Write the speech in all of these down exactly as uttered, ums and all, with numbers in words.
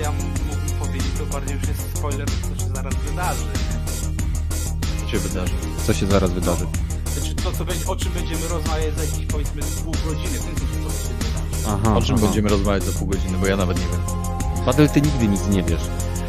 ja mógłbym powiedzieć, to bardziej już jest spoiler, co się zaraz wydarzy. Co się wydarzy? Co się zaraz wydarzy? Znaczy to, co będzie, o czym będziemy rozmawiać za jakieś, powiedzmy, pół godziny, w ten sposób, co się wydarzy. Aha, o czym aha. będziemy rozmawiać za pół godziny, bo ja nawet nie wiem. Badel, ty nigdy nic nie wiesz.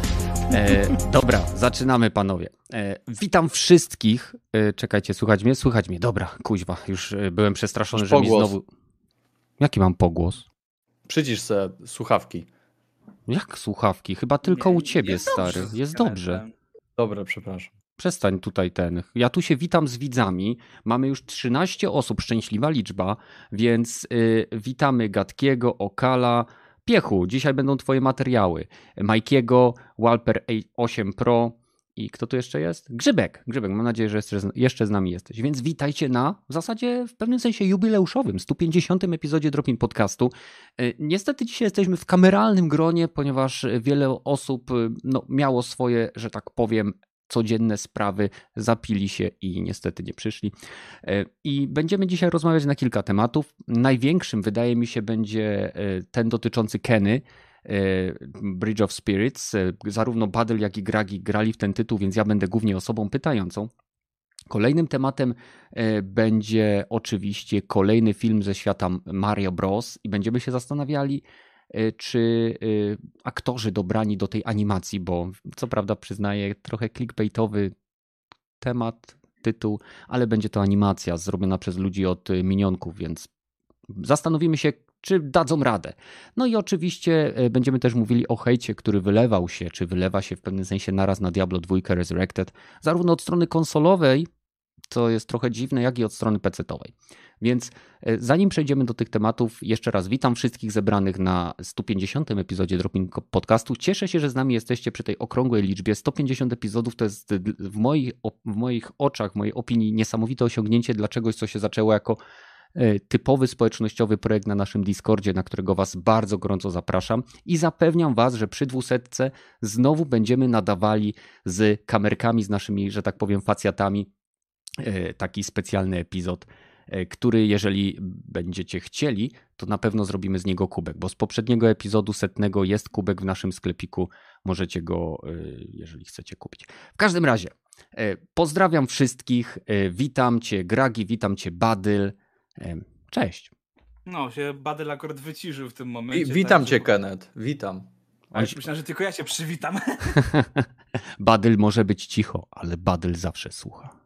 E, dobra, zaczynamy, panowie. E, witam wszystkich. E, czekajcie, słuchać mnie? Słuchać mnie. Dobra, kuźwa, już byłem przestraszony, już że pogłos. mi znowu... Jaki mam pogłos? Przycisz se słuchawki. Jak słuchawki? Chyba tylko nie, u ciebie, jest stary. Dobrze, jest dobrze. Dobra, przepraszam. Przestań tutaj ten. Ja tu się witam z widzami. Mamy już trzynaście osób, szczęśliwa liczba, więc y, witamy Gatkiego, Okala, Piechu. Dzisiaj będą twoje materiały. Majkiego, Walper osiem Pro i kto tu jeszcze jest? Grzybek. Grzybek, mam nadzieję, że jeszcze z nami jesteś. Więc witajcie na w zasadzie w pewnym sensie jubileuszowym sto pięćdziesiątym epizodzie Drop-in Podcastu. Niestety dzisiaj jesteśmy w kameralnym gronie, ponieważ wiele osób no, miało swoje, że tak powiem, codzienne sprawy, zapili się i niestety nie przyszli. I będziemy dzisiaj rozmawiać na kilka tematów. Największym, wydaje mi się, będzie ten dotyczący Kenny, Bridge of Spirits. Zarówno Badel, jak i Gragi grali w ten tytuł, więc ja będę głównie osobą pytającą. Kolejnym tematem będzie oczywiście kolejny film ze świata Mario Bros. I będziemy się zastanawiali, czy aktorzy dobrani do tej animacji, bo co prawda przyznaję trochę clickbaitowy temat, tytuł, ale będzie to animacja zrobiona przez ludzi od Minionków, więc zastanowimy się, czy dadzą radę. No i oczywiście będziemy też mówili o hejcie, który wylewał się, czy wylewa się w pewnym sensie naraz na Diablo dwa Resurrected, zarówno od strony konsolowej, co jest trochę dziwne, jak i od strony pecetowej. Więc zanim przejdziemy do tych tematów, jeszcze raz witam wszystkich zebranych na sto pięćdziesiątym epizodzie Drop-in Podcastu. Cieszę się, że z nami jesteście przy tej okrągłej liczbie. sto pięćdziesiąt epizodów to jest w moich, w moich oczach, w mojej opinii niesamowite osiągnięcie dla czegoś, co się zaczęło jako typowy społecznościowy projekt na naszym Discordzie, na którego was bardzo gorąco zapraszam i zapewniam was, że przy dwusetce znowu będziemy nadawali z kamerkami, z naszymi, że tak powiem, facjatami, taki specjalny epizod, który jeżeli będziecie chcieli, to na pewno zrobimy z niego kubek, bo z poprzedniego epizodu setnego jest kubek w naszym sklepiku, możecie go, jeżeli chcecie, kupić. W każdym razie, pozdrawiam wszystkich, witam cię Gragi, witam cię Badyl, cześć. No, się Badyl akurat wyciszył w tym momencie. I, witam tak, cię że... Kenneth, witam. A już myślałem, że tylko ja cię przywitam. Badyl może być cicho, ale Badyl zawsze słucha.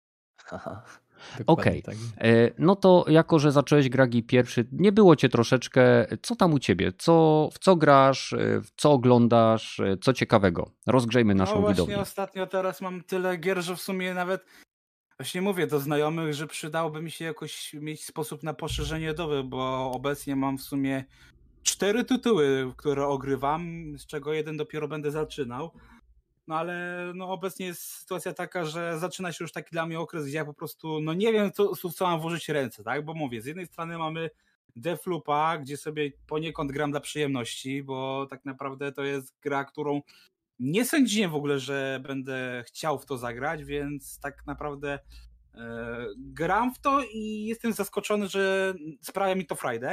Okej, okay. Tak. No to jako, że zacząłeś Gragi pierwszy, nie było cię troszeczkę, co tam u ciebie? Co, w co grasz, w co oglądasz, co ciekawego? Rozgrzejmy naszą widownię. No właśnie ostatnio teraz mam tyle gier, że w sumie nawet właśnie mówię do znajomych, że przydałoby mi się jakoś mieć sposób na poszerzenie doby, bo obecnie mam w sumie cztery tytuły, które ogrywam, z czego jeden dopiero będę zaczynał. No ale no obecnie jest sytuacja taka, że zaczyna się już taki dla mnie okres, gdzie ja po prostu no nie wiem, co, co mam włożyć ręce, tak? Bo mówię, z jednej strony mamy Deathloopa, gdzie sobie poniekąd gram dla przyjemności, bo tak naprawdę to jest gra, którą nie sądziłem w ogóle, że będę chciał w to zagrać, więc tak naprawdę e, gram w to i jestem zaskoczony, że sprawia mi to frajdę.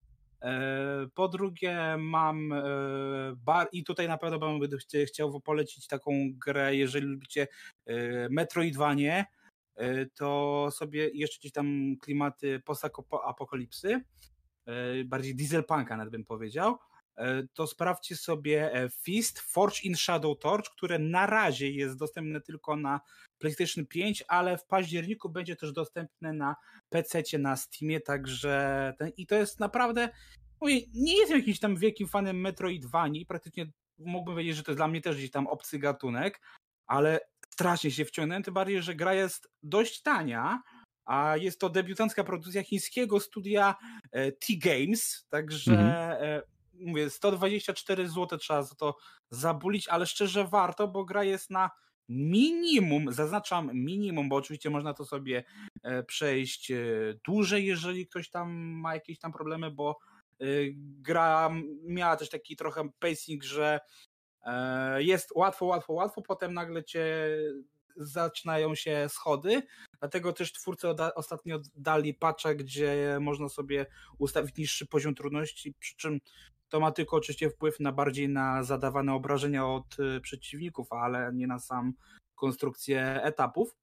Po drugie mam bar i tutaj na pewno bym chciał polecić taką grę, jeżeli lubicie Metroidvanie, to sobie jeszcze gdzieś tam klimaty post-apokalipsy, bardziej dieselpunka nawet bym powiedział, to sprawdźcie sobie Fist Forge in Shadow Torch, które na razie jest dostępne tylko na PlayStation pięć, ale w październiku będzie też dostępne na pececie, na Steamie, także ten, i to jest naprawdę, mówię, nie jestem jakimś tam wielkim fanem Metroidvanii, praktycznie mógłbym powiedzieć, że to jest dla mnie też gdzieś tam obcy gatunek, ale strasznie się wciągnąłem, tym bardziej, że gra jest dość tania, a jest to debiutancka produkcja chińskiego studia T-Games, także mhm. mówię, sto dwadzieścia cztery złote trzeba za to zabulić, ale szczerze warto, bo gra jest na minimum, zaznaczam minimum, bo oczywiście można to sobie przejść dłużej, jeżeli ktoś tam ma jakieś tam problemy, bo gra miała też taki trochę pacing, że jest łatwo, łatwo, łatwo, potem nagle cię zaczynają się schody, dlatego też twórcy ostatnio dali patcha, gdzie można sobie ustawić niższy poziom trudności, przy czym to ma tylko oczywiście wpływ na bardziej na zadawane obrażenia od przeciwników, ale nie na sam konstrukcję etapów.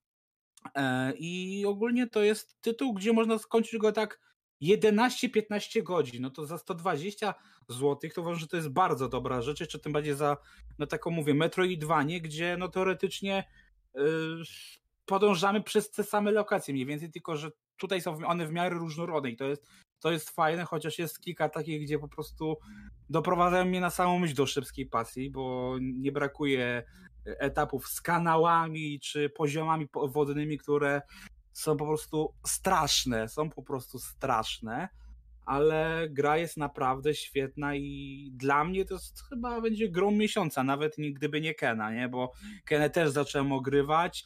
I ogólnie to jest tytuł, gdzie można skończyć go tak jedenaście piętnaście godzin, no to za sto dwadzieścia złotych to uważam, że to jest bardzo dobra rzecz, jeszcze tym bardziej za, no taką mówię, Metroidvanię, gdzie no teoretycznie yy, podążamy przez te same lokacje mniej więcej, tylko że tutaj są one w miarę różnorodne i to jest, to jest fajne, chociaż jest kilka takich, gdzie po prostu doprowadzają mnie na samą myśl do szybkiej pasji, bo nie brakuje etapów z kanałami czy poziomami wodnymi, które są po prostu straszne, są po prostu straszne, ale gra jest naprawdę świetna i dla mnie to jest, chyba będzie grą miesiąca, nawet gdyby nie Kena, nie? Bo Kenę też zacząłem ogrywać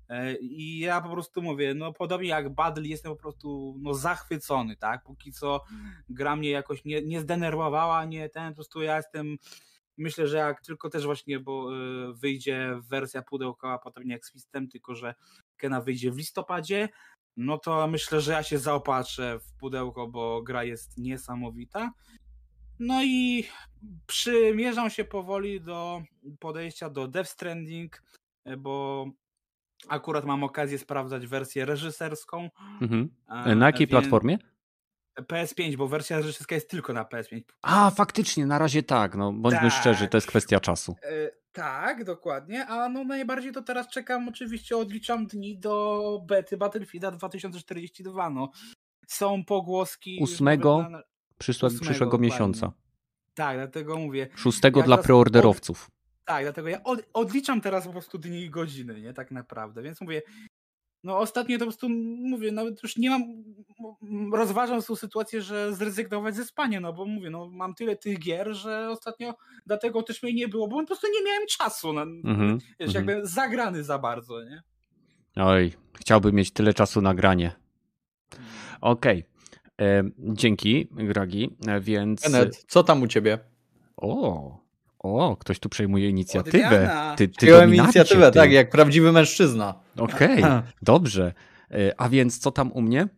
i ja po prostu mówię, no podobnie jak Battle jestem po prostu no zachwycony, tak? Póki co gra mnie jakoś nie, nie zdenerwowała, nie ten, po prostu ja jestem, myślę, że jak tylko też właśnie, bo wyjdzie wersja pudełkowa, potem nie jak z Fistem, tylko że Kena wyjdzie w listopadzie, no to myślę, że ja się zaopatrzę w pudełko, bo gra jest niesamowita. No i przymierzam się powoli do podejścia do Death Stranding, bo akurat mam okazję sprawdzać wersję reżyserską. Mhm. Na jakiej więc... platformie? P S pięć, bo wersja reżyserska jest tylko na P S pięć. A, faktycznie, na razie tak, no bądźmy tak. szczerzy, to jest kwestia czasu. E, tak, dokładnie, a no najbardziej to teraz czekam, oczywiście odliczam dni do bety Battlefielda dwa tysiące czterdzieści dwa, no. Są pogłoski... Ósmego na... przyszłego, przyszłego miesiąca. Tak, dlatego mówię. Szóstego ja dla preorderowców. Od... Tak, dlatego ja od... odliczam teraz po prostu dni i godziny, nie, tak naprawdę, więc mówię, no ostatnio to po prostu mówię, nawet już nie mam, rozważam tą sytuację, że zrezygnować ze spania, no bo mówię, no mam tyle tych gier, że ostatnio dlatego też mnie nie było, bo po prostu nie miałem czasu, na, mm-hmm, wiesz, jakby mm-hmm. zagrany za bardzo, nie? Oj, chciałbym mieć tyle czasu na granie. Okej, okay. e, dzięki Gragi, więc... Kenneth, co tam u ciebie? O... O, ktoś tu przejmuje inicjatywę. Ty, ty Przyjąłem inicjatywę, ty. tak, jak prawdziwy mężczyzna. Okej, okay, dobrze. A więc co tam u mnie?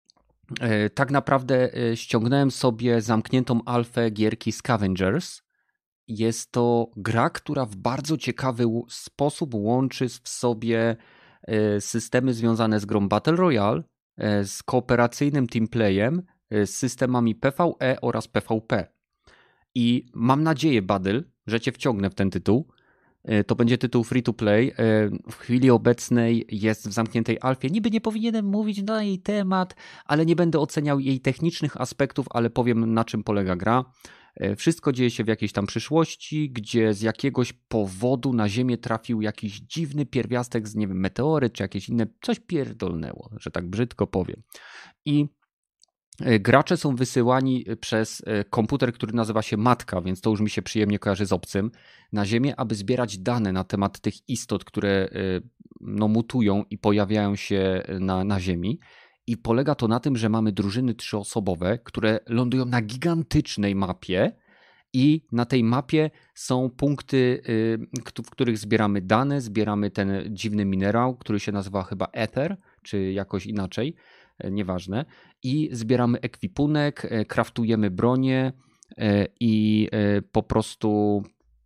Tak naprawdę ściągnąłem sobie zamkniętą alfę gierki Scavengers. Jest to gra, która w bardzo ciekawy sposób łączy w sobie systemy związane z grą Battle Royale, z kooperacyjnym teamplayem, z systemami P V E oraz P V P. I mam nadzieję, Badl, że cię wciągnę w ten tytuł. To będzie tytuł free to play. W chwili obecnej jest w zamkniętej alfie. Niby nie powinienem mówić na jej temat, ale nie będę oceniał jej technicznych aspektów, ale powiem, na czym polega gra. Wszystko dzieje się w jakiejś tam przyszłości, gdzie z jakiegoś powodu na Ziemię trafił jakiś dziwny pierwiastek z, nie wiem, meteoryt czy jakieś inne, coś pierdolnęło, że tak brzydko powiem. I gracze są wysyłani przez komputer, który nazywa się Matka, więc to już mi się przyjemnie kojarzy z obcym, na Ziemię, aby zbierać dane na temat tych istot, które no, mutują i pojawiają się na, na Ziemi. I polega to na tym, że mamy drużyny trzyosobowe, które lądują na gigantycznej mapie i na tej mapie są punkty, w których zbieramy dane, zbieramy ten dziwny minerał, który się nazywa chyba Ether, czy jakoś inaczej. Nieważne. I zbieramy ekwipunek, kraftujemy bronię i po prostu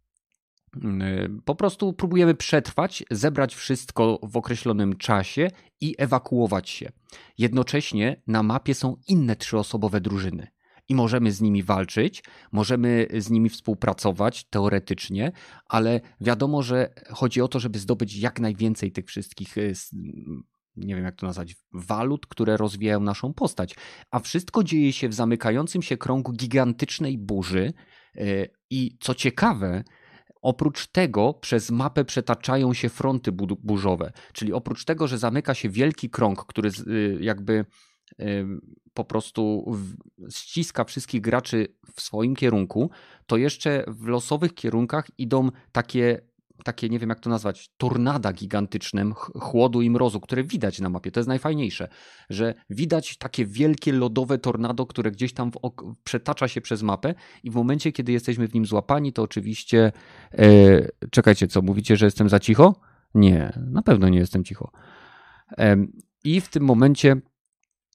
po prostu próbujemy przetrwać, zebrać wszystko w określonym czasie i ewakuować się. Jednocześnie na mapie są inne trzyosobowe drużyny i możemy z nimi walczyć, możemy z nimi współpracować teoretycznie, ale wiadomo, że chodzi o to, żeby zdobyć jak najwięcej tych wszystkich, nie wiem jak to nazwać, walut, które rozwijają naszą postać. A wszystko dzieje się w zamykającym się krągu gigantycznej burzy i co ciekawe, oprócz tego przez mapę przetaczają się fronty burzowe, czyli oprócz tego, że zamyka się wielki krąg, który jakby po prostu ściska wszystkich graczy w swoim kierunku, to jeszcze w losowych kierunkach idą takie takie, nie wiem jak to nazwać, tornada gigantyczne chłodu i mrozu, które widać na mapie. To jest najfajniejsze, że widać takie wielkie lodowe tornado, które gdzieś tam w ok- przetacza się przez mapę i w momencie, kiedy jesteśmy w nim złapani, to oczywiście e, czekajcie, co, mówicie, że jestem za cicho? Nie, na pewno nie jestem cicho. E, I w tym momencie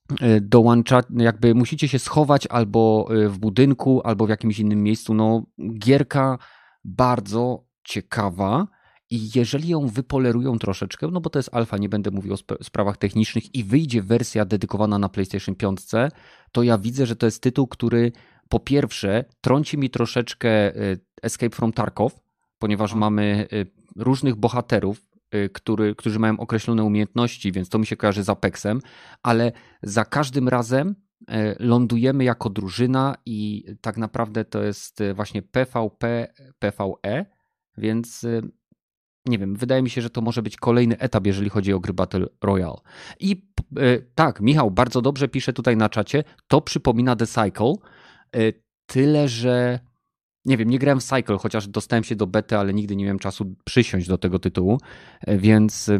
dołącza, jakby musicie się schować albo w budynku, albo w jakimś innym miejscu. No, gierka bardzo ciekawa i jeżeli ją wypolerują troszeczkę, no bo to jest alfa, nie będę mówił o sp- sprawach technicznych i wyjdzie wersja dedykowana na PlayStation pięć, to ja widzę, że to jest tytuł, który po pierwsze trąci mi troszeczkę Escape from Tarkov, ponieważ no. mamy różnych bohaterów, który, którzy mają określone umiejętności, więc to mi się kojarzy z Apexem, ale za każdym razem lądujemy jako drużyna i tak naprawdę to jest właśnie PvP, PvE, więc nie wiem, wydaje mi się, że to może być kolejny etap, jeżeli chodzi o gry Battle Royale. I tak, Michał bardzo dobrze pisze tutaj na czacie, to przypomina The Cycle, tyle, że nie wiem, nie grałem w Cycle, chociaż dostałem się do bety, ale nigdy nie miałem czasu przysiąść do tego tytułu, więc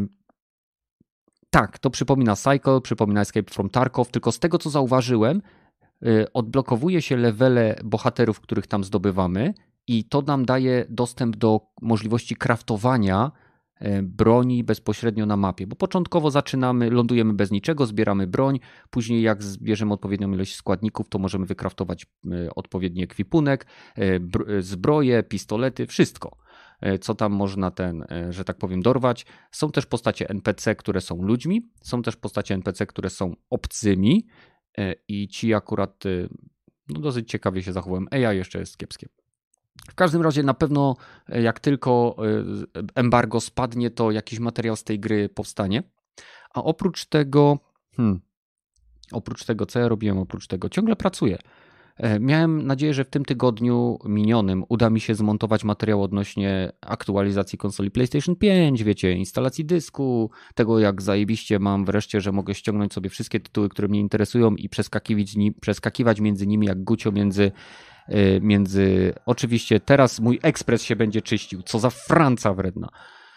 tak, to przypomina Cycle, przypomina Escape from Tarkov, tylko z tego co zauważyłem, odblokowuje się levele bohaterów, których tam zdobywamy i to nam daje dostęp do możliwości craftowania broni bezpośrednio na mapie, bo początkowo zaczynamy, lądujemy bez niczego, zbieramy broń, później jak zbierzemy odpowiednią ilość składników, to możemy wykraftować odpowiedni ekwipunek, zbroje, pistolety, wszystko, co tam można ten, że tak powiem, dorwać. Są też postacie N P C, które są ludźmi, są też postacie N P C, które są obcymi i ci akurat no, dosyć ciekawie się zachowują. A I jeszcze jest kiepskie. W każdym razie na pewno jak tylko embargo spadnie, to jakiś materiał z tej gry powstanie. A oprócz tego, hmm, oprócz tego, co ja robiłem oprócz tego? Ciągle pracuję. Miałem nadzieję, że w tym tygodniu minionym uda mi się zmontować materiał odnośnie aktualizacji konsoli PlayStation pięć, wiecie, instalacji dysku, tego jak zajebiście mam wreszcie, że mogę ściągnąć sobie wszystkie tytuły, które mnie interesują i przeskakiwać, przeskakiwać między nimi jak Gucio między między, oczywiście teraz mój ekspres się będzie czyścił, co za Franca wredna.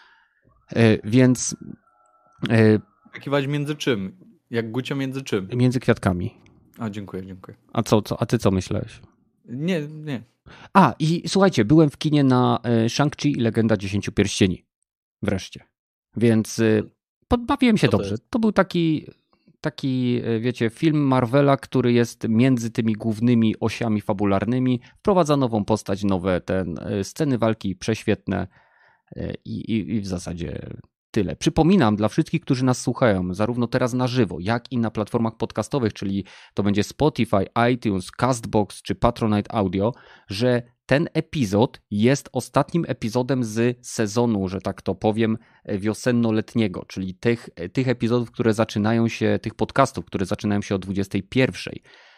Więc Przeskakiwać między czym? Jak Gucio między czym? Między kwiatkami. A, dziękuję, dziękuję. A co, co, a ty co myślałeś? Nie, nie. A, i słuchajcie, byłem w kinie na Shang-Chi i Legenda Dziesięciu Pierścieni. Wreszcie. Więc podbawiłem się Co to dobrze. jest? To był taki taki, wiecie, film Marvela, który jest między tymi głównymi osiami fabularnymi, wprowadza nową postać, nowe ten, sceny walki prześwietne i, i, i w zasadzie tyle. Przypominam dla wszystkich, którzy nas słuchają, zarówno teraz na żywo, jak i na platformach podcastowych, czyli to będzie Spotify, iTunes, Castbox czy Patronite Audio, że ten epizod jest ostatnim epizodem z sezonu, że tak to powiem, wiosenno-letniego, czyli tych, tych epizodów, które zaczynają się, tych podcastów, które zaczynają się o dwudziestej pierwszej.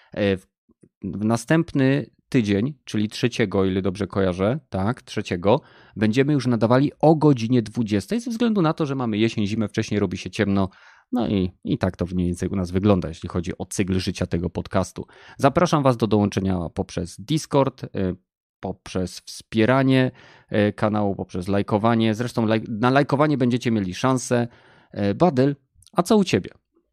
W następny tydzień, czyli trzeciego, o ile dobrze kojarzę, tak, trzeciego, będziemy już nadawali o godzinie dwudziestej, ze względu na to, że mamy jesień, zimę, wcześniej robi się ciemno, no i, i tak to mniej więcej u nas wygląda, jeśli chodzi o cykl życia tego podcastu. Zapraszam Was do dołączenia poprzez Discord, poprzez wspieranie kanału, poprzez lajkowanie. Zresztą laj- na lajkowanie będziecie mieli szansę. Badyl, a co u Ciebie?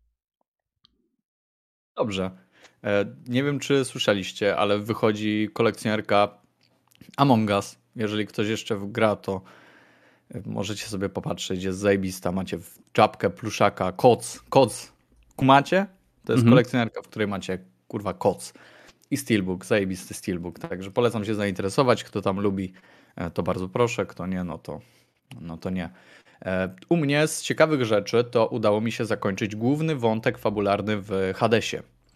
Dobrze. Nie wiem, czy słyszeliście, ale wychodzi kolekcjonerka Among Us. Jeżeli ktoś jeszcze gra, to możecie sobie popatrzeć. Jest zajebista. Macie czapkę, pluszaka, koc. Koc. Kumacie? To jest mhm. kolekcjonerka, w której macie, kurwa, koc. I steelbook, zajebisty steelbook. Także polecam się zainteresować. Kto tam lubi, to bardzo proszę. Kto nie, no to, no to nie. U mnie z ciekawych rzeczy to udało mi się zakończyć główny wątek fabularny w Hadesie.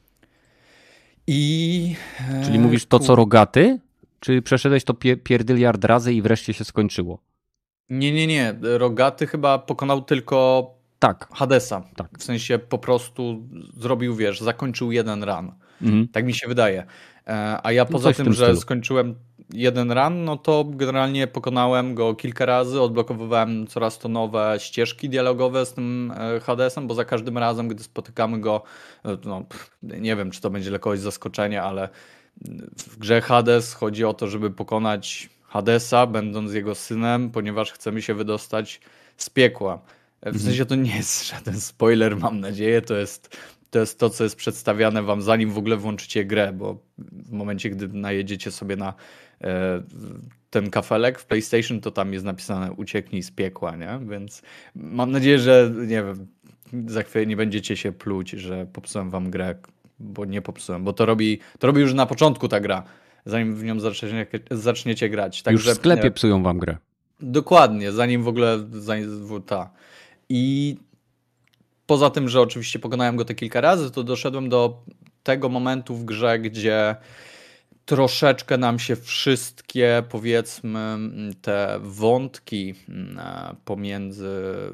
I... Czyli mówisz to, co Rogaty? Czy przeszedłeś to pie- pierdyliard razy i wreszcie się skończyło? Nie, nie, nie. Rogaty chyba pokonał tylko tak. Hadesa. Tak. W sensie po prostu zrobił, wiesz, zakończył jeden run. Mhm. Tak mi się wydaje. A ja poza no tym, że stylu. skończyłem jeden run, no to generalnie pokonałem go kilka razy, odblokowywałem coraz to nowe ścieżki dialogowe z tym Hadesem, bo za każdym razem, gdy spotykamy go, no nie wiem, czy to będzie dla kogoś zaskoczenie, ale w grze Hades chodzi o to, żeby pokonać Hadesa, będąc jego synem, ponieważ chcemy się wydostać z piekła. W sensie to nie jest żaden spoiler, mam nadzieję, to jest To jest to, co jest przedstawiane wam, zanim w ogóle włączycie grę, bo w momencie, gdy najedziecie sobie na e, ten kafelek w PlayStation, to tam jest napisane ucieknij z piekła, nie? Więc mam nadzieję, że nie wiem, za chwilę nie będziecie się pluć, że popsułem wam grę, bo nie popsułem, bo to robi, to robi już na początku ta gra, zanim w nią zaczniecie, zaczniecie grać. Także, już w sklepie psują wam grę. Dokładnie, zanim w ogóle zanim, ta. I poza tym, że oczywiście pokonałem go te kilka razy, to doszedłem do tego momentu w grze, gdzie troszeczkę nam się wszystkie, powiedzmy, te wątki pomiędzy...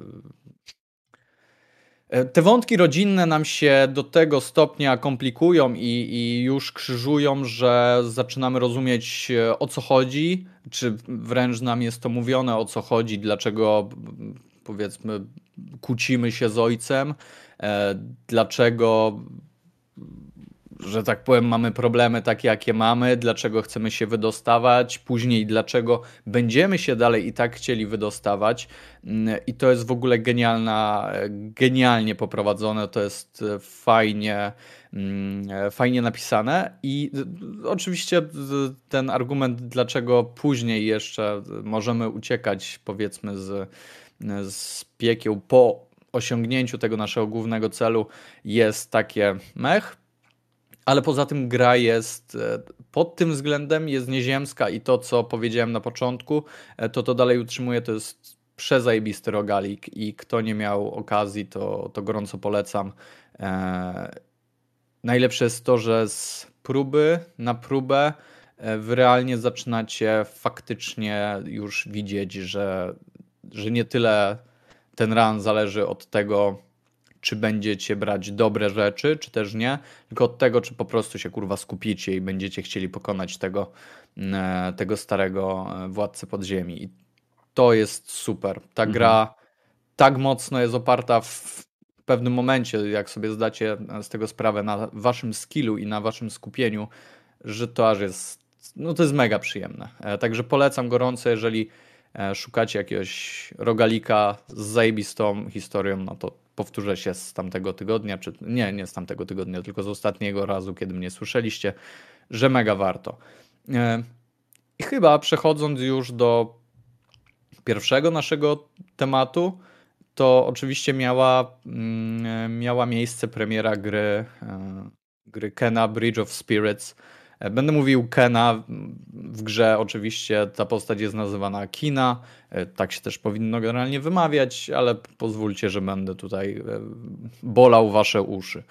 Te wątki rodzinne nam się do tego stopnia komplikują i, i już krzyżują, że zaczynamy rozumieć, o co chodzi, czy wręcz nam jest to mówione, o co chodzi, dlaczego, powiedzmy, kłócimy się z ojcem, dlaczego, że tak powiem, mamy problemy takie, jakie mamy, dlaczego chcemy się wydostawać, później dlaczego będziemy się dalej i tak chcieli wydostawać. I to jest w ogóle genialna, genialnie poprowadzone, to jest fajnie, fajnie napisane i oczywiście ten argument, dlaczego później jeszcze możemy uciekać, powiedzmy, z, z piekieł po osiągnięciu tego naszego głównego celu, jest takie mech. Ale poza tym gra jest pod tym względem jest nieziemska i to, co powiedziałem na początku, to to dalej utrzymuje, to jest przezajebisty rogalik i kto nie miał okazji, to, to gorąco polecam. Eee, najlepsze jest to, że z próby na próbę wy realnie zaczynacie faktycznie już widzieć, że, że nie tyle ten run zależy od tego, czy będziecie brać dobre rzeczy, czy też nie, tylko od tego, czy po prostu się kurwa skupicie i będziecie chcieli pokonać tego, tego starego władcę podziemi. I to jest super. Ta mhm. gra tak mocno jest oparta w pewnym momencie, jak sobie zdacie z tego sprawę, na waszym skillu i na waszym skupieniu, że to aż jest, no to jest mega przyjemne. Także polecam gorąco, jeżeli szukacie jakiegoś rogalika z zajebistą historią, no to powtórzę się z tamtego tygodnia, czy nie, nie z tamtego tygodnia, tylko z ostatniego razu, kiedy mnie słyszeliście, że mega warto. I chyba przechodząc już do pierwszego naszego tematu, to oczywiście miała, miała miejsce premiera gry, gry Kena Bridge of Spirits. Będę mówił Kena, w grze oczywiście ta postać jest nazywana Kina, tak się też powinno generalnie wymawiać, ale pozwólcie, że będę tutaj bolał wasze uszy.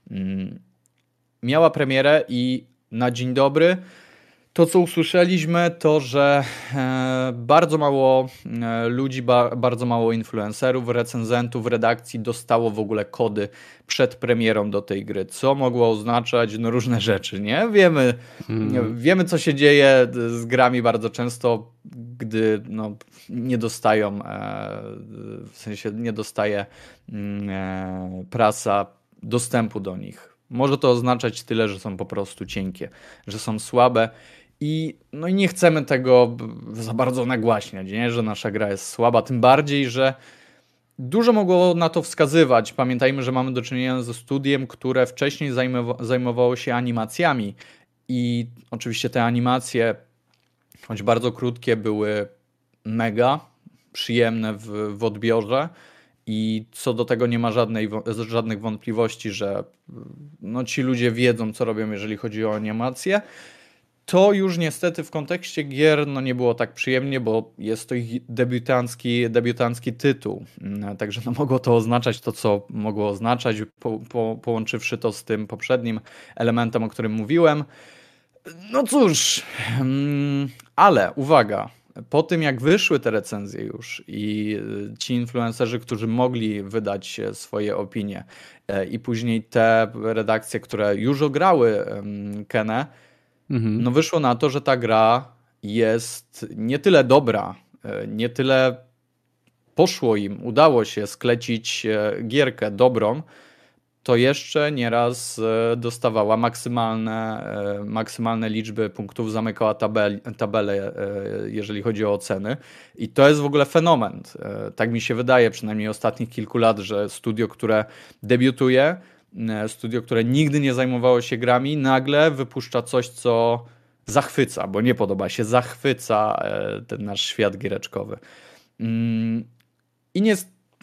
Miała premierę i na dzień dobry to, co usłyszeliśmy, to, że bardzo mało ludzi, bardzo mało influencerów, recenzentów, redakcji dostało w ogóle kody przed premierą do tej gry. Co mogło oznaczać? No różne rzeczy, nie? Wiemy, hmm. wiemy co się dzieje z grami bardzo często, gdy no, nie dostają, w sensie nie dostaje prasa dostępu do nich. Może to oznaczać tyle, że są po prostu cienkie, że są słabe. I, no i nie chcemy tego za bardzo nagłaśniać, nie? Że nasza gra jest słaba, tym bardziej, że dużo mogło na to wskazywać. Pamiętajmy, że mamy do czynienia ze studiem, które wcześniej zajmowa- zajmowało się animacjami i oczywiście te animacje, choć bardzo krótkie, były mega przyjemne w, w odbiorze i co do tego nie ma żadnej, żadnych wątpliwości, że no, ci ludzie wiedzą, co robią, jeżeli chodzi o animacje. To już niestety w kontekście gier no nie było tak przyjemnie, bo jest to ich debiutancki, debiutancki tytuł. Także no mogło to oznaczać to, co mogło oznaczać, po, po, połączywszy to z tym poprzednim elementem, o którym mówiłem. No cóż, ale uwaga, po tym jak wyszły te recenzje już i ci influencerzy, którzy mogli wydać swoje opinie i później te redakcje, które już ograły Kenę, no wyszło na to, że ta gra jest nie tyle dobra, nie tyle poszło im, udało się sklecić gierkę dobrą, to jeszcze nieraz dostawała maksymalne, maksymalne liczby punktów, zamykała tabel, tabelę, jeżeli chodzi o oceny. I to jest w ogóle fenomen. Tak mi się wydaje, przynajmniej ostatnich kilku lat, że studio, które debiutuje, studio, które nigdy nie zajmowało się grami, nagle wypuszcza coś, co zachwyca, bo nie podoba się, zachwyca ten nasz świat giereczkowy. I nie,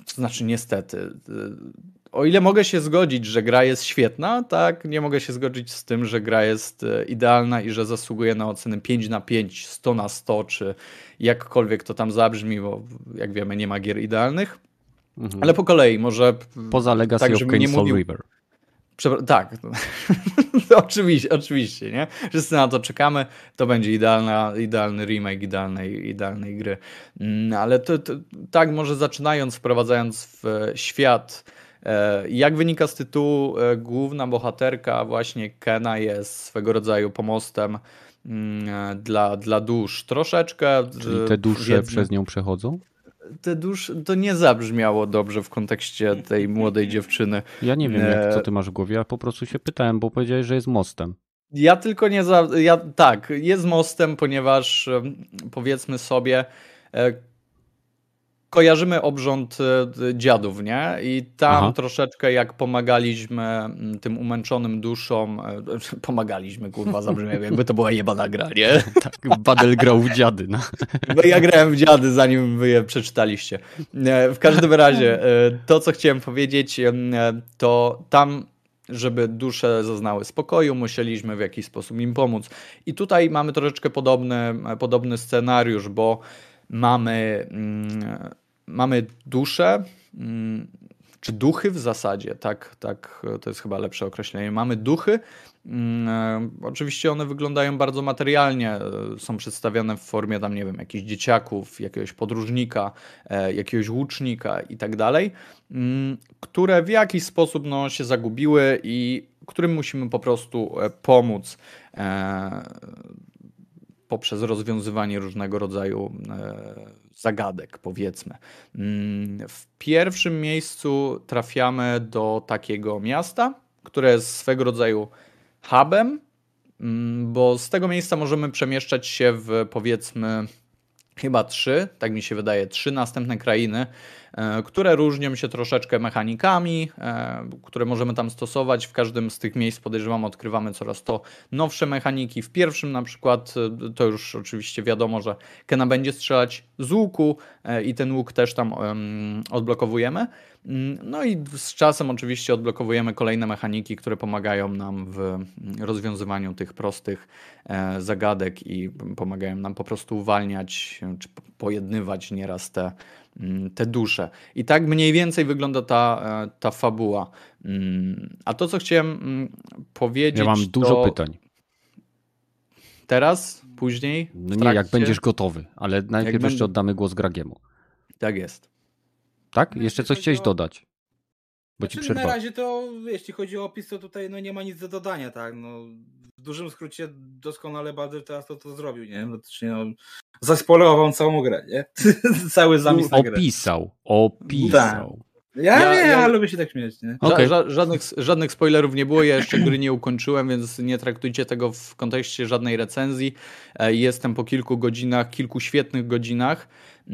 to znaczy niestety, o ile mogę się zgodzić, że gra jest świetna, tak nie mogę się zgodzić z tym, że gra jest idealna i że zasługuje na oceny pięć na pięć, sto na sto, czy jakkolwiek to tam zabrzmi, bo jak wiemy nie ma gier idealnych. Mhm. Ale po kolei, może... Poza Legacy tak, of Kain Soul River. Przepra- tak, to oczywiście, oczywiście, nie? Wszyscy na to czekamy, to będzie idealna, idealny remake idealnej, idealnej gry. Ale to, to, tak, może zaczynając, wprowadzając w świat, jak wynika z tytułu, główna bohaterka właśnie Kena jest swego rodzaju pomostem dla, dla dusz. Troszeczkę... Czyli te dusze wiedzy. Przez nią przechodzą? Te dusz, to nie zabrzmiało dobrze w kontekście tej młodej dziewczyny. Ja nie wiem, jak, co ty masz w głowie, ja po prostu się pytałem, bo powiedziałeś, że jest mostem. Ja tylko nie... Za, ja, tak, jest mostem, ponieważ powiedzmy sobie... Kojarzymy obrząd dziadów, nie? I tam Aha. troszeczkę jak pomagaliśmy tym umęczonym duszom, pomagaliśmy, kurwa, zabrzmiało, jakby to była jebana gra, nie? Tak, Badel grał w dziady. No. Bo ja grałem w dziady, zanim wy je przeczytaliście. W każdym razie, to co chciałem powiedzieć, to tam, żeby dusze zaznały spokoju, musieliśmy w jakiś sposób im pomóc. I tutaj mamy troszeczkę podobny, podobny scenariusz, bo Mamy, mm, mamy dusze, mm, czy duchy w zasadzie, tak, tak, to jest chyba lepsze określenie. Mamy duchy, mm, oczywiście one wyglądają bardzo materialnie, są przedstawiane w formie tam, nie wiem, jakichś dzieciaków, jakiegoś podróżnika, e, jakiegoś łucznika i tak dalej, mm, które w jakiś sposób no, się zagubiły i którym musimy po prostu pomóc e, poprzez rozwiązywanie różnego rodzaju zagadek, powiedzmy. W pierwszym miejscu trafiamy do takiego miasta, które jest swego rodzaju hubem, bo z tego miejsca możemy przemieszczać się w, powiedzmy, chyba trzy, tak mi się wydaje, trzy następne krainy, które różnią się troszeczkę mechanikami, które możemy tam stosować. W każdym z tych miejsc, podejrzewam, odkrywamy coraz to nowsze mechaniki. W pierwszym na przykład to już oczywiście wiadomo, że Kena będzie strzelać z łuku i ten łuk też tam odblokowujemy. No i z czasem oczywiście odblokowujemy kolejne mechaniki, które pomagają nam w rozwiązywaniu tych prostych zagadek i pomagają nam po prostu uwalniać czy pojednywać nieraz te, te dusze. I tak mniej więcej wygląda ta, ta fabuła. A to, co chciałem powiedzieć... Ja mam dużo to... pytań. Teraz? Później? No nie, jak będziesz gotowy, ale najpierw jak jeszcze będę... oddamy głos Gragiemu. Tak jest. Tak? Jeszcze coś chciałeś o... dodać? Bo znaczy, ci przerwa. Na razie to, jeśli chodzi o opis, to tutaj no, nie ma nic do dodania, tak? No, w dużym skrócie doskonale Badyl teraz to, to zrobił, nie? No, no, zaspoilerował całą grę, nie? Cały zamysł na grę. Opisał, opisał. Ja, ja wiem, ja lubię się tak śmiać, nie? Okay. Ża- żadnych, żadnych spoilerów nie było, ja jeszcze gry nie ukończyłem, więc nie traktujcie tego w kontekście żadnej recenzji. Jestem po kilku godzinach, kilku świetnych godzinach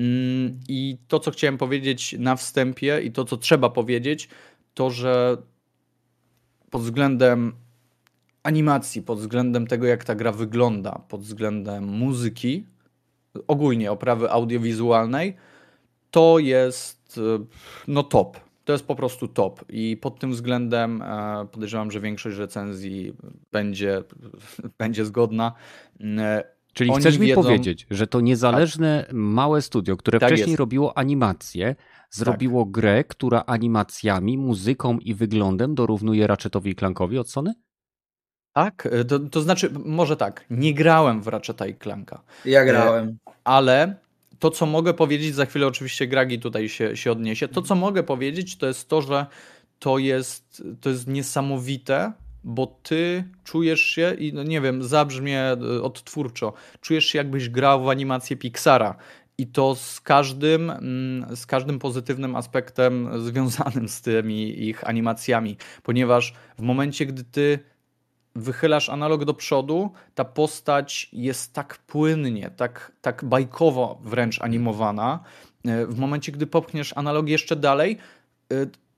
i to, co chciałem powiedzieć na wstępie i to, co trzeba powiedzieć, to, że pod względem animacji, pod względem tego, jak ta gra wygląda, pod względem muzyki, ogólnie oprawy audiowizualnej, to jest no top. To jest po prostu top i pod tym względem e, podejrzewam, że większość recenzji będzie, będzie zgodna. E, Czyli Oni chcesz mi wiedzą... powiedzieć, że to niezależne tak. małe studio, które tak wcześniej jest. robiło animację, zrobiło tak. grę, która animacjami, muzyką i wyglądem dorównuje Ratchetowi i Clankowi od Sony? Tak, to, to znaczy, może tak, nie grałem w Ratcheta i Clanka. Ja grałem. E, ale to, co mogę powiedzieć, za chwilę oczywiście Gragi tutaj się, się odniesie, to, co mogę powiedzieć, to jest to, że to jest, to jest niesamowite, bo ty czujesz się, i no nie wiem, zabrzmie odtwórczo, czujesz się jakbyś grał w animację Pixara. I to z każdym, z każdym pozytywnym aspektem związanym z tymi ich animacjami, ponieważ w momencie, gdy ty wychylasz analog do przodu, ta postać jest tak płynnie, tak, tak bajkowo wręcz animowana. W momencie, gdy popchniesz analog jeszcze dalej,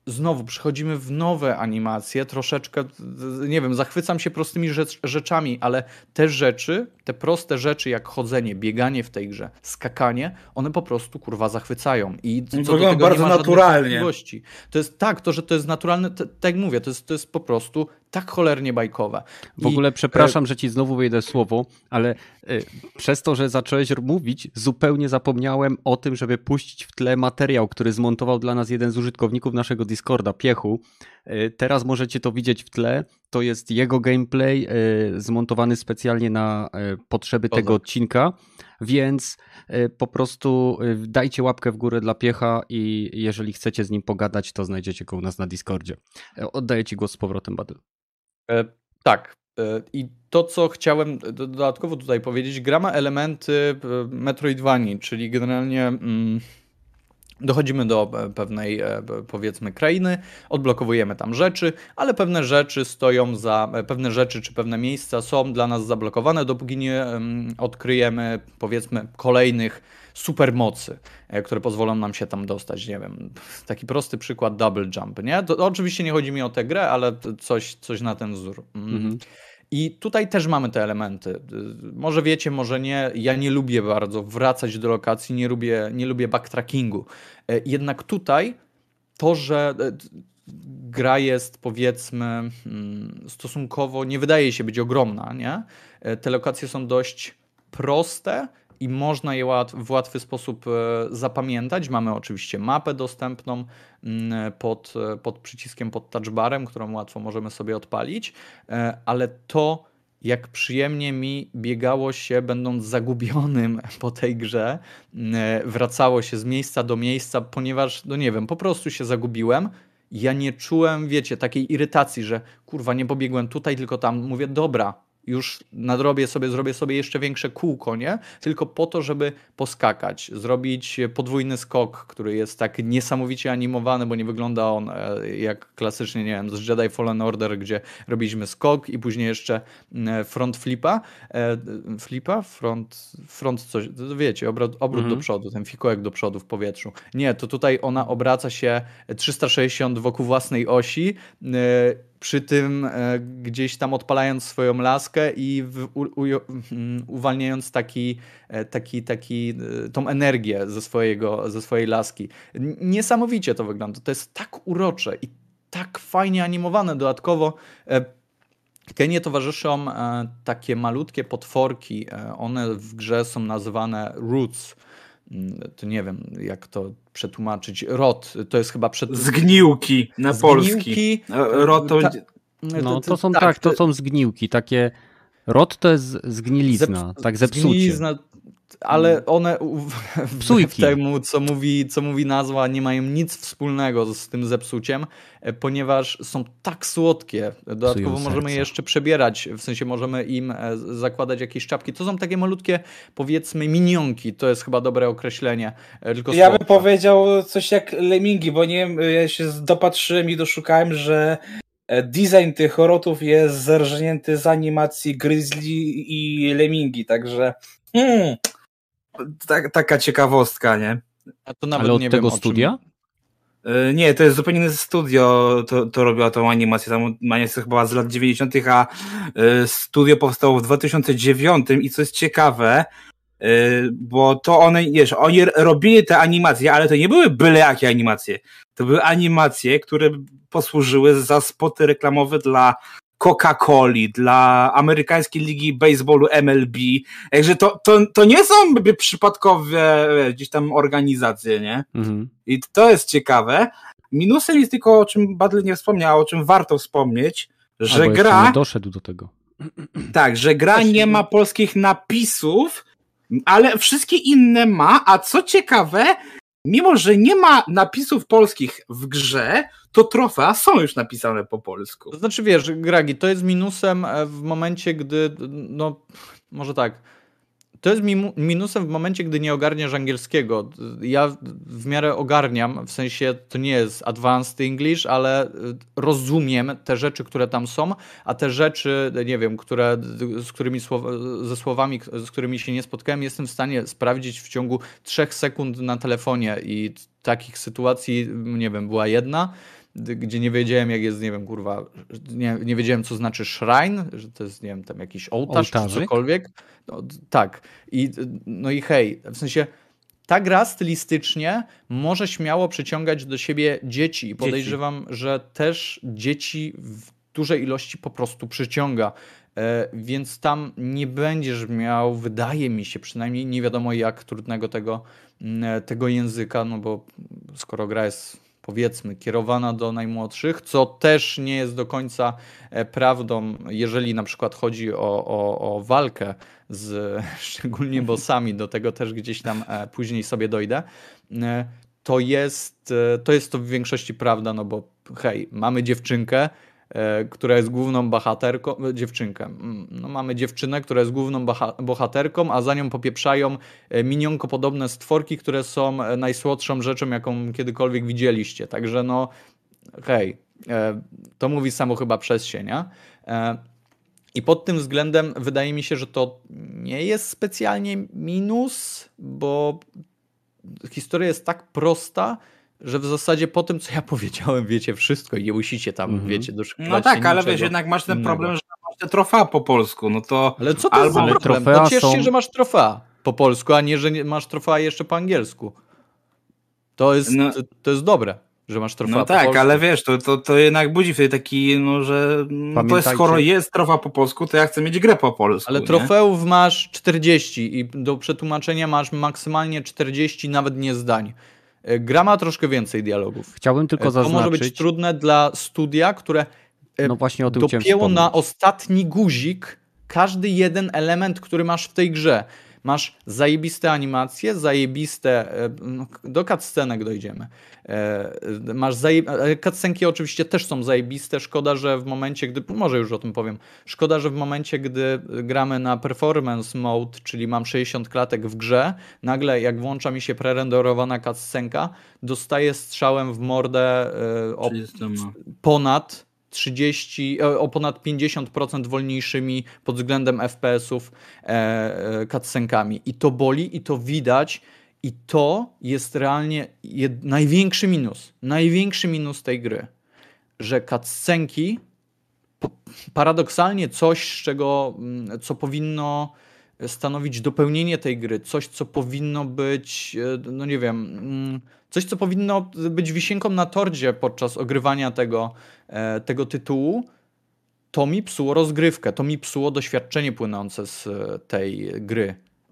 znowu przechodzimy w nowe animacje, troszeczkę, nie wiem, zachwycam się prostymi rzecz, rzeczami, ale te rzeczy, te proste rzeczy jak chodzenie, bieganie w tej grze, skakanie, one po prostu kurwa zachwycają i co do tego bardzo nie ma naturalnie. To jest tak, to, że to jest naturalne, tak jak mówię, to jest, to jest po prostu tak cholernie bajkowe. W I, ogóle przepraszam, e... że ci znowu wyjdę słowo, ale e, przez to, że zacząłeś mówić, zupełnie zapomniałem o tym, żeby puścić w tle materiał, który zmontował dla nas jeden z użytkowników naszego Discorda, Piechu. E, teraz możecie to widzieć w tle. To jest jego gameplay e, zmontowany specjalnie na e, potrzeby tego odcinka, więc e, po prostu e, dajcie łapkę w górę dla Piecha i jeżeli chcecie z nim pogadać, to znajdziecie go u nas na Discordzie. E, oddaję ci głos z powrotem, Badl. E, tak. E, I to, co chciałem dodatkowo tutaj powiedzieć, gra ma elementy Metroidvanii, czyli generalnie mm, dochodzimy do pewnej, powiedzmy, krainy, odblokowujemy tam rzeczy, ale pewne rzeczy stoją za, pewne rzeczy czy pewne miejsca są dla nas zablokowane, dopóki nie um, odkryjemy, powiedzmy, kolejnych supermocy, które pozwolą nam się tam dostać, nie wiem, taki prosty przykład double jump, nie? To, to oczywiście nie chodzi mi o tę grę, ale coś, coś na ten wzór. Mhm. I tutaj też mamy te elementy. Może wiecie, może nie. Ja nie lubię bardzo wracać do lokacji, nie lubię, nie lubię backtrackingu. Jednak tutaj to, że gra jest, powiedzmy, stosunkowo, nie wydaje się być ogromna, nie? Te lokacje są dość proste i można je łat, w łatwy sposób zapamiętać. Mamy oczywiście mapę dostępną pod, pod przyciskiem, pod touchbarem, którą łatwo możemy sobie odpalić, ale to, jak przyjemnie mi biegało się, będąc zagubionym po tej grze, wracało się z miejsca do miejsca, ponieważ, no nie wiem, po prostu się zagubiłem. Ja nie czułem, wiecie, takiej irytacji, że kurwa, nie pobiegłem tutaj, tylko tam. Mówię, dobra, już nadrobię sobie, zrobię sobie jeszcze większe kółko, nie? Tylko po to, żeby poskakać, zrobić podwójny skok, który jest tak niesamowicie animowany, bo nie wygląda on jak klasycznie, nie wiem, z Jedi Fallen Order, gdzie robiliśmy skok i później jeszcze front flipa. Flipa? Front, front coś, wiecie, obrót, obrót mhm. do przodu, ten fikołek do przodu w powietrzu. Nie, to tutaj ona obraca się trzysta sześćdziesiąt wokół własnej osi, przy tym e, gdzieś tam odpalając swoją laskę i w, u, u, uwalniając taki, taki, taki, tą energię ze, swojego, ze swojej laski. Niesamowicie to wygląda. To jest tak urocze i tak fajnie animowane. Dodatkowo e, Kenie towarzyszą e, takie malutkie potworki. E, one w grze są nazywane roots. To nie wiem, jak to przetłumaczyć. Rot, to jest chyba przed... Zgniłki na polski. Rot to... Ta... No to są tak, tak to są zgniłki, takie... Rot to jest zgnilizna, Zep... tak zepsucie. Zgnilizna, ale one wbrew temu, co mówi, co mówi nazwa, nie mają nic wspólnego z tym zepsuciem, ponieważ są tak słodkie. Dodatkowo Psują możemy je jeszcze przebierać, w sensie możemy im zakładać jakieś czapki. To są takie malutkie, powiedzmy, minionki. To jest chyba dobre określenie. Tylko ja bym powiedział coś jak lemingi, bo nie wiem, ja się dopatrzyłem i doszukałem, że design tych rotów jest zerżnięty z animacji Grizzly i Lemingi, także hmm, tak, taka ciekawostka, nie? A to nawet Ale od nie tego wiem, studia? Czym... Nie, to jest zupełnie inne studio, to, to robiło tą animację, tam animacja chyba z lat dziewięćdziesiątych, a studio powstało w dwa tysiące dziewiątym i co jest ciekawe, bo to one, wiesz, oni robili te animacje, ale to nie były byle jakie animacje. To były animacje, które posłużyły za spoty reklamowe dla Coca-Coli, dla amerykańskiej ligi baseballu M L B. Także to, to, to nie są przypadkowe gdzieś tam organizacje, nie? Mhm. I to jest ciekawe. Minusem jest tylko, o czym Badl nie wspomniał, o czym warto wspomnieć, że Albo gra... nie doszedł do tego. Tak, że gra nie ma polskich napisów, ale wszystkie inne ma, a co ciekawe, mimo że nie ma napisów polskich w grze, to trofea są już napisane po polsku. To znaczy, wiesz, Gragi, to jest minusem w momencie, gdy, no, może tak, to jest minusem w momencie, gdy nie ogarniasz angielskiego. Ja w miarę ogarniam, w sensie to nie jest advanced English, ale rozumiem te rzeczy, które tam są, a te rzeczy, nie wiem, które, z którymi ze słowami, z którymi się nie spotkałem, jestem w stanie sprawdzić w ciągu trzech sekund na telefonie i takich sytuacji, nie wiem, była jedna. gdzie nie wiedziałem jak jest, nie wiem, kurwa, nie, nie wiedziałem co znaczy shrine, że to jest, nie wiem, tam jakiś ołtarz czy Ołtarzyk? cokolwiek. No, tak. I, no i hej, w sensie ta gra stylistycznie może śmiało przyciągać do siebie dzieci. I podejrzewam, że też dzieci w dużej ilości po prostu przyciąga. E, więc tam nie będziesz miał, wydaje mi się przynajmniej, nie wiadomo jak trudnego tego, m, tego języka, no bo skoro gra jest powiedzmy kierowana do najmłodszych, co też nie jest do końca e, prawdą, jeżeli na przykład chodzi o, o, o walkę z szczególnie bossami, do tego też gdzieś tam e, później sobie dojdę, e, to jest, e, to jest to w większości prawda, no bo hej, mamy dziewczynkę, e, która jest główną bohaterką, e, dziewczynkę, mm, no mamy dziewczynę, która jest główną boha- bohaterką, a za nią popieprzają e, minionko podobne stworki, które są e, najsłodszą rzeczą, jaką kiedykolwiek widzieliście, także no hej, e, to mówi samo chyba przez się, nie? E, I pod tym względem wydaje mi się, że to nie jest specjalnie minus, bo historia jest tak prosta, że w zasadzie po tym, co ja powiedziałem, wiecie wszystko i nie musicie tam, Mhm. wiecie, doszukiwać No tak, się ale niczego wiesz, jednak masz ten innego. problem, że masz te trofea po polsku, no to Ale co to albo jest za Ale problem? trofea To ciesz się, są- że masz trofea po polsku, a nie, że nie masz trofea jeszcze po angielsku. To jest, No- to, to jest dobre, że masz trofea no po tak, polsku. ale wiesz, to, to, to jednak budzi wtedy taki, no że no to jest, Pamiętajcie- skoro jest trofea po polsku, to ja chcę mieć grę po polsku. Ale nie? trofeów masz czterdzieści i do przetłumaczenia masz maksymalnie czterdzieści, nawet nie zdań. E, Gra ma troszkę więcej dialogów. Chciałbym tylko E, To może być zaznaczyć, trudne dla studia, które e, no właśnie o tym chciałem dopięło na wspomnieć. ostatni guzik każdy jeden element, który masz w tej grze. Masz zajebiste animacje, zajebiste, e, no, do cutscenek dojdziemy. E, Masz zaje... e, cutscenki oczywiście też są zajebiste, szkoda, że w momencie, gdy, może już o tym powiem, szkoda, że w momencie, gdy gramy na performance mode, czyli mam sześćdziesiąt klatek w grze, nagle jak włącza mi się prerenderowana cutscenka, dostaję strzałem w mordę e, o trzydzieści, no. ponad trzydzieści, e, o ponad pięćdziesiąt procent wolniejszymi pod względem F P S-ów e, e, cutscenkami. I to boli, i to widać, i to jest realnie jed, największy minus. Największy minus tej gry. Że cutscenki, po- paradoksalnie coś, z czego, mm, co powinno stanowić dopełnienie tej gry, coś, co powinno być, e, no nie wiem, mm, coś, co powinno być wisienką na torcie podczas ogrywania tego, e, tego tytułu, to mi psuło rozgrywkę, to mi psuło doświadczenie płynące z e, tej gry.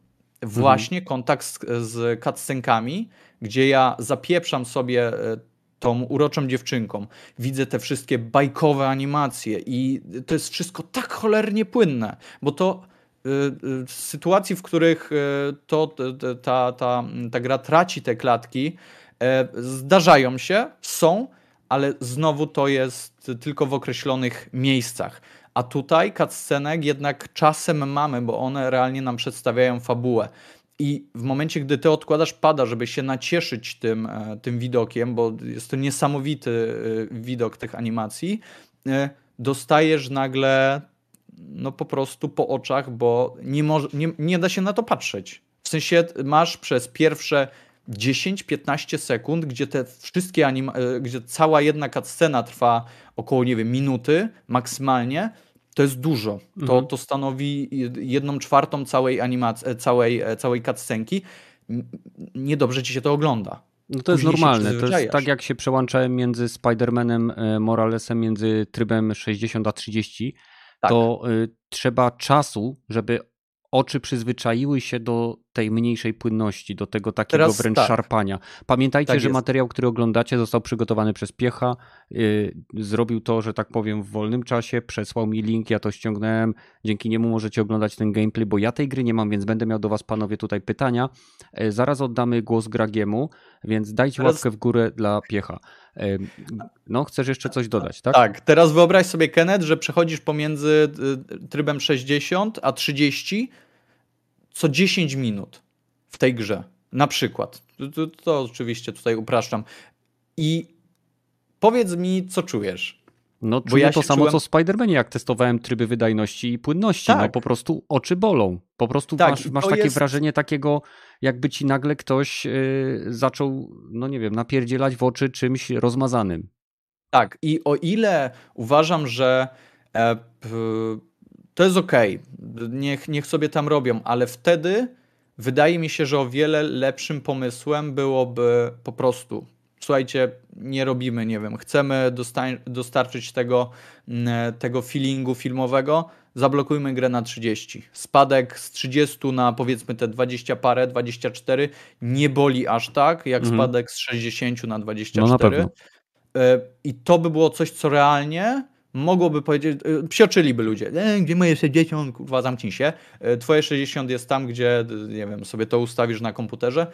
Właśnie kontakt z, z cutscenkami, gdzie ja zapieprzam sobie e, tą uroczą dziewczynką, widzę te wszystkie bajkowe animacje i to jest wszystko tak cholernie płynne, bo to y, y, z sytuacji, w których y, to, t- ta, ta, ta gra traci te klatki, e, zdarzają się, są, ale znowu to jest tylko w określonych miejscach. A tutaj cutscenek jednak czasem mamy, bo one realnie nam przedstawiają fabułę. I w momencie, gdy ty odkładasz pada, żeby się nacieszyć tym, e, tym widokiem, bo jest to niesamowity e, widok tych animacji, e, dostajesz nagle no po prostu po oczach, bo nie, może, nie, nie da się na to patrzeć. W sensie masz przez pierwsze dziesięć piętnaście sekund, gdzie te wszystkie anima- e, gdzie cała jedna cutscena trwa około, nie wiem, minuty maksymalnie, to jest dużo. To, Mhm. to stanowi jedną czwartą całej animacji, całej, całej cutscenki. N- Niedobrze ci się to ogląda. No to jest Później się normalne. To jest przyzwyczajasz. tak, jak się przełączałem między Spider-Manem e, Moralesem, między trybem sześćdziesiąt a trzydzieści, Tak. to y, trzeba czasu, żeby oczy przyzwyczaiły się do tej mniejszej płynności, do tego takiego Teraz wręcz tak. szarpania. Pamiętajcie, Tak że jest. materiał, który oglądacie, został przygotowany przez Piecha. y, Zrobił to, że tak powiem, w wolnym czasie. Przesłał mi link, ja to ściągnąłem. Dzięki niemu możecie oglądać ten gameplay, bo ja tej gry nie mam, więc będę miał do was, panowie, tutaj pytania. Y, Zaraz oddamy głos Gragiemu, więc dajcie Teraz- łapkę w górę dla Piecha. Y, No, chcesz jeszcze coś dodać, tak? Tak, teraz wyobraź sobie, Kenneth, że przechodzisz pomiędzy y, trybem sześćdziesiąt a trzydzieści co dziesięć minut w tej grze. Na przykład. To, to, to oczywiście tutaj upraszczam. I powiedz mi, co czujesz. No, Bo czuję ja to się samo czułem- co w Spider-Manie, jak testowałem tryby wydajności i płynności. Tak. No po prostu oczy bolą. Po prostu Tak, masz, i masz to takie jest- wrażenie takiego, jakby ci nagle ktoś yy, zaczął, no nie wiem, napierdzielać w oczy czymś rozmazanym. Tak, i o ile uważam, że e, p, to jest okej, niech, niech sobie tam robią, ale wtedy wydaje mi się, że o wiele lepszym pomysłem byłoby po prostu, słuchajcie, nie robimy, nie wiem, chcemy dosta- dostarczyć tego, tego feelingu filmowego, zablokujmy grę na trzydzieści. Spadek z trzydziestu na powiedzmy te dwadzieścia parę, dwadzieścia cztery nie boli aż tak, jak mhm. spadek z sześćdziesięciu na dwadzieścia cztery. No na pewno. I to by było coś, co realnie mogłoby powiedzieć, psioczyliby ludzie, e, gdzie moje sześćdziesiąt, kurwa, zamknij się. Twoje sześćdziesiąt jest tam, gdzie, nie wiem, sobie to ustawisz na komputerze.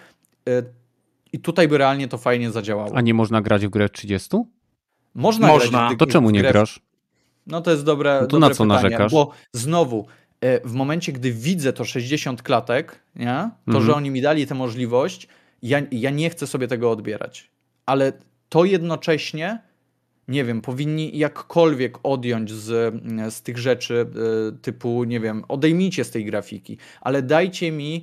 I tutaj by realnie to fajnie zadziałało. A nie można grać w grę w trzydziestu? Można. Można. Grać w, to czemu nie grę... grasz? No to jest dobre, no to dobre na co pytanie, narzekasz? Bo znowu, w momencie, gdy widzę to sześćdziesiąt klatek, nie? to, mhm. że oni mi dali tę możliwość, ja, ja nie chcę sobie tego odbierać. Ale to jednocześnie, nie wiem, powinni jakkolwiek odjąć z, z tych rzeczy typu, nie wiem, odejmijcie z tej grafiki, ale dajcie mi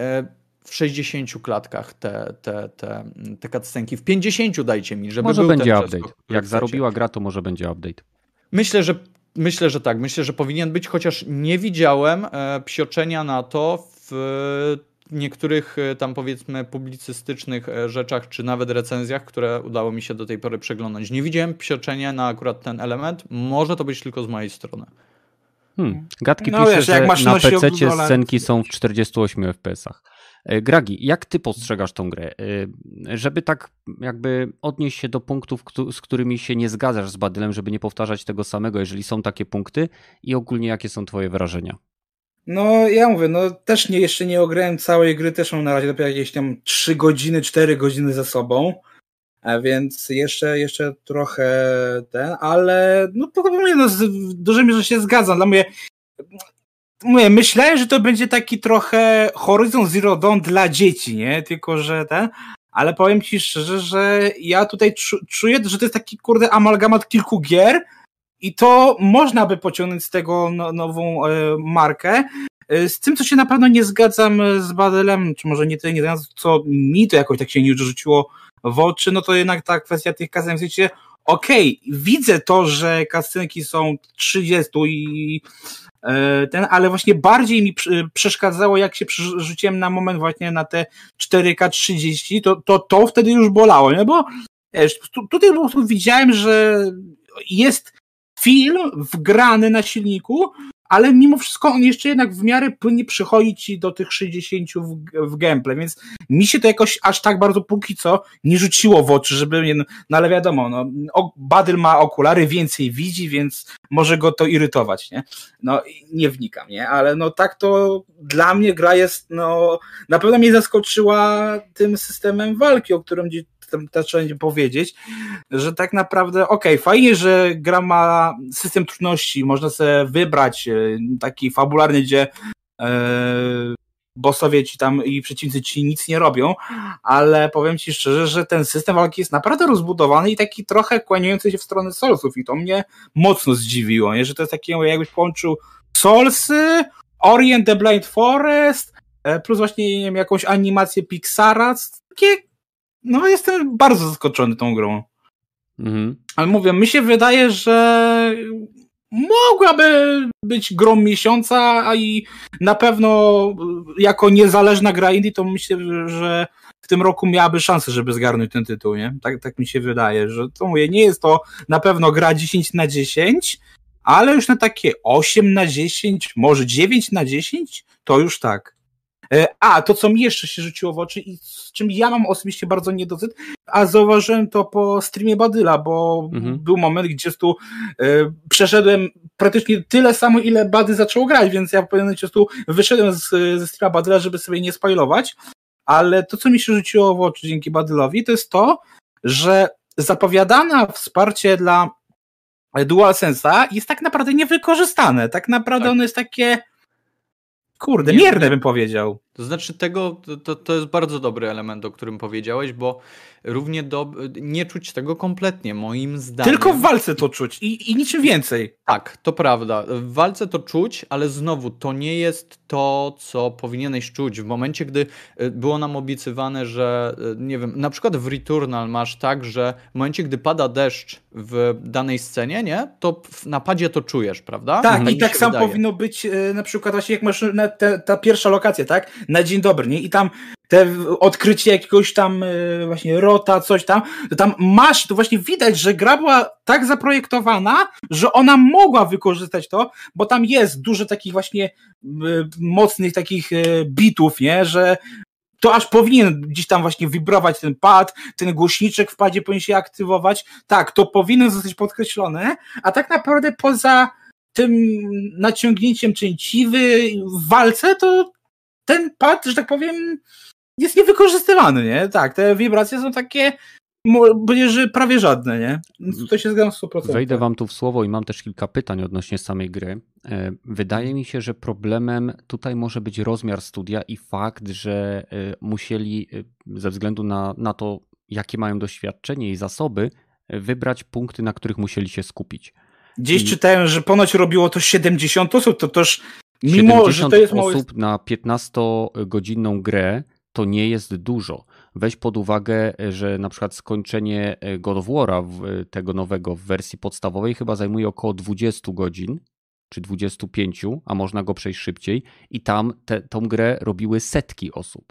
w sześćdziesięciu klatkach te, te, te, te cutscenki, w pięćdziesięciu dajcie mi, żeby może był będzie ten update. Przeskok, Jak chcecie. Zarobiła gra, to może będzie update. Myślę, że Myślę, że tak. Myślę, że powinien być, chociaż nie widziałem e, psioczenia na to w niektórych tam powiedzmy publicystycznych rzeczach, czy nawet recenzjach, które udało mi się do tej pory przeglądać. Nie widziałem psioczenia na akurat ten element. Może to być tylko z mojej strony. Hmm. Gadki no pisze, wiesz, że na pececie oglądala... scenki są w czterdziestu ośmiu F P S-ach. Gragi, jak ty postrzegasz tą grę? Żeby tak jakby odnieść się do punktów, z którymi się nie zgadzasz z Badylem, żeby nie powtarzać tego samego, jeżeli są takie punkty, i ogólnie jakie są twoje wrażenia? No ja mówię, no też nie, jeszcze nie ograłem całej gry, też mam na razie dopiero jakieś tam trzy godziny, cztery godziny za sobą, a więc jeszcze, jeszcze trochę ten, ale no to mówię, no w dużej mierze się zgadzam. Dla mnie Mówię, myślałem, że to będzie taki trochę Horizon Zero Dawn dla dzieci, nie? Tylko, że ten... Ale powiem ci szczerze, że ja tutaj czuję, że to jest taki, kurde, amalgamat kilku gier i to można by pociągnąć z tego no, nową e, markę. E, z tym, co się na pewno nie zgadzam z Badylem, czy może nie tyle, nie tyle, co mi to jakoś tak się nie rzuciło w oczy, no to jednak ta kwestia tych kasenek, w sensie, okej, okay, widzę to, że kasenki są trzydzieści i ten, ale właśnie bardziej mi przeszkadzało, jak się przerzuciłem na moment właśnie na te cztery K trzydzieści, to to, to wtedy już bolało, nie? Bo wiesz, tu, tutaj po prostu widziałem, że jest film wgrany na silniku, ale mimo wszystko on jeszcze jednak w miarę płynnie przychodzi ci do tych sześćdziesięciu w, w gameplay, więc mi się to jakoś aż tak bardzo póki co nie rzuciło w oczy, żeby, nie, no ale wiadomo, no, Badyl ma okulary, więcej widzi, więc może go to irytować, nie? No nie wnikam, nie? Ale no tak to dla mnie gra jest, no na pewno mnie zaskoczyła tym systemem walki, o którym też trzeba powiedzieć, że tak naprawdę okej, okay, fajnie, że gra ma system trudności, można sobie wybrać taki fabularny, gdzie e, bossowie ci tam i przeciwnicy ci nic nie robią, ale powiem ci szczerze, że ten system walki jest naprawdę rozbudowany i taki trochę kłaniający się w stronę Soulsów i to mnie mocno zdziwiło, nie? Że to jest takie, jakbyś połączył Soulsy, Orient the Blind Forest, plus właśnie, nie wiem, jakąś animację Pixara, takie. No jestem bardzo zaskoczony tą grą. Mhm. Ale mówię, mi się wydaje, że mogłaby być grą miesiąca, a i na pewno jako niezależna gra indie, to myślę, że w tym roku miałaby szansę, żeby zgarnąć ten tytuł, nie? Tak, tak mi się wydaje, że to mówię, nie jest to na pewno gra dziesięć na dziesięć, ale już na takie osiem na dziesięć, może dziewięć na dziesięć, to już tak. A, to co mi jeszcze się rzuciło w oczy i z czym ja mam osobiście bardzo niedosyt, a zauważyłem to po streamie Badyla, bo mhm. był moment, gdzie tu y, przeszedłem praktycznie tyle samo, ile Bady zaczął grać, więc ja po pewnym czasu wyszedłem z, ze streama Badyla, żeby sobie nie spoilować, ale to co mi się rzuciło w oczy dzięki Badylowi, to jest to, że zapowiadane wsparcie dla DualSense'a jest tak naprawdę niewykorzystane, tak naprawdę tak. ono jest takie kurde, mierne bym powiedział. To znaczy tego, to, to jest bardzo dobry element, o którym powiedziałeś, bo równie do, nie czuć tego kompletnie, moim zdaniem. Tylko w walce to czuć i, i niczym więcej. Tak, to prawda. W walce to czuć, ale znowu to nie jest to, co powinieneś czuć. W momencie, gdy było nam obiecywane, że nie wiem, na przykład w Returnal masz tak, że w momencie, gdy pada deszcz w danej scenie, nie, to w napadzie to czujesz, prawda? Tak, Mhm. i tak samo wydaje. powinno być na przykład właśnie jak masz na te, ta pierwsza lokacja, tak? Na dzień dobry, nie? I tam te odkrycie jakiegoś tam właśnie rota, coś tam, to tam masz, to właśnie widać, że gra była tak zaprojektowana, że ona mogła wykorzystać to, bo tam jest dużo takich właśnie mocnych takich bitów, nie? Że to aż powinien gdzieś tam właśnie wibrować ten pad, ten głośniczek w padzie powinien się aktywować. Tak, to powinno zostać podkreślone, a tak naprawdę poza tym naciągnięciem cięciwy w walce, to ten pad, że tak powiem, jest niewykorzystywany, nie? Tak, te wibracje są takie, będzie, że prawie żadne, nie? To się zgadzam w stu procentach. Wejdę wam tu w słowo i mam też kilka pytań odnośnie samej gry. Wydaje mi się, że problemem tutaj może być rozmiar studia i fakt, że musieli ze względu na, na to, jakie mają doświadczenie i zasoby, wybrać punkty, na których musieli się skupić. Gdzieś I... czytałem, że ponoć robiło to siedemdziesiąt osób, to też mimo, że to jest mało... osób na piętnastogodzinną grę to nie jest dużo. Weź pod uwagę, że na przykład skończenie God of War'a tego nowego w wersji podstawowej chyba zajmuje około dwadzieścia godzin, czy dwadzieścia pięć, a można go przejść szybciej i tam te, tą grę robiły setki osób.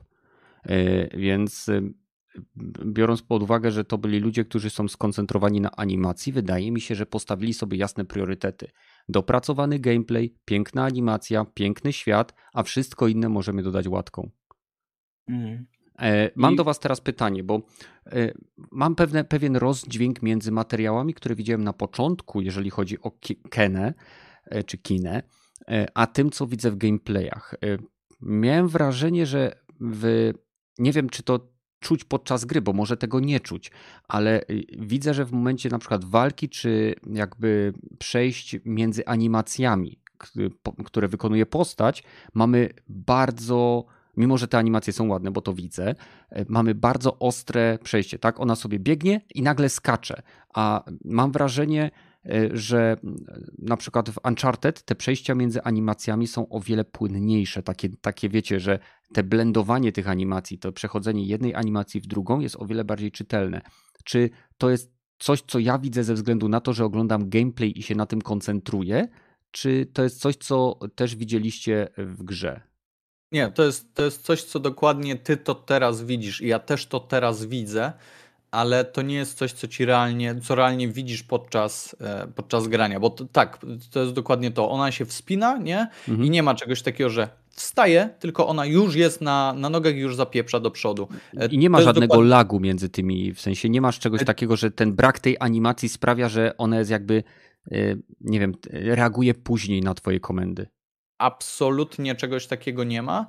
Więc biorąc pod uwagę, że to byli ludzie, którzy są skoncentrowani na animacji, wydaje mi się, że postawili sobie jasne priorytety. Dopracowany gameplay, piękna animacja, piękny świat, a wszystko inne możemy dodać łatką. Mm. Mam I... do was teraz pytanie, bo mam pewne, pewien rozdźwięk między materiałami, które widziałem na początku, jeżeli chodzi o Kenę czy Kinę, a tym, co widzę w gameplayach. Miałem wrażenie, że w... nie wiem, czy to czuć podczas gry, bo może tego nie czuć, ale widzę, że w momencie na przykład walki, czy jakby przejść między animacjami, które wykonuje postać, mamy bardzo... Mimo że te animacje są ładne, bo to widzę, mamy bardzo ostre przejście, tak? Ona sobie biegnie i nagle skacze, a mam wrażenie, że na przykład w Uncharted te przejścia między animacjami są o wiele płynniejsze, takie, takie wiecie, że te blendowanie tych animacji, to przechodzenie jednej animacji w drugą jest o wiele bardziej czytelne. Czy to jest coś, co ja widzę ze względu na to, że oglądam gameplay i się na tym koncentruję, czy to jest coś, co też widzieliście w grze? Nie, to jest, to jest coś, co dokładnie ty to teraz widzisz i ja też to teraz widzę, ale to nie jest coś, co ci realnie, co realnie widzisz podczas, podczas grania, bo to, tak, to jest dokładnie to. Ona się wspina, nie? Mhm. I nie ma czegoś takiego, że wstaje, tylko ona już jest na, na nogach i już zapieprza do przodu. I nie ma to żadnego dokładnie... lagu między tymi, w sensie nie masz czegoś takiego, że ten brak tej animacji sprawia, że ona jest jakby, nie wiem, reaguje później na twoje komendy. Absolutnie czegoś takiego nie ma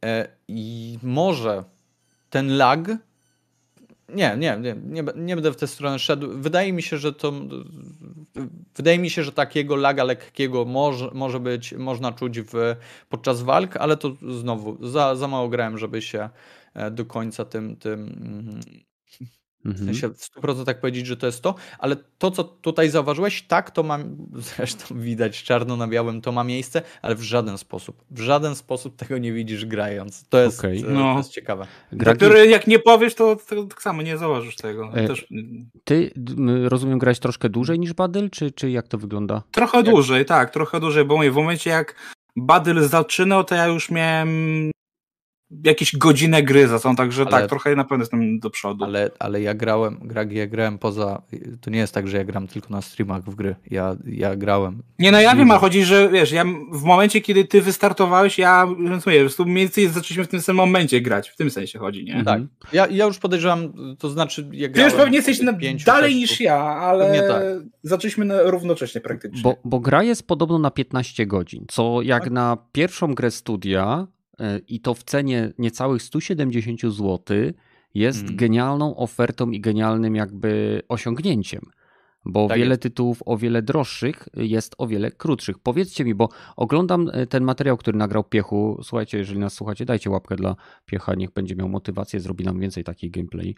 i może ten lag, nie, nie, nie, nie, nie będę w tę stronę szedł, wydaje mi się, że to, wydaje mi się, że takiego laga lekkiego może, może być, można czuć w, podczas walk, ale to znowu za, za mało grałem, żeby się do końca tym, tym w sensie w stu procentach powiedzieć, że to jest to, ale to, co tutaj zauważyłeś, tak, to ma, zresztą widać czarno na białym, to ma miejsce, ale w żaden sposób, w żaden sposób tego nie widzisz grając. To jest, okay. no. to jest ciekawe. Gra... Który jak nie powiesz, to, to tak samo nie zauważysz tego. E, Też... Ty, rozumiem, grałeś troszkę dłużej niż Badyl, czy, czy jak to wygląda? Trochę jak... dłużej, tak, trochę dłużej, bo mówię, w momencie jak Badyl zaczynał, to ja już miałem jakieś godzinę gry za są, także ale, tak, trochę na pewno jestem do przodu. Ale, ale ja grałem, gra, ja grałem poza, to nie jest tak, że ja gram tylko na streamach w gry, ja, ja grałem. Nie, no ja wiem, a chodzi, że wiesz, ja w momencie, kiedy ty wystartowałeś, ja, więc mówię, mniej więcej zaczęliśmy w tym samym momencie grać, w tym sensie chodzi, nie? Tak, ja, ja już podejrzewam, to znaczy, ja grałem... Ty już pewnie jesteś na, pięciu, dalej niż ja, ale tak. Zaczęliśmy na, równocześnie praktycznie. Bo, bo gra jest podobno na piętnaście godzin, co jak tak. Na pierwszą grę studia i to w cenie niecałych sto siedemdziesiąt złotych jest hmm. genialną ofertą i genialnym jakby osiągnięciem. bo Tak wiele jest. tytułów o wiele droższych jest o wiele krótszych. Powiedzcie mi, bo oglądam ten materiał, który nagrał Piechu. Słuchajcie, jeżeli nas słuchacie, dajcie łapkę dla Piecha, niech będzie miał motywację, zrobi nam więcej takich gameplay.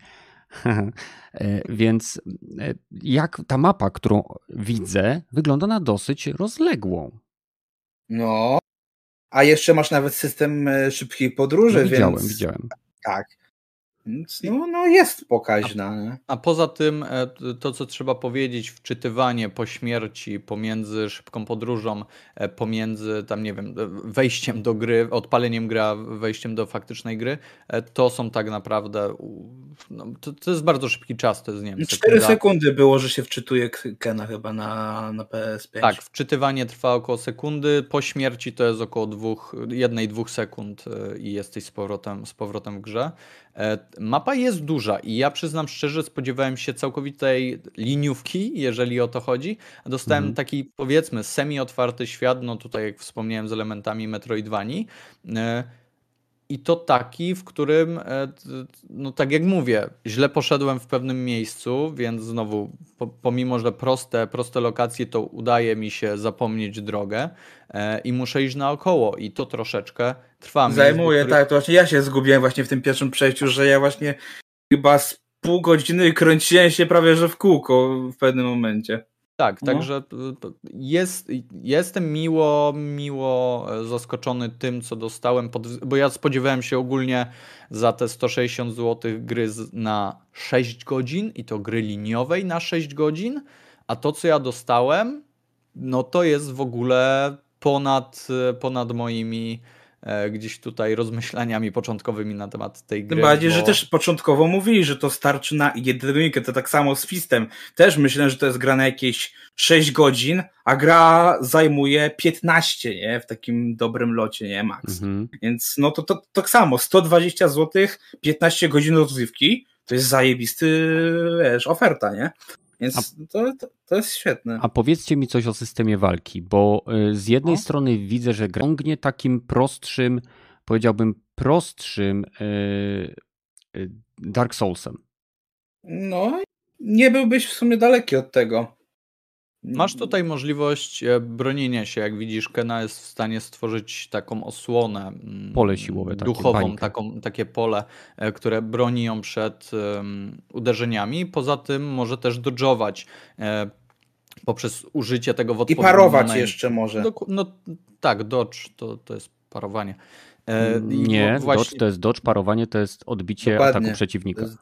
Więc jak ta mapa, którą widzę, wygląda na dosyć rozległą. No, a jeszcze masz nawet system e, szybkiej podróży, No, widziałem, więc widziałem. tak. Więc no, no jest pokaźna. Nie? A poza tym e, t- to, co trzeba powiedzieć, wczytywanie po śmierci pomiędzy szybką podróżą, e, pomiędzy tam, nie wiem, e, wejściem do gry, odpaleniem gry, a wejściem do faktycznej gry, e, to są tak naprawdę, u- no, to, to jest bardzo szybki czas, to jest, nie wiem, Cztery sekunda. sekundy było, że się wczytuje K- Kena chyba na, na P S pięć. Tak, wczytywanie trwa około sekundy, po śmierci to jest około dwóch, jednej, dwóch sekund e, i jesteś z powrotem, z powrotem w grze. E, Mapa jest duża i ja przyznam szczerze, spodziewałem się całkowitej liniówki, jeżeli o to chodzi. Dostałem Mhm. taki, powiedzmy, semi-otwarty świat, no tutaj jak wspomniałem, z elementami Metroidvanii. E, I to taki, w którym, e, t- no tak jak mówię, źle poszedłem w pewnym miejscu, więc znowu, po, pomimo że proste, proste lokacje, to udaje mi się zapomnieć drogę e, i muszę iść naokoło i to troszeczkę trwa. Miejsc, do Zajmuje, których- tak, to właśnie ja się zgubiłem właśnie w tym pierwszym przejściu, że ja właśnie chyba z pół godziny kręciłem się prawie że w kółko w pewnym momencie. Tak, No. także y, to jest, jestem miło, miło e, zaskoczony tym, co dostałem, pod, bo ja spodziewałem się ogólnie za te sto sześćdziesiąt złotych gry z- na sześć godzin i to gry liniowej na sześć godzin, a to, co ja dostałem, no to jest w ogóle ponad, e, ponad moimi e, gdzieś tutaj rozmyślaniami początkowymi na temat tej gry. Tym bardziej, bo... że też początkowo mówili, że to starczy na jedynkę, to tak samo z Fistem. Też myślę, że to jest gra na jakieś sześć godzin, a gra zajmuje piętnaście, nie? W takim dobrym locie, nie? Max. Mhm. Więc no to, to tak samo, sto dwadzieścia złotych, piętnaście godzin rozrywki, to jest zajebisty, wiesz, oferta, nie? Więc to, to, to jest świetne. A powiedzcie mi coś o systemie walki, bo y, z jednej No. strony widzę, że gra ciągnie takim prostszym, powiedziałbym prostszym y, y, Dark Soulsem. No, nie byłbyś w sumie daleki od tego. Masz tutaj możliwość e, bronienia się. Jak widzisz, Kena jest w stanie stworzyć taką osłonę mm, Pole siłowe takie, duchową, bańkę. taką, takie pole, e, które broni ją przed em, uderzeniami. Poza tym może też dodżować e, poprzez użycie tego w I odpowiednim parować momencie. jeszcze może. Doku- no tak, dodge to, to jest parowanie. E, i Nie, wo- właśnie- dodge to jest dodge, parowanie to jest odbicie Dokładnie. ataku przeciwnika. To jest-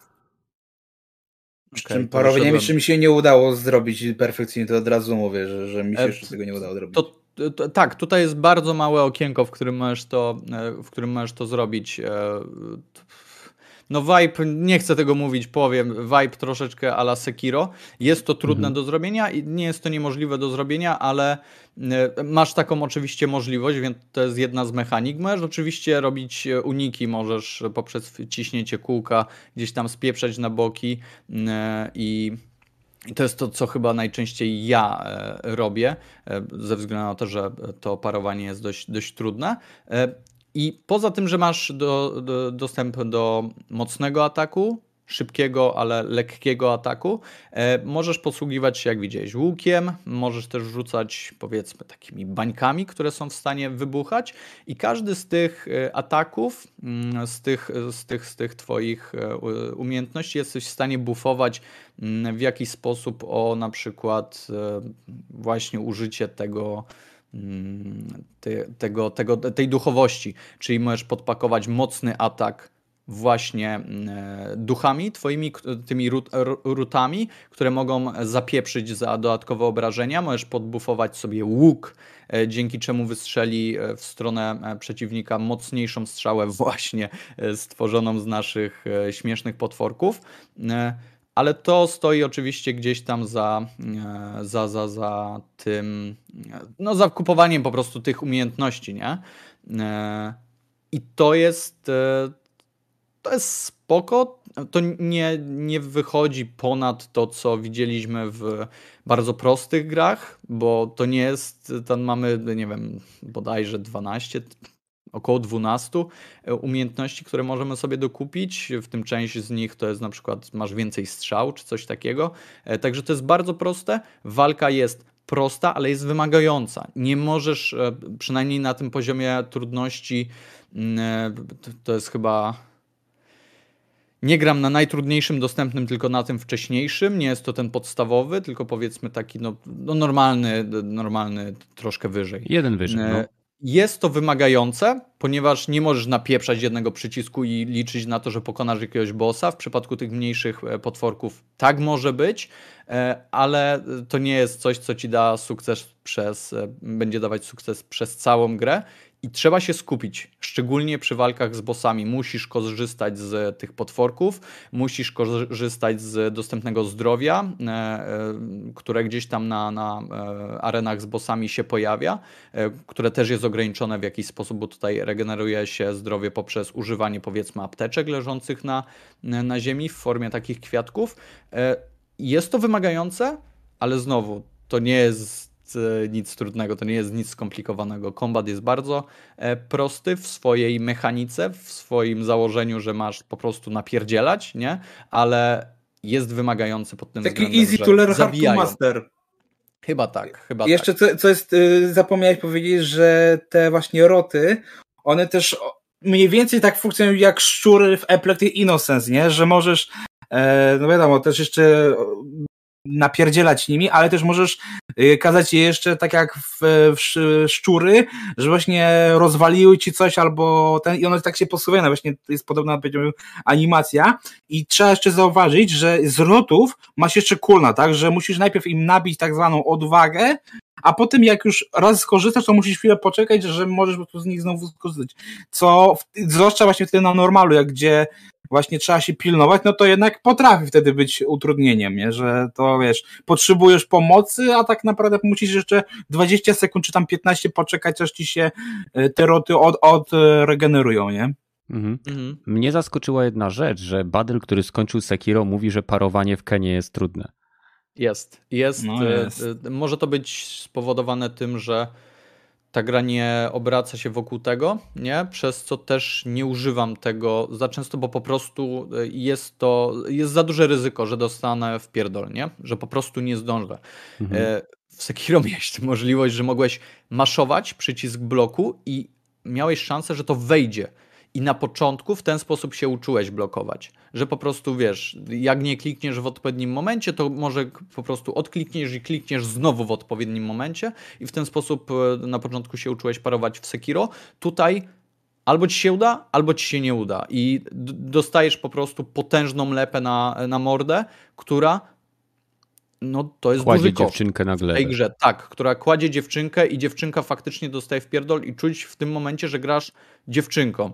Z Okej, czym to parowaniem wyszedłem. jeszcze mi się nie udało zrobić perfekcyjnie, to od razu mówię, że, że mi się E, jeszcze tego nie udało zrobić. To, to, tak, tutaj jest bardzo małe okienko, w którym możesz to, e, w którym możesz to zrobić. e, t- No vibe, nie chcę tego mówić, powiem, vibe troszeczkę a la Sekiro. Jest to trudne Mhm. do zrobienia i nie jest to niemożliwe do zrobienia, ale e, masz taką oczywiście możliwość, więc to jest jedna z mechanik. Możesz oczywiście robić e, uniki, możesz poprzez ciśnięcie kółka gdzieś tam spieprzać na boki e, i i to jest to, co chyba najczęściej ja e, robię, e, ze względu na to, że to parowanie jest dość, dość trudne. E, I poza tym, że masz do, do, dostęp do mocnego ataku, szybkiego, ale lekkiego ataku, e, możesz posługiwać się, jak widziałeś, łukiem, możesz też rzucać, powiedzmy, takimi bańkami, które są w stanie wybuchać i każdy z tych e, ataków, mm, z tych, z tych, z tych twoich e, u- umiejętności jesteś w stanie buffować mm, w jakiś sposób o na przykład e, właśnie użycie tego, mm, te, tego, tego, tej duchowości, czyli możesz podpakować mocny atak właśnie e, duchami, twoimi k- tymi rut, ru- rutami, które mogą zapieprzyć za dodatkowe obrażenia. Możesz podbufować sobie łuk, e, dzięki czemu wystrzeli e, w stronę e, przeciwnika mocniejszą strzałę właśnie e, stworzoną z naszych e, śmiesznych potworków. E, Ale to stoi oczywiście gdzieś tam za, e, za, za, za tym, e, no za kupowaniem po prostu tych umiejętności, nie? E, I to jest, e, to jest spoko. To nie, nie wychodzi ponad to, co widzieliśmy w bardzo prostych grach, bo to nie jest, tam mamy, nie wiem, bodajże dwanaście, około dwunastu umiejętności, które możemy sobie dokupić, w tym część z nich to jest na przykład masz więcej strzał czy coś takiego, także to jest bardzo proste, walka jest prosta, ale jest wymagająca. Nie możesz, przynajmniej na tym poziomie trudności, to jest chyba... Nie gram na najtrudniejszym dostępnym, tylko na tym wcześniejszym. Nie jest to ten podstawowy, tylko powiedzmy taki no, no normalny, normalny, troszkę wyżej. Jeden wyżej. No. Jest to wymagające, ponieważ nie możesz napieprzać jednego przycisku i liczyć na to, że pokonasz jakiegoś bossa. W przypadku tych mniejszych potworków tak może być, ale to nie jest coś, co ci da sukces przez, będzie dawać sukces przez całą grę. I trzeba się skupić, szczególnie przy walkach z bossami. Musisz korzystać z tych potworków, musisz korzystać z dostępnego zdrowia, które gdzieś tam na, na arenach z bossami się pojawia, które też jest ograniczone w jakiś sposób, bo tutaj regeneruje się zdrowie poprzez używanie powiedzmy apteczek leżących na, na ziemi w formie takich kwiatków. Jest to wymagające, ale znowu to nie jest nic trudnego, to nie jest nic skomplikowanego. Kombat jest bardzo prosty w swojej mechanice, w swoim założeniu, że masz po prostu napierdzielać, nie? Ale jest wymagający pod tym Taki względem, easy że to learn, hard to zabijają. master. Chyba tak, chyba Jeszcze tak. co, co jest, zapomniałeś powiedzieć, że te właśnie roty, one też mniej więcej tak funkcjonują jak szczury w Eplectic Innocence, nie? Że możesz, no wiadomo, też jeszcze napierdzielać nimi, ale też możesz kazać je jeszcze tak jak w, w szczury, że właśnie rozwaliły ci coś albo ten i one tak się posuwają, właśnie to jest podobna powiedziałbym animacja i trzeba jeszcze zauważyć, że z rotów masz jeszcze coolna, tak, że musisz najpierw im nabić tak zwaną odwagę, a potem jak już raz skorzystasz, to musisz chwilę poczekać, że możesz po prostu z nich znowu skorzystać. Co, zwłaszcza właśnie wtedy na normalu, jak gdzie właśnie trzeba się pilnować, no to jednak potrafi wtedy być utrudnieniem, nie? Że to wiesz, potrzebujesz pomocy, a tak naprawdę musisz jeszcze dwadzieścia sekund czy tam piętnaście poczekać, aż ci się te roty od, od regenerują, nie? Mhm. Mhm. Mnie zaskoczyła jedna rzecz, że Badel, który skończył Sekiro, mówi, że parowanie w Kenie jest trudne. Jest, jest. No jest. Może to być spowodowane tym, że ta gra nie obraca się wokół tego, nie? Przez co też nie używam tego za często, bo po prostu jest to, jest za duże ryzyko, że dostanę w pierdol, nie? Że po prostu nie zdążę. Mhm. W Sekiro miałeś możliwość, że mogłeś maszować przycisk bloku i miałeś szansę, że to wejdzie. I na początku w ten sposób się uczyłeś blokować, że po prostu wiesz, jak nie klikniesz w odpowiednim momencie, to może po prostu odklikniesz i klikniesz znowu w odpowiednim momencie i w ten sposób na początku się uczyłeś parować w Sekiro. Tutaj albo ci się uda, albo ci się nie uda i dostajesz po prostu potężną lepę na, na mordę, która no to jest kładzie duży koszt dziewczynkę na glebę. W tej grze, tak, która kładzie dziewczynkę i dziewczynka faktycznie dostaje w pierdol i czuć w tym momencie, że grasz dziewczynką.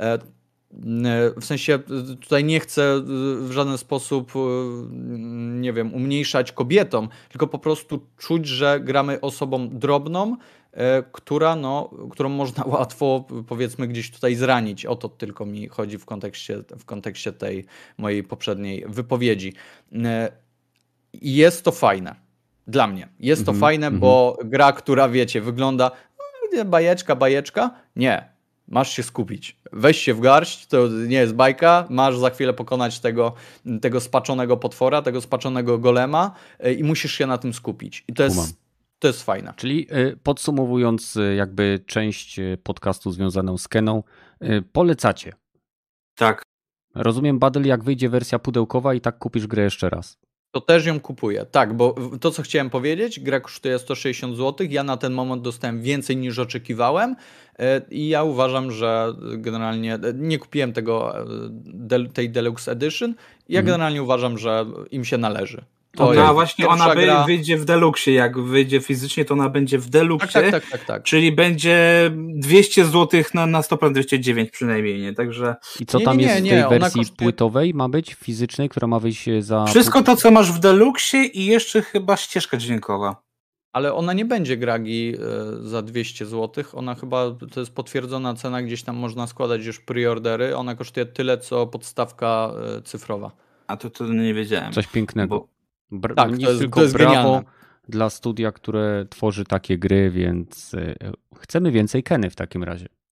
W sensie tutaj nie chcę w żaden sposób, nie wiem, umniejszać kobietom, tylko po prostu czuć, że gramy osobą drobną, która, no, którą można łatwo, powiedzmy, gdzieś tutaj zranić. O to tylko mi chodzi w kontekście, w kontekście tej mojej poprzedniej wypowiedzi. I jest to fajne. Dla mnie. Jest to mm-hmm, fajne, mm-hmm. bo gra, która wiecie, wygląda no, bajeczka, bajeczka. Nie. Masz się skupić. Weź się w garść, to nie jest bajka. Masz za chwilę pokonać tego, tego spaczonego potwora, tego spaczonego golema i musisz się na tym skupić. I to jest, to jest fajne. Czyli podsumowując jakby część podcastu związaną z Keną, polecacie. Tak. Rozumiem, Badel, jak wyjdzie wersja pudełkowa i tak kupisz grę jeszcze raz. To też ją kupuję. Tak, bo to, co chciałem powiedzieć, gra kosztuje sto sześćdziesiąt złotych. Ja na ten moment dostałem więcej niż oczekiwałem i ja uważam, że generalnie nie kupiłem tego, tej Deluxe Edition. Ja mhm. generalnie uważam, że im się należy. To ona właśnie ona gra... wyjdzie w Deluxe, jak wyjdzie fizycznie, to ona będzie w Deluxe, tak, tak, tak, tak, tak. czyli będzie dwieście złotych na, na sto procent, dwieście dziewięć przynajmniej, nie? Także... I co nie, tam nie, jest nie, w tej nie. wersji kosztuje... płytowej ma być, fizycznej, która ma wyjść za... Wszystko to, co masz w Deluxe i jeszcze chyba ścieżka dźwiękowa. Ale ona nie będzie gragi za dwieście złotych, ona chyba, to jest potwierdzona cena, gdzieś tam można składać już preordery, ona kosztuje tyle, co podstawka cyfrowa. A to, to nie wiedziałem. Coś pięknego. Bo... Br- tak, nie to jest, tylko to jest brawo genialne. Dla studia, które tworzy takie gry, więc chcemy więcej Keny w takim razie.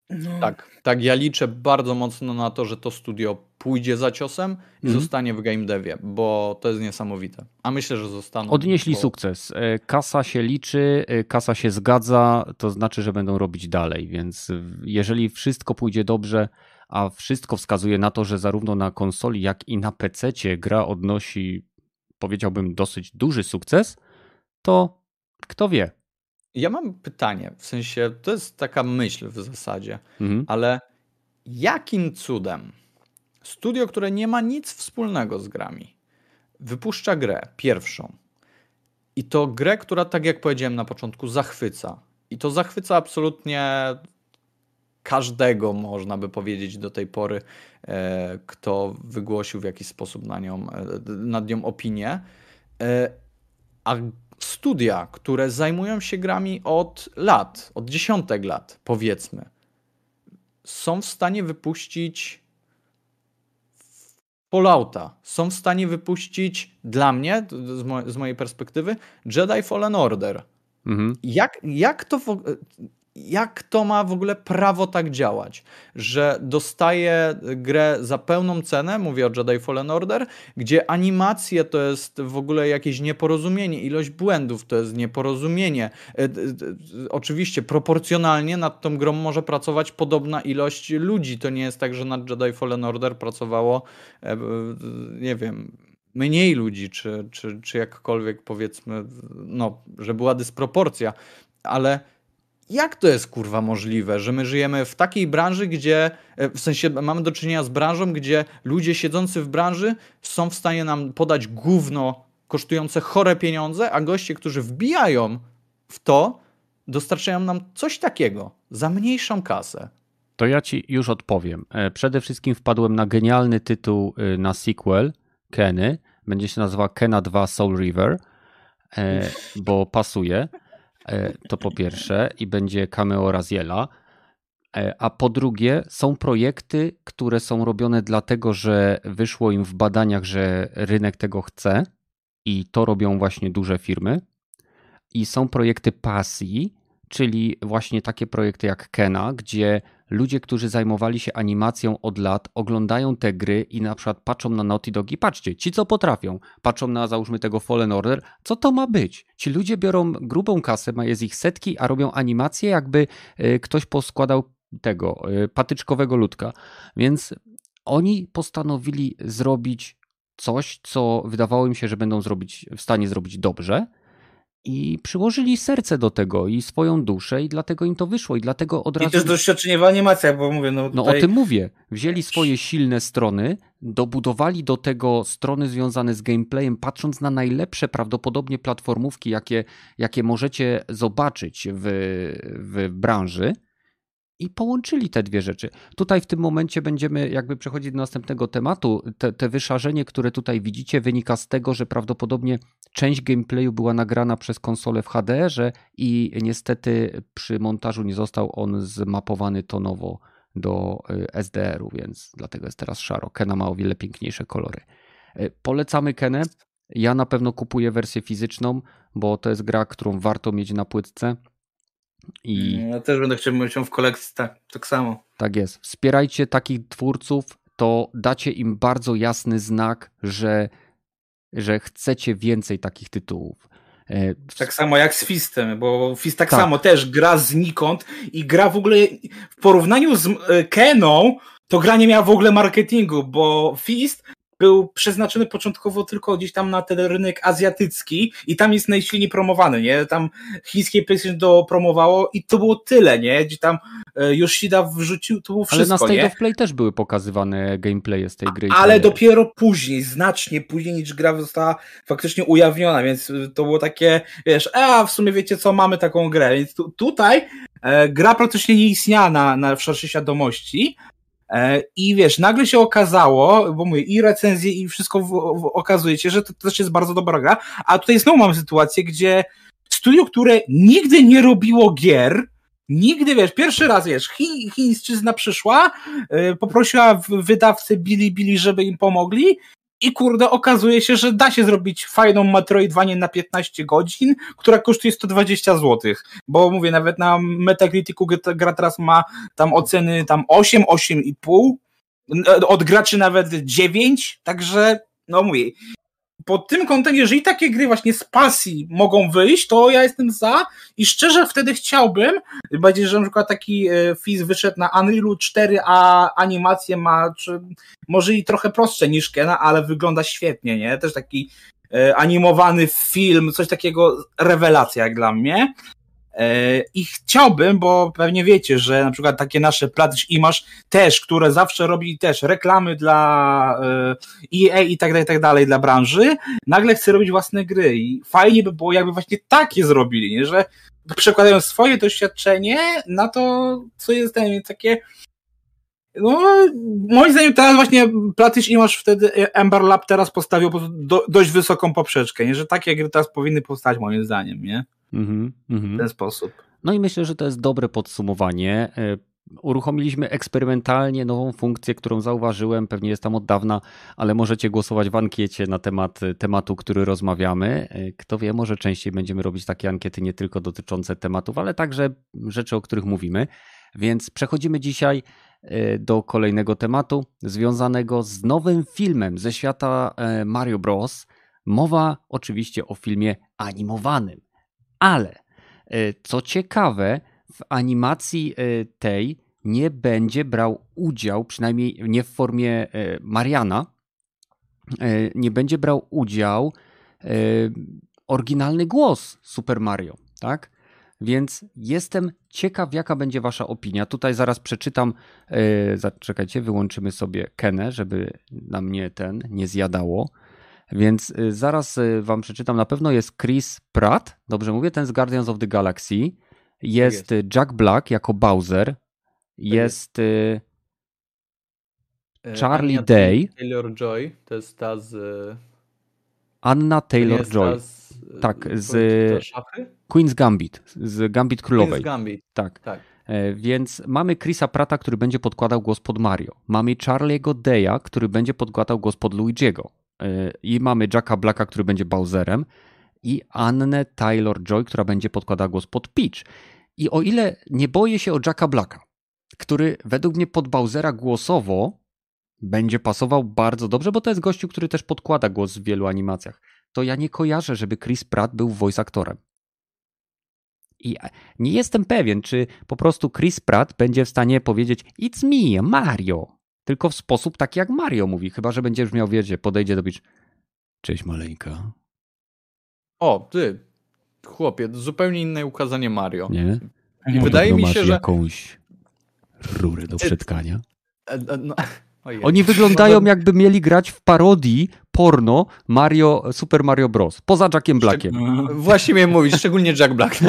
No. Tak, tak, ja liczę bardzo mocno na to, że to studio pójdzie za ciosem i Mhm. zostanie w game devie, bo to jest niesamowite. A myślę, że zostaną. Odnieśli bo... sukces. E, Kasa się liczy, e, kasa się zgadza, to znaczy, że będą robić dalej, więc e, jeżeli wszystko pójdzie dobrze, a wszystko wskazuje na to, że zarówno na konsoli, jak i na pececie gra odnosi, powiedziałbym, dosyć duży sukces, to kto wie. Ja mam pytanie, w sensie to jest taka myśl w zasadzie, Mhm. ale jakim cudem studio, które nie ma nic wspólnego z grami, wypuszcza grę pierwszą i to grę, która, tak jak powiedziałem na początku, zachwyca. I to zachwyca absolutnie każdego, można by powiedzieć, do tej pory, e, kto wygłosił w jakiś sposób na nią, e, nad nią opinię. E, a studia, które zajmują się grami od lat, od dziesiątek lat, powiedzmy, są w stanie wypuścić Fallouta, są w stanie wypuścić dla mnie, z, mo- z mojej perspektywy, Jedi Fallen Order. Mhm. Jak, jak, to w, jak to ma w ogóle prawo tak działać, że dostaje grę za pełną cenę, mówię o Jedi Fallen Order, gdzie animacje to jest w ogóle jakieś nieporozumienie, ilość błędów to jest nieporozumienie. E, e, e, oczywiście proporcjonalnie nad tą grą może pracować podobna ilość ludzi. To nie jest tak, że nad Jedi Fallen Order pracowało e, e, nie wiem... mniej ludzi, czy, czy, czy jakkolwiek powiedzmy, no, że była dysproporcja, ale jak to jest kurwa możliwe, że my żyjemy w takiej branży, gdzie, w sensie mamy do czynienia z branżą, gdzie ludzie siedzący w branży są w stanie nam podać gówno kosztujące chore pieniądze, a goście, którzy wbijają w to, dostarczają nam coś takiego za mniejszą kasę. To ja ci już odpowiem. E, Przede wszystkim wpadłem na genialny tytuł y, na sequel Keny. Będzie się nazywa Kena dwa Soul River, e, bo pasuje. E, To po pierwsze i będzie cameo Raziela. E, A po drugie są projekty, które są robione dlatego, że wyszło im w badaniach, że rynek tego chce i to robią właśnie duże firmy. I są projekty pasji, czyli właśnie takie projekty jak Kena, gdzie ludzie, którzy zajmowali się animacją od lat, oglądają te gry i na przykład patrzą na Naughty Dog i patrzcie, ci co potrafią, patrzą na załóżmy tego Fallen Order, co to ma być? Ci ludzie biorą grubą kasę, ma jest ich setki, a robią animacje, jakby y, ktoś poskładał tego y, patyczkowego ludka. Więc oni postanowili zrobić coś, co wydawało im się, że będą zrobić, w stanie zrobić dobrze, i przyłożyli serce do tego i swoją duszę i dlatego im to wyszło i dlatego od razu... I też doświadczenie w animacjach, bo mówię, no No tutaj... o tym mówię. Wzięli swoje silne strony, dobudowali do tego strony związane z gameplayem, patrząc na najlepsze prawdopodobnie platformówki, jakie, jakie możecie zobaczyć w, w branży i połączyli te dwie rzeczy. Tutaj w tym momencie będziemy jakby przechodzić do następnego tematu. Te, te wyszarzenie, które tutaj widzicie, wynika z tego, że prawdopodobnie część gameplayu była nagrana przez konsolę w H D R-ze i niestety przy montażu nie został on zmapowany tonowo do S D R-u, więc dlatego jest teraz szaro. Kena ma o wiele piękniejsze kolory. Polecamy Kenę. Ja na pewno kupuję wersję fizyczną, bo to jest gra, którą warto mieć na płytce. I Ja też będę chciał mieć ją w kolekcji, tak, tak samo. Tak jest. Wspierajcie takich twórców, to dacie im bardzo jasny znak, że, że chcecie więcej takich tytułów. E, Tak samo jak z Fistem, bo Fist tak, Tak. samo też gra znikąd i gra w ogóle w porównaniu z e, Keną, to gra nie miała w ogóle marketingu, bo Fist był przeznaczony początkowo tylko gdzieś tam na ten rynek azjatycki i tam jest najsilniej promowany, nie? Tam chińskie PlayStation to promowało i to było tyle, nie? Gdzie tam e, Yoshida wrzucił, to było wszystko, Ale na State nie? of Play też były pokazywane gameplaye z tej gry. i Ale trailery. dopiero później, znacznie później niż gra została faktycznie ujawniona, więc to było takie, wiesz, a w sumie wiecie co, mamy taką grę, więc tu, tutaj e, gra praktycznie nie istniała na, na w szerszej świadomości e, i wiesz, nagle się okazało, bo mówię, i recenzje i wszystko w, w, okazuje się, że to, to też jest bardzo dobra gra, a tutaj znowu mamy sytuację, gdzie studio, które nigdy nie robiło gier, nigdy, wiesz, pierwszy raz, wiesz, Chi, chińszczyzna przyszła, yy, poprosiła wydawcę Bilibili, żeby im pomogli i kurde, okazuje się, że da się zrobić fajną Metroidvanię na piętnaście godzin, która kosztuje sto dwadzieścia złotych, bo mówię, nawet na Metacriticu gra teraz ma tam oceny tam osiem, osiem i pół, od graczy nawet dziewięć, także no mówię, pod tym kątem, jeżeli takie gry właśnie z pasji mogą wyjść, to ja jestem za i szczerze wtedy chciałbym, bardziej, że na przykład taki Fizz wyszedł na Unrealu cztery, a animację ma czy, może i trochę prostsze niż Kena, ale wygląda świetnie, nie? Też taki e, animowany film, coś takiego, rewelacja jak dla mnie. I chciałbym, bo pewnie wiecie, że na przykład takie nasze Platysz Image też, które zawsze robi też reklamy dla E A i tak dalej, i tak dalej dla branży, nagle chce robić własne gry i fajnie by było, jakby właśnie takie zrobili, nie? Że przekładają swoje doświadczenie na to, co jest takie. No, moim zdaniem teraz właśnie Platysz Image wtedy Ember Lab teraz postawił do, dość wysoką poprzeczkę, nie? Że takie gry teraz powinny powstać moim zdaniem, nie? Mm-hmm, mm-hmm. W ten sposób. No i myślę, że to jest dobre podsumowanie. Uruchomiliśmy eksperymentalnie nową funkcję, którą zauważyłem, pewnie jest tam od dawna, ale możecie głosować w ankiecie na temat tematu, który rozmawiamy. Kto wie, może częściej będziemy robić takie ankiety nie tylko dotyczące tematów, ale także rzeczy, o których mówimy. Więc przechodzimy dzisiaj do kolejnego tematu związanego z nowym filmem ze świata Mario Bros. Mowa oczywiście o filmie animowanym. Ale co ciekawe, w animacji tej nie będzie brał udział, przynajmniej nie w formie Mariana, nie będzie brał udział oryginalny głos Super Mario, tak? Więc jestem ciekaw, jaka będzie wasza opinia. Tutaj zaraz przeczytam, zaczekajcie, wyłączymy sobie Kenę, żeby na mnie ten nie zjadało. Więc zaraz wam przeczytam. Na pewno jest Chris Pratt, dobrze mówię, ten z Guardians of the Galaxy. Jest, jest. Jack Black jako Bowser. Jest, jest Charlie Anya Day. Taylor-Joy, to jest ta z... Anna Taylor-Joy. Z... Tak, z Queen's Gambit, z Gambit Królowej. Queen's Gambit. Tak. tak. Więc mamy Chrisa Pratta, który będzie podkładał głos pod Mario. Mamy Charlie'ego Day'a, który będzie podkładał głos pod Luigi'ego. I mamy Jacka Blacka, który będzie Bowserem i Annę Taylor-Joy, która będzie podkładała głos pod Peach. I o ile nie boję się o Jacka Blacka, który według mnie pod Bowsera głosowo będzie pasował bardzo dobrze, bo to jest gościu, który też podkłada głos w wielu animacjach, to ja nie kojarzę, żeby Chris Pratt był voice aktorem. I nie jestem pewien, czy po prostu Chris Pratt będzie w stanie powiedzieć It's me, Mario. Tylko w sposób taki, jak Mario mówi. Chyba że będziesz miał, wiecie, podejdzie do Peach. Cześć maleńka. O, ty, chłopie, zupełnie inne ukazanie Mario. Nie? I Podobno wydaje mi się, masz że... jakąś rurę do przetkania. No, oni wyglądają jakby mieli grać w parodii porno Mario, Super Mario Bros. Poza Jackiem Blackiem. Szczeg- Właśnie miałem mówić, szczególnie Jack Black.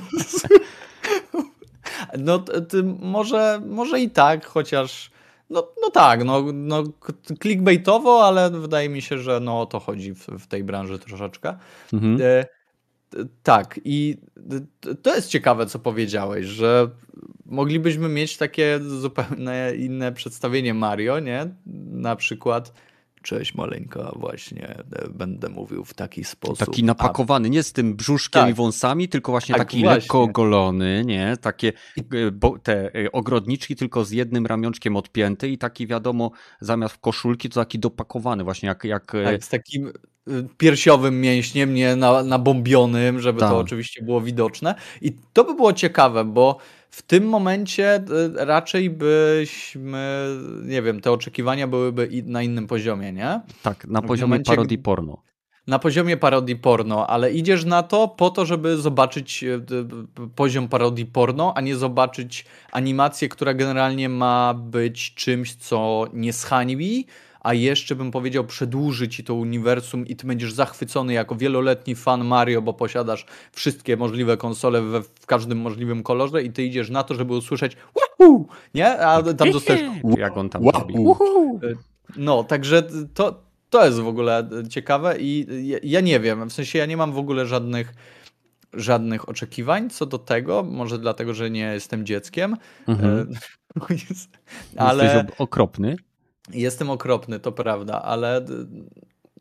No ty, może, może i tak, chociaż no, no tak, no, no clickbaitowo, ale wydaje mi się, że no o to chodzi w, w tej branży troszeczkę. Mhm. E, tak, i to jest ciekawe, co powiedziałeś, że moglibyśmy mieć takie zupełnie inne przedstawienie Mario, nie? Na przykład cześć maleńka, właśnie będę mówił w taki sposób. Taki napakowany, nie z tym brzuszkiem tak. i wąsami, tylko właśnie tak, taki właśnie. lekko ogolony, nie? Takie bo, te ogrodniczki tylko z jednym ramionczkiem odpięty i taki wiadomo, zamiast koszulki to taki dopakowany właśnie jak... jak... Tak, z takim piersiowym mięśniem, nie nabombionym, żeby tak. to oczywiście było widoczne. I to by było ciekawe, bo w tym momencie raczej byśmy, nie wiem, te oczekiwania byłyby na innym poziomie, nie? Tak, na poziomie momencie, parodii porno. Na poziomie parodii porno, ale idziesz na to po to, żeby zobaczyć poziom parodii porno, a nie zobaczyć animację, która generalnie ma być czymś, co nie zhańbi, a jeszcze bym powiedział przedłuży ci to uniwersum i ty będziesz zachwycony jako wieloletni fan Mario, bo posiadasz wszystkie możliwe konsole we, w każdym możliwym kolorze i ty idziesz na to, żeby usłyszeć wahoo, nie? A tam dostajesz jak on tam robi. No, także to, to jest w ogóle ciekawe i ja, ja nie wiem, w sensie ja nie mam w ogóle żadnych żadnych oczekiwań co do tego, może dlatego, że nie jestem dzieckiem. Mhm. Ale jesteś okropny. Jestem okropny, to prawda, ale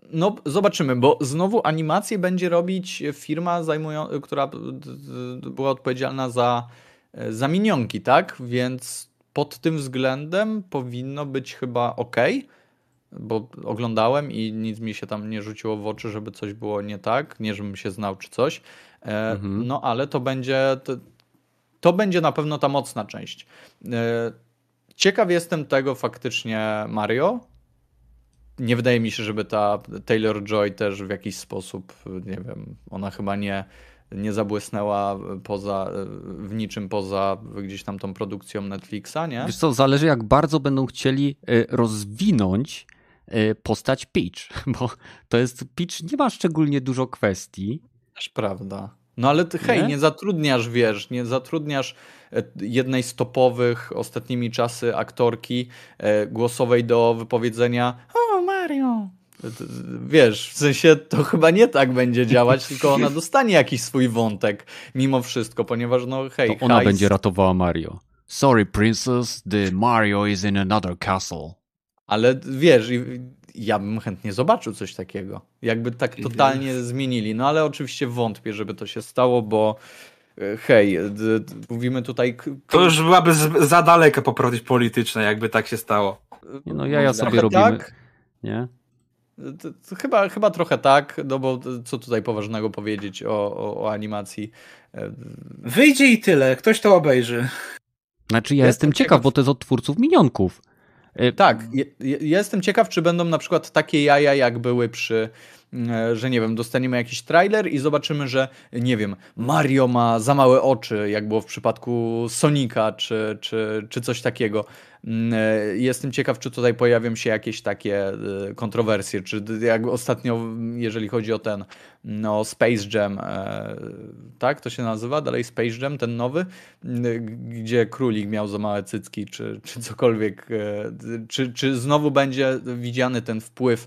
No zobaczymy, bo znowu animację będzie robić firma, zajmują, która była odpowiedzialna za, za minionki, tak? Więc pod tym względem powinno być chyba ok, bo oglądałem i nic mi się tam nie rzuciło w oczy, żeby coś było nie tak, nie żebym się znał czy coś. Mhm. No ale to będzie, to, to będzie na pewno ta mocna część. Ciekaw jestem tego faktycznie Mario. Nie wydaje mi się, żeby ta Taylor-Joy też w jakiś sposób, nie wiem, ona chyba nie, nie zabłysnęła poza, w niczym poza gdzieś tam tą produkcją Netflixa, nie? Wiesz co, zależy jak bardzo będą chcieli rozwinąć postać Peach, bo to jest, Peach nie ma szczególnie dużo kwestii. Też prawda. No ale ty, hej, nie? nie zatrudniasz, wiesz, nie zatrudniasz jednej z topowych ostatnimi czasy aktorki głosowej do wypowiedzenia o Mario. Wiesz, w sensie to chyba nie tak będzie działać, tylko ona dostanie jakiś swój wątek mimo wszystko, ponieważ no hej, to ona hajs... będzie ratowała Mario. Sorry princess, the Mario is in another castle. Ale wiesz, ja bym chętnie zobaczył coś takiego. Jakby tak totalnie zmienili. No ale oczywiście wątpię, żeby to się stało, bo hej, d- d- mówimy tutaj... To już byłaby z- za daleka poprawność polityczna, jakby tak się stało. Nie, no ja, ja sobie robimy... Tak. Nie? To, to chyba, chyba trochę tak, no bo co tutaj poważnego powiedzieć o, o, o animacji. Wyjdzie i tyle, ktoś to obejrzy. Znaczy ja jestem, jestem ciekaw, ciekaw, bo to jest od twórców Minionków. Tak, ja, ja jestem ciekaw, czy będą na przykład takie jaja, jak były przy, że nie wiem, dostaniemy jakiś trailer i zobaczymy, że nie wiem, Mario ma za małe oczy, jak było w przypadku Sonika, czy, czy, czy coś takiego. Jestem ciekaw, czy tutaj pojawią się jakieś takie kontrowersje, czy jak ostatnio, jeżeli chodzi o ten no Space Jam, tak to się nazywa, dalej Space Jam, ten nowy, gdzie królik miał za małe cycki, czy, czy cokolwiek, czy, czy znowu będzie widziany ten wpływ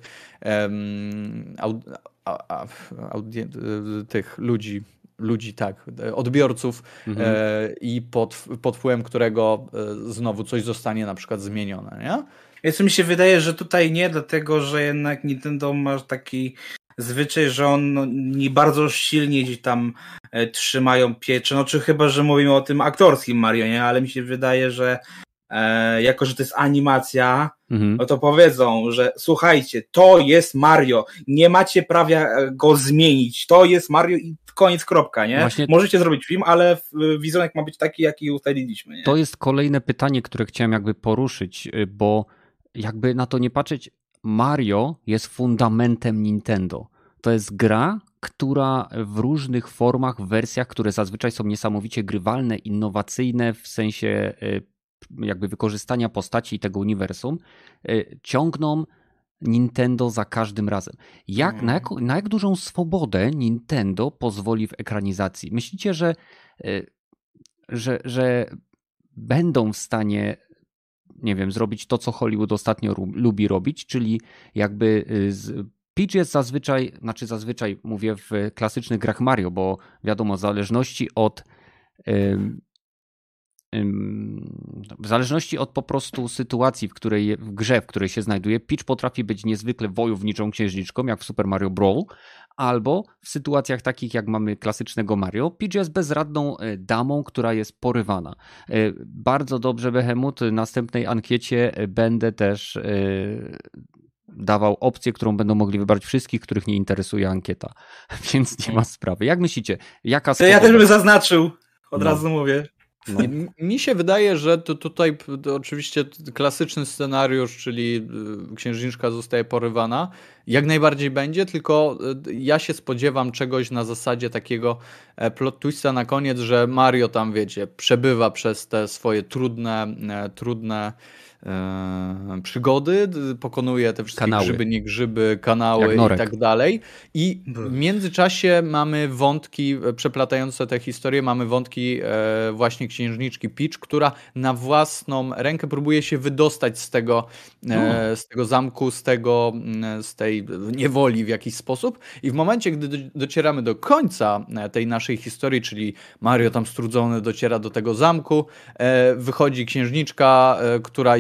um, aud, a, a, audien, tych ludzi, ludzi, tak, odbiorców mhm. e, i pod, pod wpływem którego e, znowu coś zostanie na przykład zmienione, nie? Więc mi się wydaje, że tutaj nie, dlatego że jednak Nintendo ma taki zwyczaj, że on no, nie bardzo silnie gdzieś tam e, trzymają pieczę, no czy chyba, że mówimy o tym aktorskim Mario, nie? Ale mi się wydaje, że e, jako, że to jest animacja, mhm. no to powiedzą, że słuchajcie, to jest Mario, nie macie prawa go zmienić, to jest Mario i koniec, kropka, nie? Właśnie... Możecie zrobić film, ale wizerunek ma być taki, jaki ustaliliśmy, nie? To jest kolejne pytanie, które chciałem jakby poruszyć, bo jakby na to nie patrzeć, Mario jest fundamentem Nintendo. To jest gra, która w różnych formach, wersjach, które zazwyczaj są niesamowicie grywalne, innowacyjne w sensie jakby wykorzystania postaci i tego uniwersum, ciągną Nintendo za każdym razem. Jak, hmm. na, jak, na jak dużą swobodę Nintendo pozwoli w ekranizacji? Myślicie, że, że, że będą w stanie, nie wiem, zrobić to, co Hollywood ostatnio lubi robić, czyli jakby z, Peach jest zazwyczaj, znaczy zazwyczaj mówię w klasycznych grach Mario, bo wiadomo, w zależności od ym, w zależności od po prostu sytuacji, w której w grze, w której się znajduje, Peach potrafi być niezwykle wojowniczą księżniczką, jak w Super Mario Brawl, albo w sytuacjach takich, jak mamy klasycznego Mario, Peach jest bezradną damą, która jest porywana. Bardzo dobrze, Behemoth, w następnej ankiecie będę też dawał opcję, którą będą mogli wybrać wszystkich, których nie interesuje ankieta, więc nie ma sprawy. Jak myślicie? Jaka to ja też bym zaznaczył, od no. razu mówię. No. Mi się wydaje, że to tutaj to oczywiście klasyczny scenariusz, czyli księżniczka zostaje porywana, jak najbardziej będzie, tylko ja się spodziewam czegoś na zasadzie takiego plot twista na koniec, że Mario tam, wiecie, przebywa przez te swoje trudne, trudne e, przygody, pokonuje te wszystkie kanały. grzyby, nie grzyby, kanały i tak dalej. I w międzyczasie mamy wątki przeplatające te historie, mamy wątki e, właśnie księżniczki Peach, która na własną rękę próbuje się wydostać z tego, e, z tego zamku, z tego, z tej niewoli w jakiś sposób. I w momencie, gdy docieramy do końca tej naszej historii, czyli Mario tam strudzony dociera do tego zamku, e, wychodzi księżniczka, e, która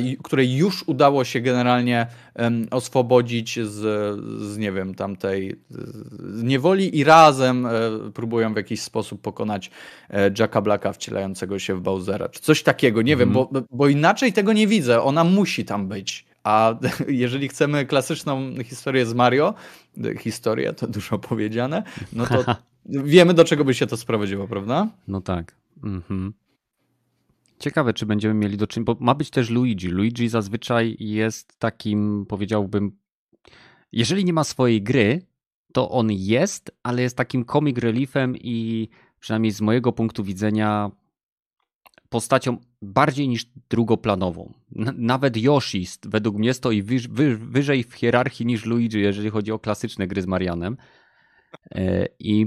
której już udało się generalnie um, oswobodzić z, z, nie wiem, tamtej z niewoli i razem e, próbują w jakiś sposób pokonać e, Jacka Blacka wcielającego się w Bowsera, czy coś takiego, nie mm. wiem, bo, bo inaczej tego nie widzę, ona musi tam być. A jeżeli chcemy klasyczną historię z Mario, historię to dużo powiedziane, no to wiemy, do czego by się to sprowadziło, prawda? No tak. Mhm. Ciekawe, czy będziemy mieli do czynienia, bo ma być też Luigi. Luigi zazwyczaj jest takim, powiedziałbym, jeżeli nie ma swojej gry, to on jest, ale jest takim comic reliefem i przynajmniej z mojego punktu widzenia postacią bardziej niż drugoplanową. Nawet Yoshi według mnie stoi wyż, wy, wyżej w hierarchii niż Luigi, jeżeli chodzi o klasyczne gry z Marianem. I,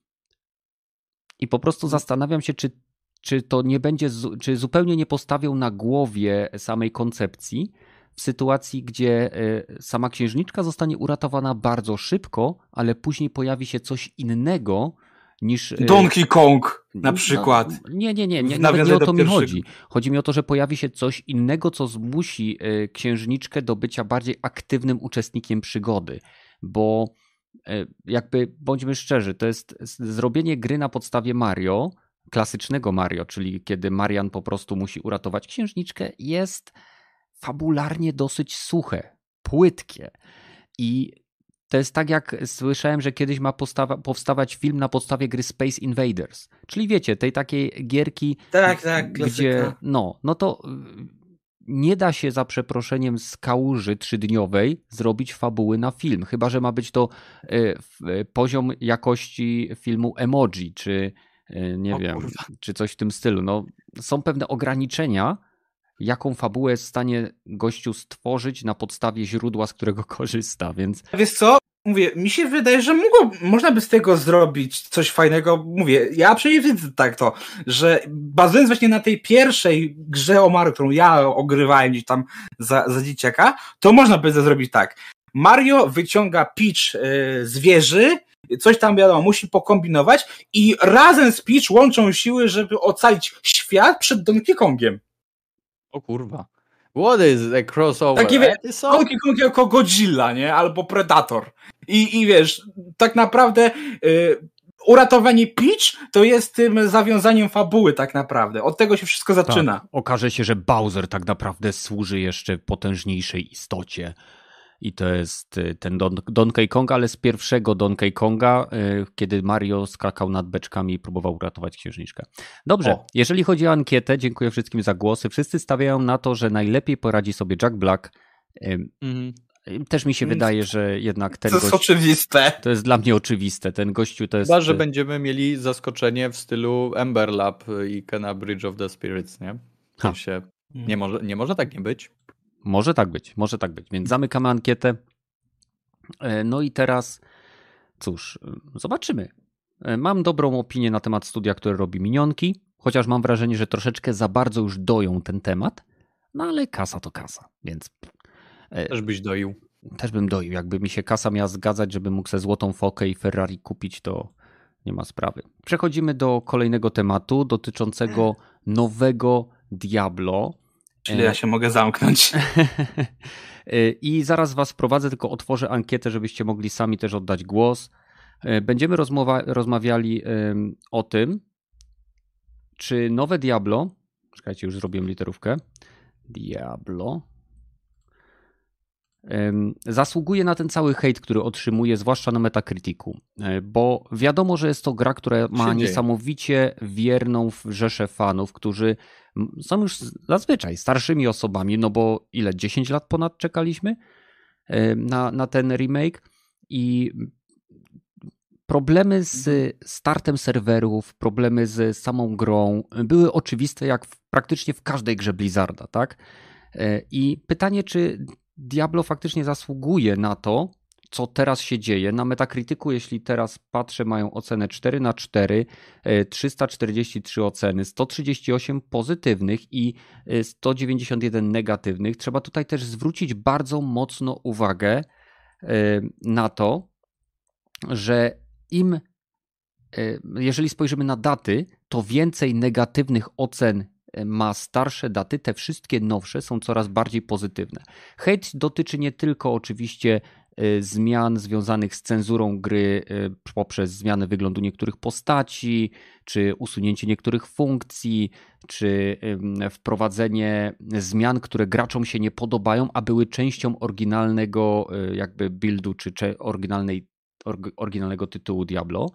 i po prostu zastanawiam się, czy, czy to nie będzie, czy zupełnie nie postawią na głowie samej koncepcji w sytuacji, gdzie sama księżniczka zostanie uratowana bardzo szybko, ale później pojawi się coś innego, niż Donkey Kong na przykład. No, nie, nie, nie, nie, nawet nie o to mi chodzi. Chodzi mi o to, że pojawi się coś innego, co zmusi księżniczkę do bycia bardziej aktywnym uczestnikiem przygody, bo jakby bądźmy szczerzy, to jest zrobienie gry na podstawie Mario, klasycznego Mario, czyli kiedy Marian po prostu musi uratować księżniczkę, jest fabularnie dosyć suche, płytkie i to jest tak, jak słyszałem, że kiedyś ma postawa, powstawać film na podstawie gry Space Invaders. Czyli wiecie, tej takiej gierki, tak, tak, gdzie no, no to nie da się za przeproszeniem z kałuży trzydniowej zrobić fabuły na film. Chyba że ma być to poziom jakości filmu emoji, czy nie o, wiem, kurwa. czy coś w tym stylu. No, są pewne ograniczenia, jaką fabułę jest w stanie gościu stworzyć na podstawie źródła, z którego korzysta, więc... Wiesz co? Mówię, mi się wydaje, że mogło, można by z tego zrobić coś fajnego. Mówię, ja przynajmniej widzę tak to, że bazując właśnie na tej pierwszej grze o Mario, którą ja ogrywałem gdzieś tam za, za dzieciaka, to można by to zrobić tak. Mario wyciąga Peach yy, z wieży, coś tam wiadomo, musi pokombinować i razem z Peach łączą siły, żeby ocalić świat przed Donkey Kongiem. O kurwa. What is a crossover? Taki wiesz, Donkey Kong jako Godzilla, nie? Albo Predator. I, i wiesz, tak naprawdę y, uratowanie Peach to jest tym zawiązaniem fabuły tak naprawdę. Od tego się wszystko zaczyna. Tak. Okaże się, że Bowser tak naprawdę służy jeszcze potężniejszej istocie. I to jest ten Don- Donkey Kong, ale z pierwszego Donkey Konga, yy, kiedy Mario skakał nad beczkami i próbował uratować księżniczkę. Dobrze, o. Jeżeli chodzi o ankietę, dziękuję wszystkim za głosy. Wszyscy stawiają na to, że najlepiej poradzi sobie Jack Black. Yy, mm. Też mi się wydaje, że jednak ten To jest gość, oczywiste. To jest dla mnie oczywiste. Ten gościu to jest... Chyba, że będziemy mieli zaskoczenie w stylu Ember Lab i Kena Bridge of the Spirits, nie? W sensie, nie może, nie może tak nie być. Może tak być, może tak być. Więc zamykamy ankietę. No i teraz, cóż, zobaczymy. Mam dobrą opinię na temat studia, które robi Minionki, chociaż mam wrażenie, że troszeczkę za bardzo już doją ten temat, no ale kasa to kasa, więc... Też byś doił. Też bym doił. Jakby mi się kasa miała zgadzać, żeby mógł sobie złotą fokę i Ferrari kupić, to nie ma sprawy. Przechodzimy do kolejnego tematu dotyczącego nowego Diablo. Czyli ja się mogę zamknąć. I zaraz was wprowadzę, tylko otworzę ankietę, żebyście mogli sami też oddać głos. Będziemy rozmowa- rozmawiali um, o tym, czy nowe Diablo, czekajcie, już zrobiłem literówkę, Diablo, um, zasługuje na ten cały hejt, który otrzymuje, zwłaszcza na Metacriticu, bo wiadomo, że jest to gra, która ma niesamowicie wierną rzeszę fanów, którzy są już zazwyczaj starszymi osobami, no bo ile, dziesięć lat ponad czekaliśmy na, na ten remake i problemy z startem serwerów, problemy z samą grą były oczywiste jak w, praktycznie w każdej grze Blizzarda, tak? I pytanie, czy Diablo faktycznie zasługuje na to, co teraz się dzieje. Na Metacriticu, jeśli teraz patrzę, mają ocenę cztery na cztery, trzysta czterdzieści trzy oceny, sto trzydzieści osiem pozytywnych i sto dziewięćdziesiąt jeden negatywnych. Trzeba tutaj też zwrócić bardzo mocno uwagę na to, że im, jeżeli spojrzymy na daty, to więcej negatywnych ocen ma starsze daty, te wszystkie nowsze są coraz bardziej pozytywne. Hejt dotyczy nie tylko oczywiście zmian związanych z cenzurą gry poprzez zmianę wyglądu niektórych postaci, czy usunięcie niektórych funkcji, czy wprowadzenie zmian, które graczom się nie podobają, a były częścią oryginalnego jakby buildu, czy oryginalnej, oryginalnego tytułu Diablo.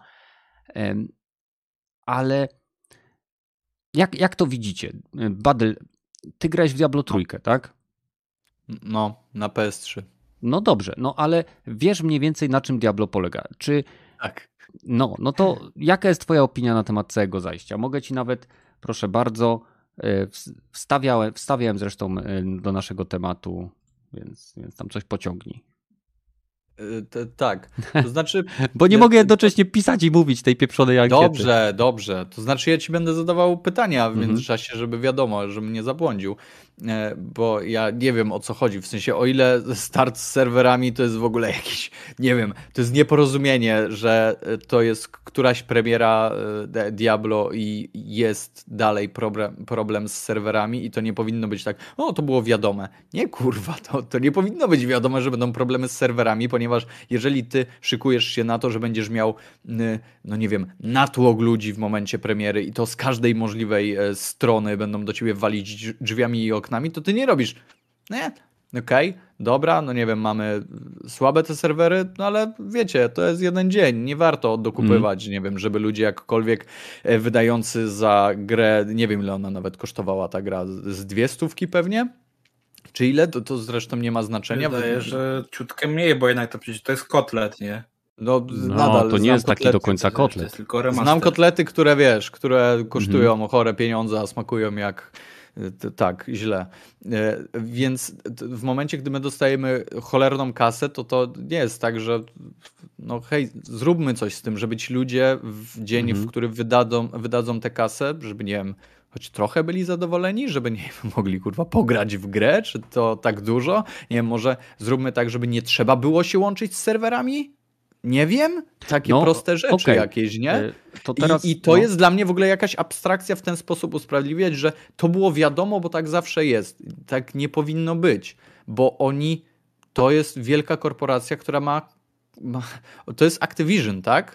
Ale jak, jak to widzicie? Badel, ty grałeś w Diablo trójkę, tak? No, na P S trzy. No dobrze, no ale wiesz mniej więcej, na czym Diablo polega. Czy tak. No, no to jaka jest twoja opinia na temat całego zajścia? Mogę ci nawet, proszę bardzo, wstawiałem, wstawiałem zresztą do naszego tematu, więc, więc tam coś pociągnij. T- tak, to znaczy... Bo nie ja, mogę jednocześnie pisać i mówić tej pieprzonej ankiety. Dobrze, dobrze. To znaczy ja ci będę zadawał pytania w międzyczasie, żeby wiadomo, żebym nie zabłądził. Bo ja nie wiem, o co chodzi. W sensie, o ile start z serwerami to jest w ogóle jakiś, nie wiem, to jest nieporozumienie, że to jest któraś premiera Diablo i jest dalej problem, problem z serwerami i to nie powinno być tak, o, to było wiadome. Nie, kurwa, to, to nie powinno być wiadome, że będą problemy z serwerami, ponieważ jeżeli ty szykujesz się na to, że będziesz miał, no nie wiem, natłok ludzi w momencie premiery i to z każdej możliwej strony będą do ciebie walić drzwiami i oknami, to ty nie robisz, nie, okej, okay, dobra, no nie wiem, mamy słabe te serwery, no ale wiecie, to jest jeden dzień, nie warto dokupywać, mm. nie wiem, żeby ludzie jakkolwiek wydający za grę, nie wiem ile ona nawet kosztowała ta gra, z dwie stówki pewnie? Czy ile? To, to zresztą nie ma znaczenia. Wydaje, że ciutkę mniej, bo jednak to przecież to jest kotlet, nie? No, no nadal to nie jest taki do końca kotlet. Znam kotlety, które wiesz, które kosztują mm-hmm. chore pieniądze, a smakują jak tak, źle. Więc w momencie, gdy my dostajemy cholerną kasę, to to nie jest tak, że no hej, zróbmy coś z tym, żeby ci ludzie w dzień, mm-hmm. w którym wydadzą, wydadzą tę kasę, żeby nie wiem, choć trochę byli zadowoleni, żeby nie wiem, mogli kurwa pograć w grę, czy to tak dużo? Nie wiem, może zróbmy tak, żeby nie trzeba było się łączyć z serwerami? Nie wiem, takie no, proste rzeczy okay. jakieś, nie? To teraz, I, I to no. jest dla mnie w ogóle jakaś abstrakcja w ten sposób usprawiedliwiać, że to było wiadomo, bo tak zawsze jest. Tak nie powinno być, bo oni, to jest wielka korporacja, która ma, ma to jest Activision, tak?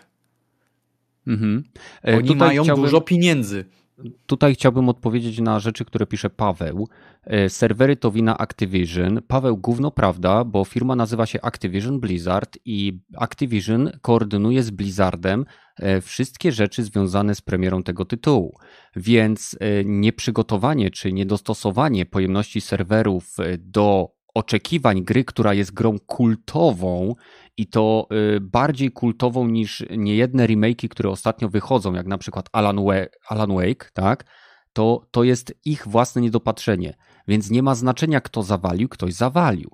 Mhm. Oni Tutaj mają chciałbym... dużo pieniędzy. Tutaj chciałbym odpowiedzieć na rzeczy, które pisze Paweł. Serwery to wina Activision. Paweł, gówno prawda, bo firma nazywa się Activision Blizzard i Activision koordynuje z Blizzardem wszystkie rzeczy związane z premierą tego tytułu. Więc nieprzygotowanie czy niedostosowanie pojemności serwerów do oczekiwań gry, która jest grą kultową i to bardziej kultową niż niejedne remake'i, które ostatnio wychodzą, jak na przykład Alan Wake, Alan Wake, tak? To, to jest ich własne niedopatrzenie, więc nie ma znaczenia, kto zawalił, ktoś zawalił.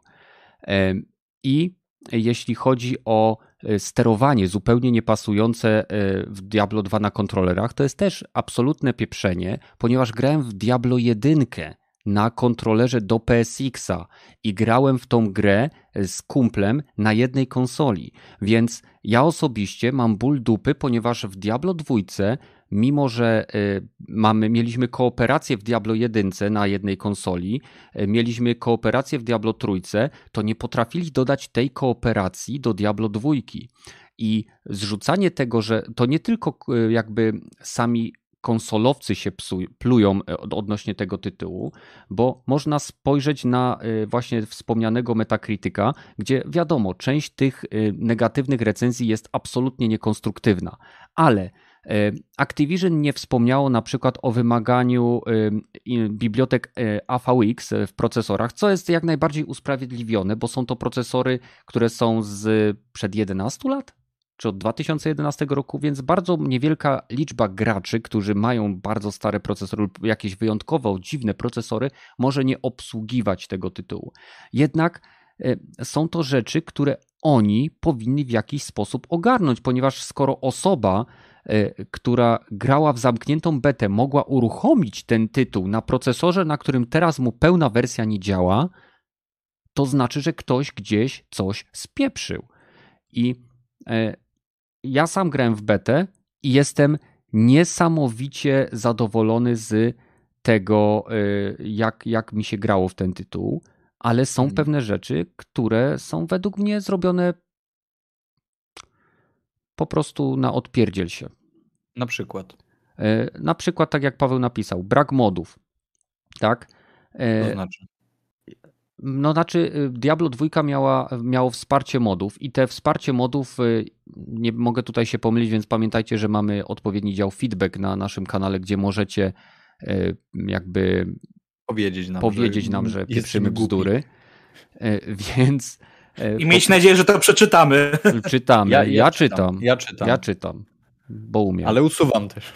I jeśli chodzi o sterowanie zupełnie niepasujące w Diablo dwa na kontrolerach, to jest też absolutne pieprzenie, ponieważ grałem w Diablo jeden na kontrolerze do P S X-a i grałem w tą grę z kumplem na jednej konsoli, więc ja osobiście mam ból dupy, ponieważ w Diablo dwa, mimo że mamy, mieliśmy kooperację w Diablo jeden na jednej konsoli, mieliśmy kooperację w Diablo trzy, to nie potrafili dodać tej kooperacji do Diablo dwa. I zrzucanie tego, że to nie tylko jakby sami konsolowcy się psuj, plują odnośnie tego tytułu, bo można spojrzeć na właśnie wspomnianego Metacritica, gdzie wiadomo, część tych negatywnych recenzji jest absolutnie niekonstruktywna, ale Activision nie wspomniało na przykład o wymaganiu bibliotek A V X w procesorach, co jest jak najbardziej usprawiedliwione, bo są to procesory, które są z przed jedenastu lat? Czy od dwa tysiące jedenastego roku, więc bardzo niewielka liczba graczy, którzy mają bardzo stare procesory lub jakieś wyjątkowo dziwne procesory, może nie obsługiwać tego tytułu. Jednak są to rzeczy, które oni powinni w jakiś sposób ogarnąć, ponieważ skoro osoba, która grała w zamkniętą betę, mogła uruchomić ten tytuł na procesorze, na którym teraz mu pełna wersja nie działa, to znaczy, że ktoś gdzieś coś spieprzył. I ja sam grałem w betę i jestem niesamowicie zadowolony z tego, jak, jak mi się grało w ten tytuł, ale są hmm. pewne rzeczy, które są według mnie zrobione po prostu na odpierdziel się. Na przykład? Na przykład, tak jak Paweł napisał, brak modów. Tak? To znaczy? No znaczy Diablo dwa miała, miało wsparcie modów i te wsparcie modów, nie mogę tutaj się pomylić, więc pamiętajcie, że mamy odpowiedni dział feedback na naszym kanale, gdzie możecie jakby powiedzieć nam, powiedzieć że, nam, że pieprzymy bzdury. Więc... I mieć nadzieję, że to przeczytamy. Czytamy. Ja, ja, ja czytam. czytam. Ja czytam. Ja czytam. Bo umiem. Ale usuwam też.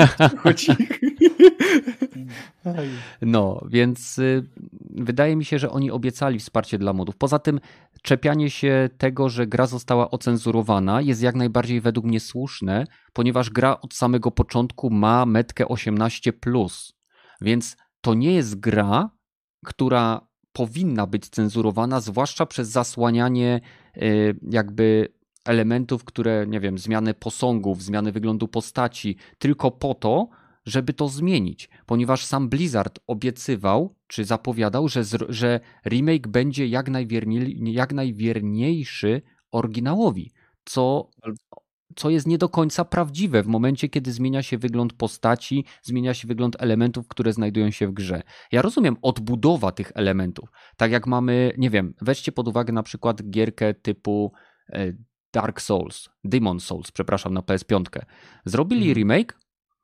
No, więc y, wydaje mi się, że oni obiecali wsparcie dla modów. Poza tym czepianie się tego, że gra została ocenzurowana, jest jak najbardziej według mnie słuszne, ponieważ gra od samego początku ma metkę osiemnaście plus. Więc to nie jest gra, która powinna być cenzurowana, zwłaszcza przez zasłanianie y, jakby elementów, które, nie wiem, zmiany posągów, zmiany wyglądu postaci, tylko po to, żeby to zmienić, ponieważ sam Blizzard obiecywał, czy zapowiadał, że, z, że remake będzie jak, najwierniej, jak najwierniejszy oryginałowi, co, co jest nie do końca prawdziwe w momencie, kiedy zmienia się wygląd postaci, zmienia się wygląd elementów, które znajdują się w grze. Ja rozumiem odbudowa tych elementów, tak jak mamy, nie wiem, weźcie pod uwagę na przykład gierkę typu Dark Souls, Demon Souls, przepraszam, na P S pięć. Zrobili hmm. remake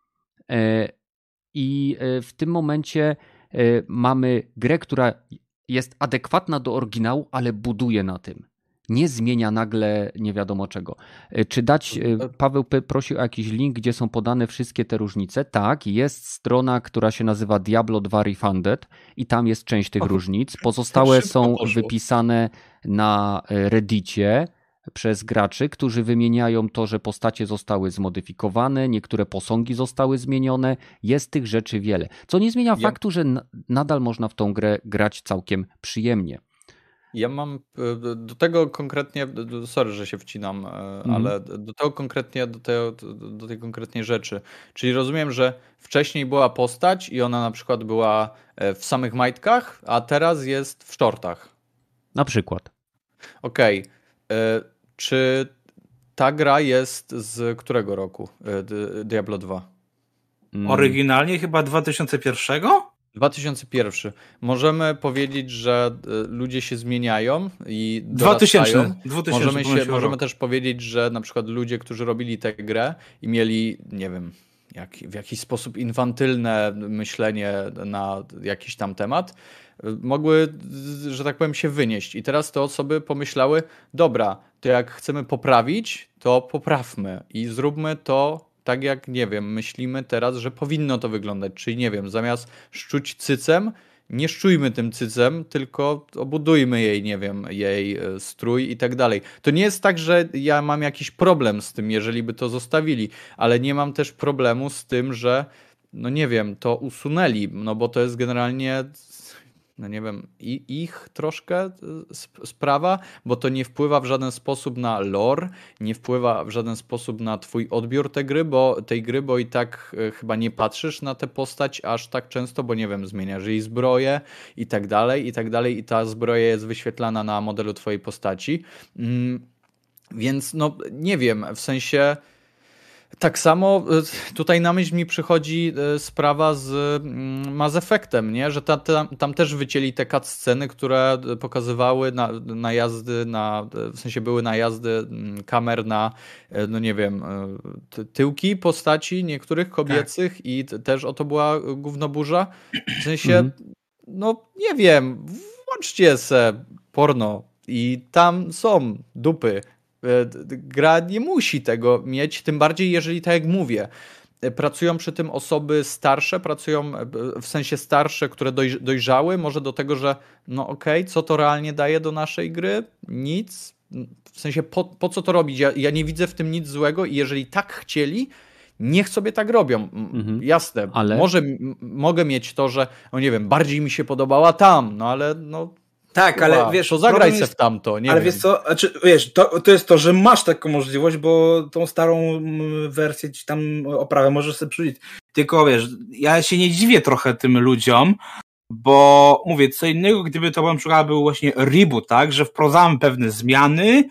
i w tym momencie mamy grę, która jest adekwatna do oryginału, ale buduje na tym. Nie zmienia nagle nie wiadomo czego. Czy dać, Paweł prosił o jakiś link, gdzie są podane wszystkie te różnice. Tak, jest strona, która się nazywa Diablo dwa Refunded i tam jest część tych różnic. Pozostałe są wypisane na Reddicie przez graczy, którzy wymieniają to, że postacie zostały zmodyfikowane, niektóre posągi zostały zmienione. Jest tych rzeczy wiele. Co nie zmienia ja... faktu, że nadal można w tą grę grać całkiem przyjemnie. Ja mam do tego konkretnie, sorry, że się wcinam, mm. ale do tego konkretnie, do, tego, do tej konkretnej rzeczy. Czyli rozumiem, że wcześniej była postać i ona na przykład była w samych majtkach, a teraz jest w shortach. Na przykład. Okej. Okay. Czy ta gra jest z którego roku? Diablo dwa? Mm. Oryginalnie chyba dwa tysiące pierwszego? dwa tysiące pierwszy. Możemy powiedzieć, że ludzie się zmieniają i dwa tysiące. Możemy, się, możemy też powiedzieć, że na przykład ludzie, którzy robili tę grę i mieli, nie wiem, jak, w jakiś sposób infantylne myślenie na jakiś tam temat, mogły, że tak powiem, się wynieść. I teraz te osoby pomyślały, dobra, to jak chcemy poprawić, to poprawmy i zróbmy to tak jak, nie wiem, myślimy teraz, że powinno to wyglądać. Czyli, nie wiem, zamiast szczuć cycem, nie szczujmy tym cycem, tylko obudujmy jej, nie wiem, jej strój i tak dalej. To nie jest tak, że ja mam jakiś problem z tym, jeżeli by to zostawili, ale nie mam też problemu z tym, że, no nie wiem, to usunęli, no bo to jest generalnie... no nie wiem, ich troszkę sprawa, bo to nie wpływa w żaden sposób na lore, nie wpływa w żaden sposób na twój odbiór tej gry, bo tej gry, bo i tak chyba nie patrzysz na tę postać aż tak często, bo nie wiem, zmieniasz jej zbroję i tak dalej, i tak dalej, i ta zbroja jest wyświetlana na modelu twojej postaci. Mm, więc no nie wiem, w sensie... Tak samo tutaj na myśl mi przychodzi sprawa z Mass Effectem, nie? Że ta, ta, tam też wycięli te cutsceny, które pokazywały na, najazdy, na, w sensie były najazdy kamer na, no nie wiem, tyłki postaci niektórych kobiecych tak. I też o to była gównoburza. W sensie, mhm. no nie wiem, włączcie se porno i tam są dupy. Gra nie musi tego mieć, tym bardziej jeżeli, tak jak mówię, pracują przy tym osoby starsze, pracują w sensie starsze, które dojrzały, może do tego, że no okej, okay, co to realnie daje do naszej gry? Nic. W sensie po, po co to robić? Ja, ja nie widzę w tym nic złego i jeżeli tak chcieli, niech sobie tak robią. Mhm. Jasne, ale... może m- mogę mieć to, że no nie wiem, bardziej mi się podobała tam, no ale no tak, ale Uła, wiesz, to zagraj se w tamto, nie ale wiem. wiesz co, znaczy, wiesz, to, to jest to, że masz taką możliwość, bo tą starą wersję, czy tam oprawę możesz sobie przyjść. Tylko wiesz, ja się nie dziwię trochę tym ludziom, bo mówię, co innego, gdyby to na przykład był właśnie reboot, tak, że wprowadzamy pewne zmiany,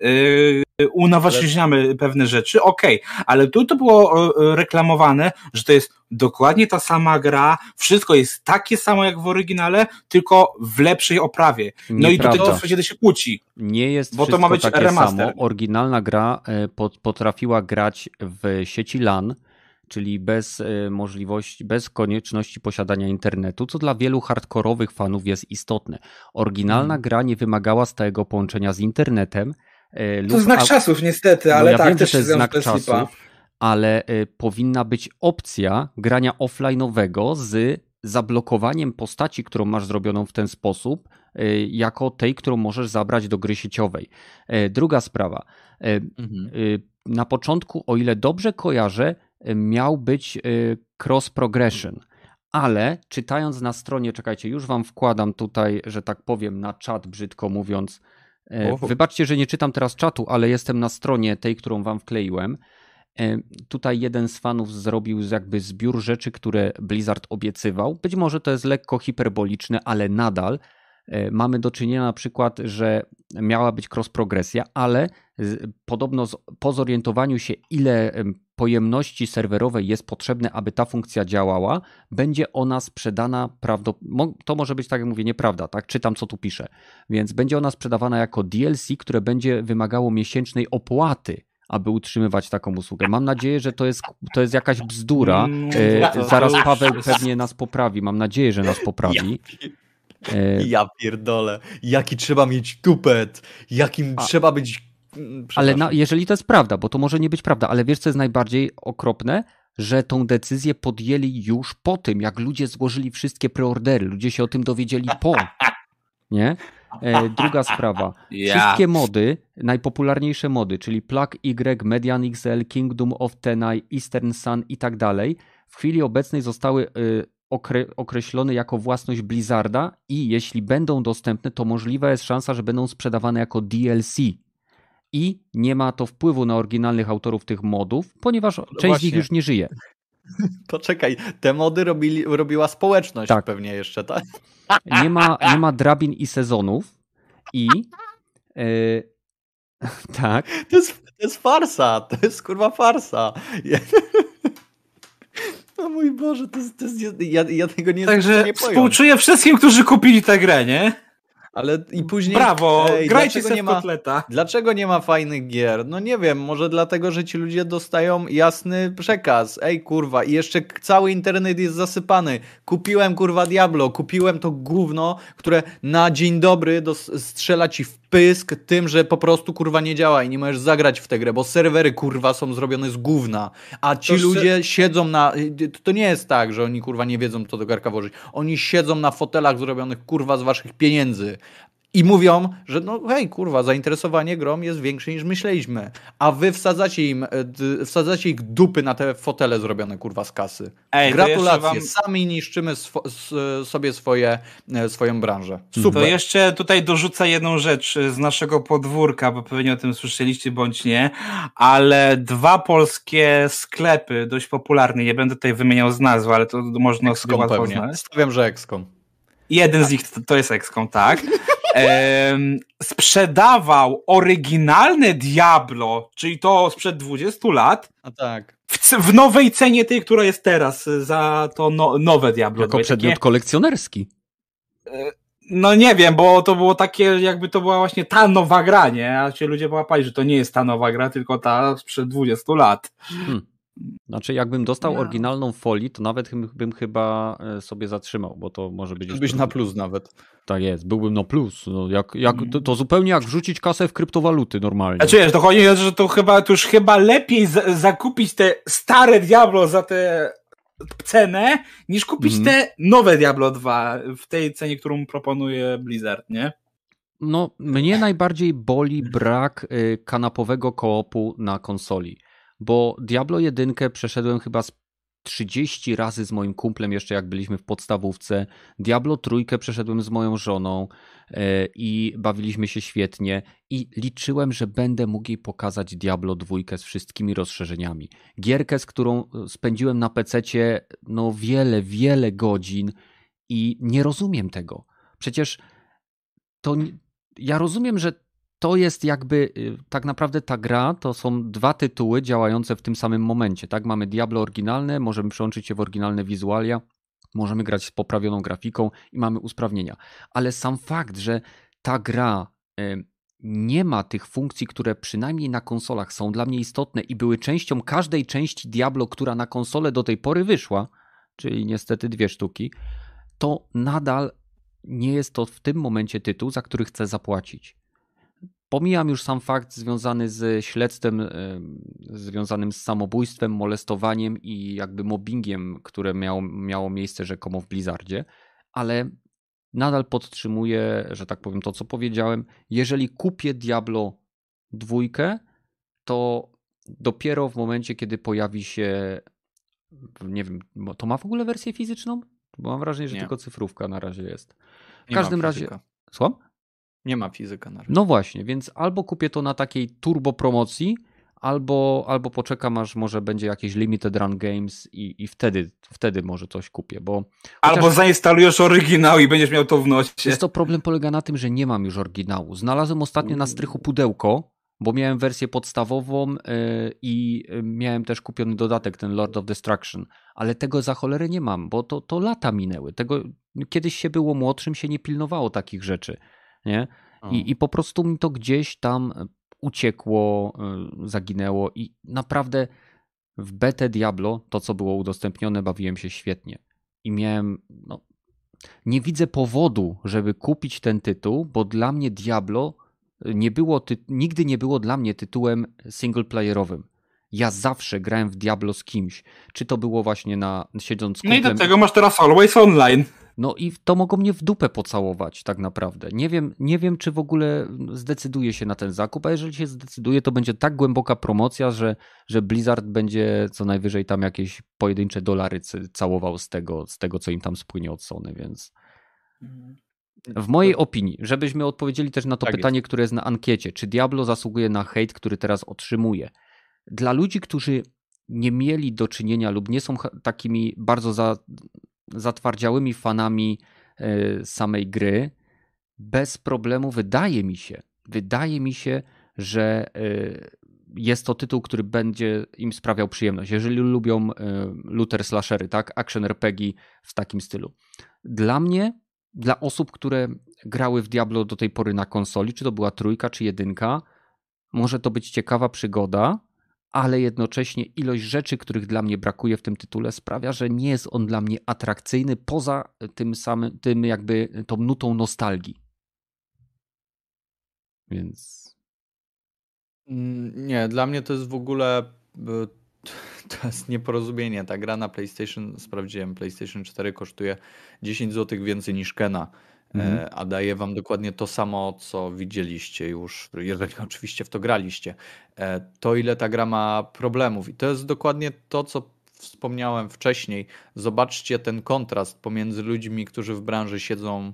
yy, unowocześniamy ale... pewne rzeczy, okej, okay. Ale tu to było reklamowane, że to jest dokładnie ta sama gra, wszystko jest takie samo jak w oryginale, tylko w lepszej oprawie. No Nieprawda. I do tego wtedy się kłóci. Nie jest bo wszystko to ma być takie remaster. samo. Oryginalna gra potrafiła grać w sieci LAN, czyli bez możliwości, bez konieczności posiadania internetu, co dla wielu hardkorowych fanów jest istotne. Oryginalna hmm. gra nie wymagała stałego połączenia z internetem. To znak a... czasów niestety, ale no ja tak, wiem, też to jest znak czasów, slipa. ale y, powinna być opcja grania offline'owego z zablokowaniem postaci, którą masz zrobioną w ten sposób, y, jako tej, którą możesz zabrać do gry sieciowej. Y, druga sprawa. Y, mhm. y, na początku, o ile dobrze kojarzę, y, miał być y, cross progression, ale czytając na stronie, czekajcie, już wam wkładam tutaj, że tak powiem, na czat, brzydko mówiąc. Y, wybaczcie, że nie czytam teraz czatu, ale jestem na stronie tej, którą wam wkleiłem. Tutaj jeden z fanów zrobił jakby zbiór rzeczy, które Blizzard obiecywał. Być może to jest lekko hiperboliczne, ale nadal mamy do czynienia na przykład, że miała być cross-progresja, ale podobno po zorientowaniu się, ile pojemności serwerowej jest potrzebne, aby ta funkcja działała, będzie ona sprzedana, prawdopodobnie, to może być, tak jak mówię, nieprawda, tak? Czytam, co tu pisze. Więc będzie ona sprzedawana jako D L C, które będzie wymagało miesięcznej opłaty, aby utrzymywać taką usługę. Mam nadzieję, że to jest, to jest jakaś bzdura. E, zaraz Paweł pewnie nas poprawi. Mam nadzieję, że nas poprawi. E... Ja pierdolę. Jaki trzeba mieć tupet. Jakim A... trzeba być... Ale na, jeżeli to jest prawda, bo to może nie być prawda, ale wiesz, co jest najbardziej okropne? Że tą decyzję podjęli już po tym, jak ludzie złożyli wszystkie preordery. Ludzie się o tym dowiedzieli po. Nie? E, druga sprawa. Yeah. Wszystkie mody, najpopularniejsze mody, czyli Plug Y, Median X L, Kingdom of Tenai, Eastern Sun i tak dalej, w chwili obecnej zostały y, okre- określone jako własność Blizzarda i jeśli będą dostępne, to możliwa jest szansa, że będą sprzedawane jako D L C. I nie ma to wpływu na oryginalnych autorów tych modów, ponieważ no część właśnie. z nich już nie żyje. Poczekaj, te mody robili, robiła społeczność tak. pewnie jeszcze, tak? Nie ma, nie ma drabin i sezonów i yy, tak. To jest, to jest farsa, to jest kurwa farsa. Ja... O mój Boże, to jest, to jest ja, ja tego nie Także nie współczuję wszystkim, którzy kupili tę grę, nie? Ale i później... Brawo, ej, grajcie sobie w kotleta. Dlaczego nie ma fajnych gier? No nie wiem, może dlatego, że ci ludzie dostają jasny przekaz. Ej kurwa, i jeszcze cały internet jest zasypany. Kupiłem kurwa Diablo, kupiłem to gówno, które na dzień dobry dos- strzela ci w pysk tym, że po prostu kurwa nie działa i nie możesz zagrać w tę grę, bo serwery kurwa są zrobione z gówna. A ci to ludzie się... siedzą na... To nie jest tak, że oni kurwa nie wiedzą, co do garka włożyć. Oni siedzą na fotelach zrobionych kurwa z waszych pieniędzy. I mówią, że no hej, kurwa, zainteresowanie grą jest większe niż myśleliśmy. A wy wsadzacie im, d- wsadzacie ich dupy na te fotele zrobione, kurwa, z kasy. Ej, gratulacje, wam... sami niszczymy swo- s- sobie swoje, swoją branżę. Super. To jeszcze tutaj dorzucę jedną rzecz z naszego podwórka, bo pewnie o tym słyszeliście bądź nie, ale dwa polskie sklepy, dość popularne, nie będę tutaj wymieniał z nazwy, ale to można Excom poznać. Stawiam, że Excom. Jeden z nich to, to jest Excom, tak. Ehm, sprzedawał oryginalne Diablo, czyli to sprzed dwudziestu lat, a tak. w, w nowej cenie tej, która jest teraz za to no, nowe Diablo. Jako przedmiot takie, kolekcjonerski. No nie wiem, bo to było takie, jakby to była właśnie ta nowa gra, nie? A się ludzie połapali, że to nie jest ta nowa gra, tylko ta sprzed dwudziestu lat. Hmm. Znaczy, jakbym dostał no. oryginalną folii, to nawet bym chyba sobie zatrzymał, bo to może być... Byś na plus nawet. Tak jest, byłbym na plus. No jak, jak, to, to zupełnie jak wrzucić kasę w kryptowaluty normalnie. Znaczy wiesz, to chodzi o to, że to chyba to już chyba lepiej z, zakupić te stare Diablo za tę cenę, niż kupić mm. te nowe Diablo dwa w tej cenie, którą proponuje Blizzard, nie? No, mnie najbardziej boli brak y, kanapowego koopu na konsoli. Bo Diablo jeden przeszedłem chyba z trzydzieści razy z moim kumplem jeszcze jak byliśmy w podstawówce. Diablo trójkę przeszedłem z moją żoną i bawiliśmy się świetnie i liczyłem, że będę mógł jej pokazać Diablo dwójkę z wszystkimi rozszerzeniami. Gierkę, z którą spędziłem na pececie no wiele, wiele godzin i nie rozumiem tego. Przecież to ja rozumiem, że to jest jakby tak naprawdę ta gra, to są dwa tytuły działające w tym samym momencie. Tak, mamy Diablo oryginalne, możemy przełączyć się w oryginalne wizualia, możemy grać z poprawioną grafiką i mamy usprawnienia. Ale sam fakt, że ta gra nie ma tych funkcji, które przynajmniej na konsolach są dla mnie istotne i były częścią każdej części Diablo, która na konsolę do tej pory wyszła, czyli niestety dwie sztuki, to nadal nie jest to w tym momencie tytuł, za który chcę zapłacić. Pomijam już sam fakt związany z śledztwem, związanym z samobójstwem, molestowaniem i jakby mobbingiem, które miało, miało miejsce rzekomo w Blizzardzie, ale nadal podtrzymuję, że tak powiem, to co powiedziałem. Jeżeli kupię Diablo dwójkę, to dopiero w momencie, kiedy pojawi się, nie wiem, to ma w ogóle wersję fizyczną? Bo mam wrażenie, że nie. Tylko cyfrówka na razie jest. W nie każdym razie... Słucham? Nie ma fizyka na razie. No właśnie, więc albo kupię to na takiej turbo promocji, albo, albo poczekam, aż może będzie jakieś limited run games i, i wtedy, wtedy może coś kupię, bo... Albo chociaż... zainstalujesz oryginał i będziesz miał to w nosie. Jest to problem polega na tym, że nie mam już oryginału. Znalazłem ostatnio na strychu pudełko, bo miałem wersję podstawową yy, i miałem też kupiony dodatek, ten Lord of Destruction, ale tego za cholerę nie mam, bo to, to lata minęły. Tego, kiedyś się było młodszym, się nie pilnowało takich rzeczy. Nie? I, I po prostu mi to gdzieś tam uciekło, zaginęło i naprawdę w betę Diablo, to co było udostępnione, bawiłem się świetnie. I miałem, no, nie widzę powodu, żeby kupić ten tytuł, bo dla mnie Diablo nie było, ty- nigdy nie było dla mnie tytułem singleplayerowym. Ja zawsze grałem w Diablo z kimś. Czy to było właśnie na siedząc z kumplem... No i do tego masz teraz Always Online. No i to mogą mnie w dupę pocałować tak naprawdę. Nie wiem, nie wiem, czy w ogóle zdecyduję się na ten zakup, a jeżeli się zdecyduje, to będzie tak głęboka promocja, że, że Blizzard będzie co najwyżej tam jakieś pojedyncze dolary całował z tego, z tego, co im tam spłynie od Sony, więc w mojej opinii, żebyśmy odpowiedzieli też na to tak pytanie, jest. które jest na ankiecie, czy Diablo zasługuje na hejt, który teraz otrzymuje. Dla ludzi, którzy nie mieli do czynienia lub nie są takimi bardzo za zatwardziałymi fanami y, samej gry, bez problemu wydaje mi się, wydaje mi się, że y, jest to tytuł, który będzie im sprawiał przyjemność. Jeżeli lubią y, looter slashery, tak, action er pe gie w takim stylu. Dla mnie, dla osób, które grały w Diablo do tej pory na konsoli, czy to była trójka, czy jedynka, może to być ciekawa przygoda, ale jednocześnie ilość rzeczy, których dla mnie brakuje w tym tytule, sprawia, że nie jest on dla mnie atrakcyjny poza tym samym, tym jakby tą nutą nostalgii. Więc... Nie, dla mnie to jest w ogóle to jest nieporozumienie. Ta gra na PlayStation, sprawdziłem, PlayStation cztery kosztuje dziesięć złotych więcej niż Kena. Mhm. A daje wam dokładnie to samo, co widzieliście już, jeżeli oczywiście w to graliście. To ile ta gra ma problemów. I to jest dokładnie to, co wspomniałem wcześniej. Zobaczcie ten kontrast pomiędzy ludźmi, którzy w branży siedzą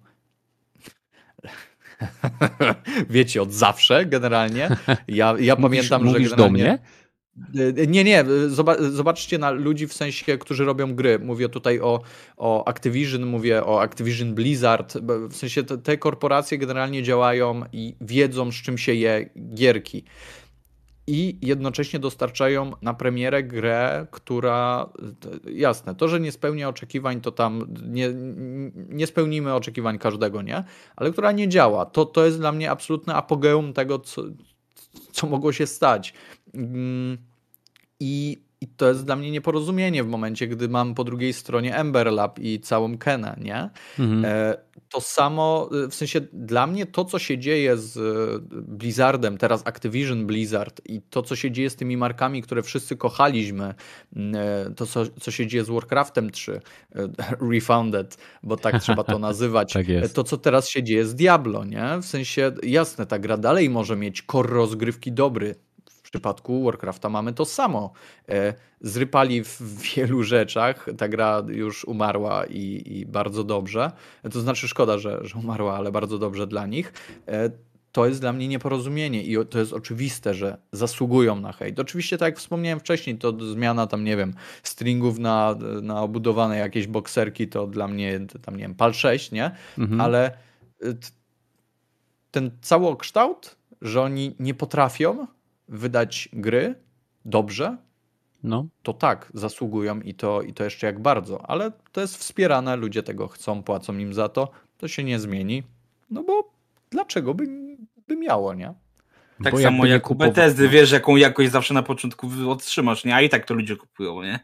wiecie, od zawsze generalnie. Ja, ja mówisz, pamiętam, mówisz że generalnie... do mnie? Nie, nie, zobaczcie na ludzi w sensie, którzy robią gry. Mówię tutaj o, o Activision, mówię o Activision Blizzard. W sensie te, te korporacje generalnie działają i wiedzą, z czym się je gierki. I jednocześnie dostarczają na premierę grę, która, jasne, to, że nie spełnia oczekiwań, to tam nie, nie spełnimy oczekiwań każdego, nie? Ale która nie działa. To, to jest dla mnie absolutne apogeum tego, co, co mogło się stać. I, I to jest dla mnie nieporozumienie w momencie, gdy mam po drugiej stronie Ember Lab i całą Kenę, nie? Mhm. To samo, w sensie dla mnie to, co się dzieje z Blizzardem, teraz Activision Blizzard i to, co się dzieje z tymi markami, które wszyscy kochaliśmy, to, co, co się dzieje z Warcraftem trzy, Refounded, bo tak trzeba to nazywać, tak jest. To, co teraz się dzieje z Diablo, nie? W sensie, jasne, ta gra dalej może mieć core rozgrywki dobry, przypadku Warcrafta mamy to samo. Zrypali w wielu rzeczach, ta gra już umarła i, i bardzo dobrze. To znaczy szkoda, że, że umarła, ale bardzo dobrze dla nich. To jest dla mnie nieporozumienie i to jest oczywiste, że zasługują na hejt. Oczywiście, tak jak wspomniałem wcześniej, to zmiana tam, nie wiem, stringów na, na obudowane jakieś bokserki, to dla mnie, tam nie wiem, pal sześć, nie? Mhm. Ale ten całokształt, że oni nie potrafią wydać gry dobrze, no. to tak, zasługują i to, i to jeszcze jak bardzo. Ale to jest wspierane, ludzie tego chcą, płacą im za to, to się nie zmieni. No bo dlaczego by, by miało, nie? Tak bo samo jak u Bethesdy, wiesz, jaką jakość zawsze na początku otrzymasz, nie? A i tak to ludzie kupują, nie?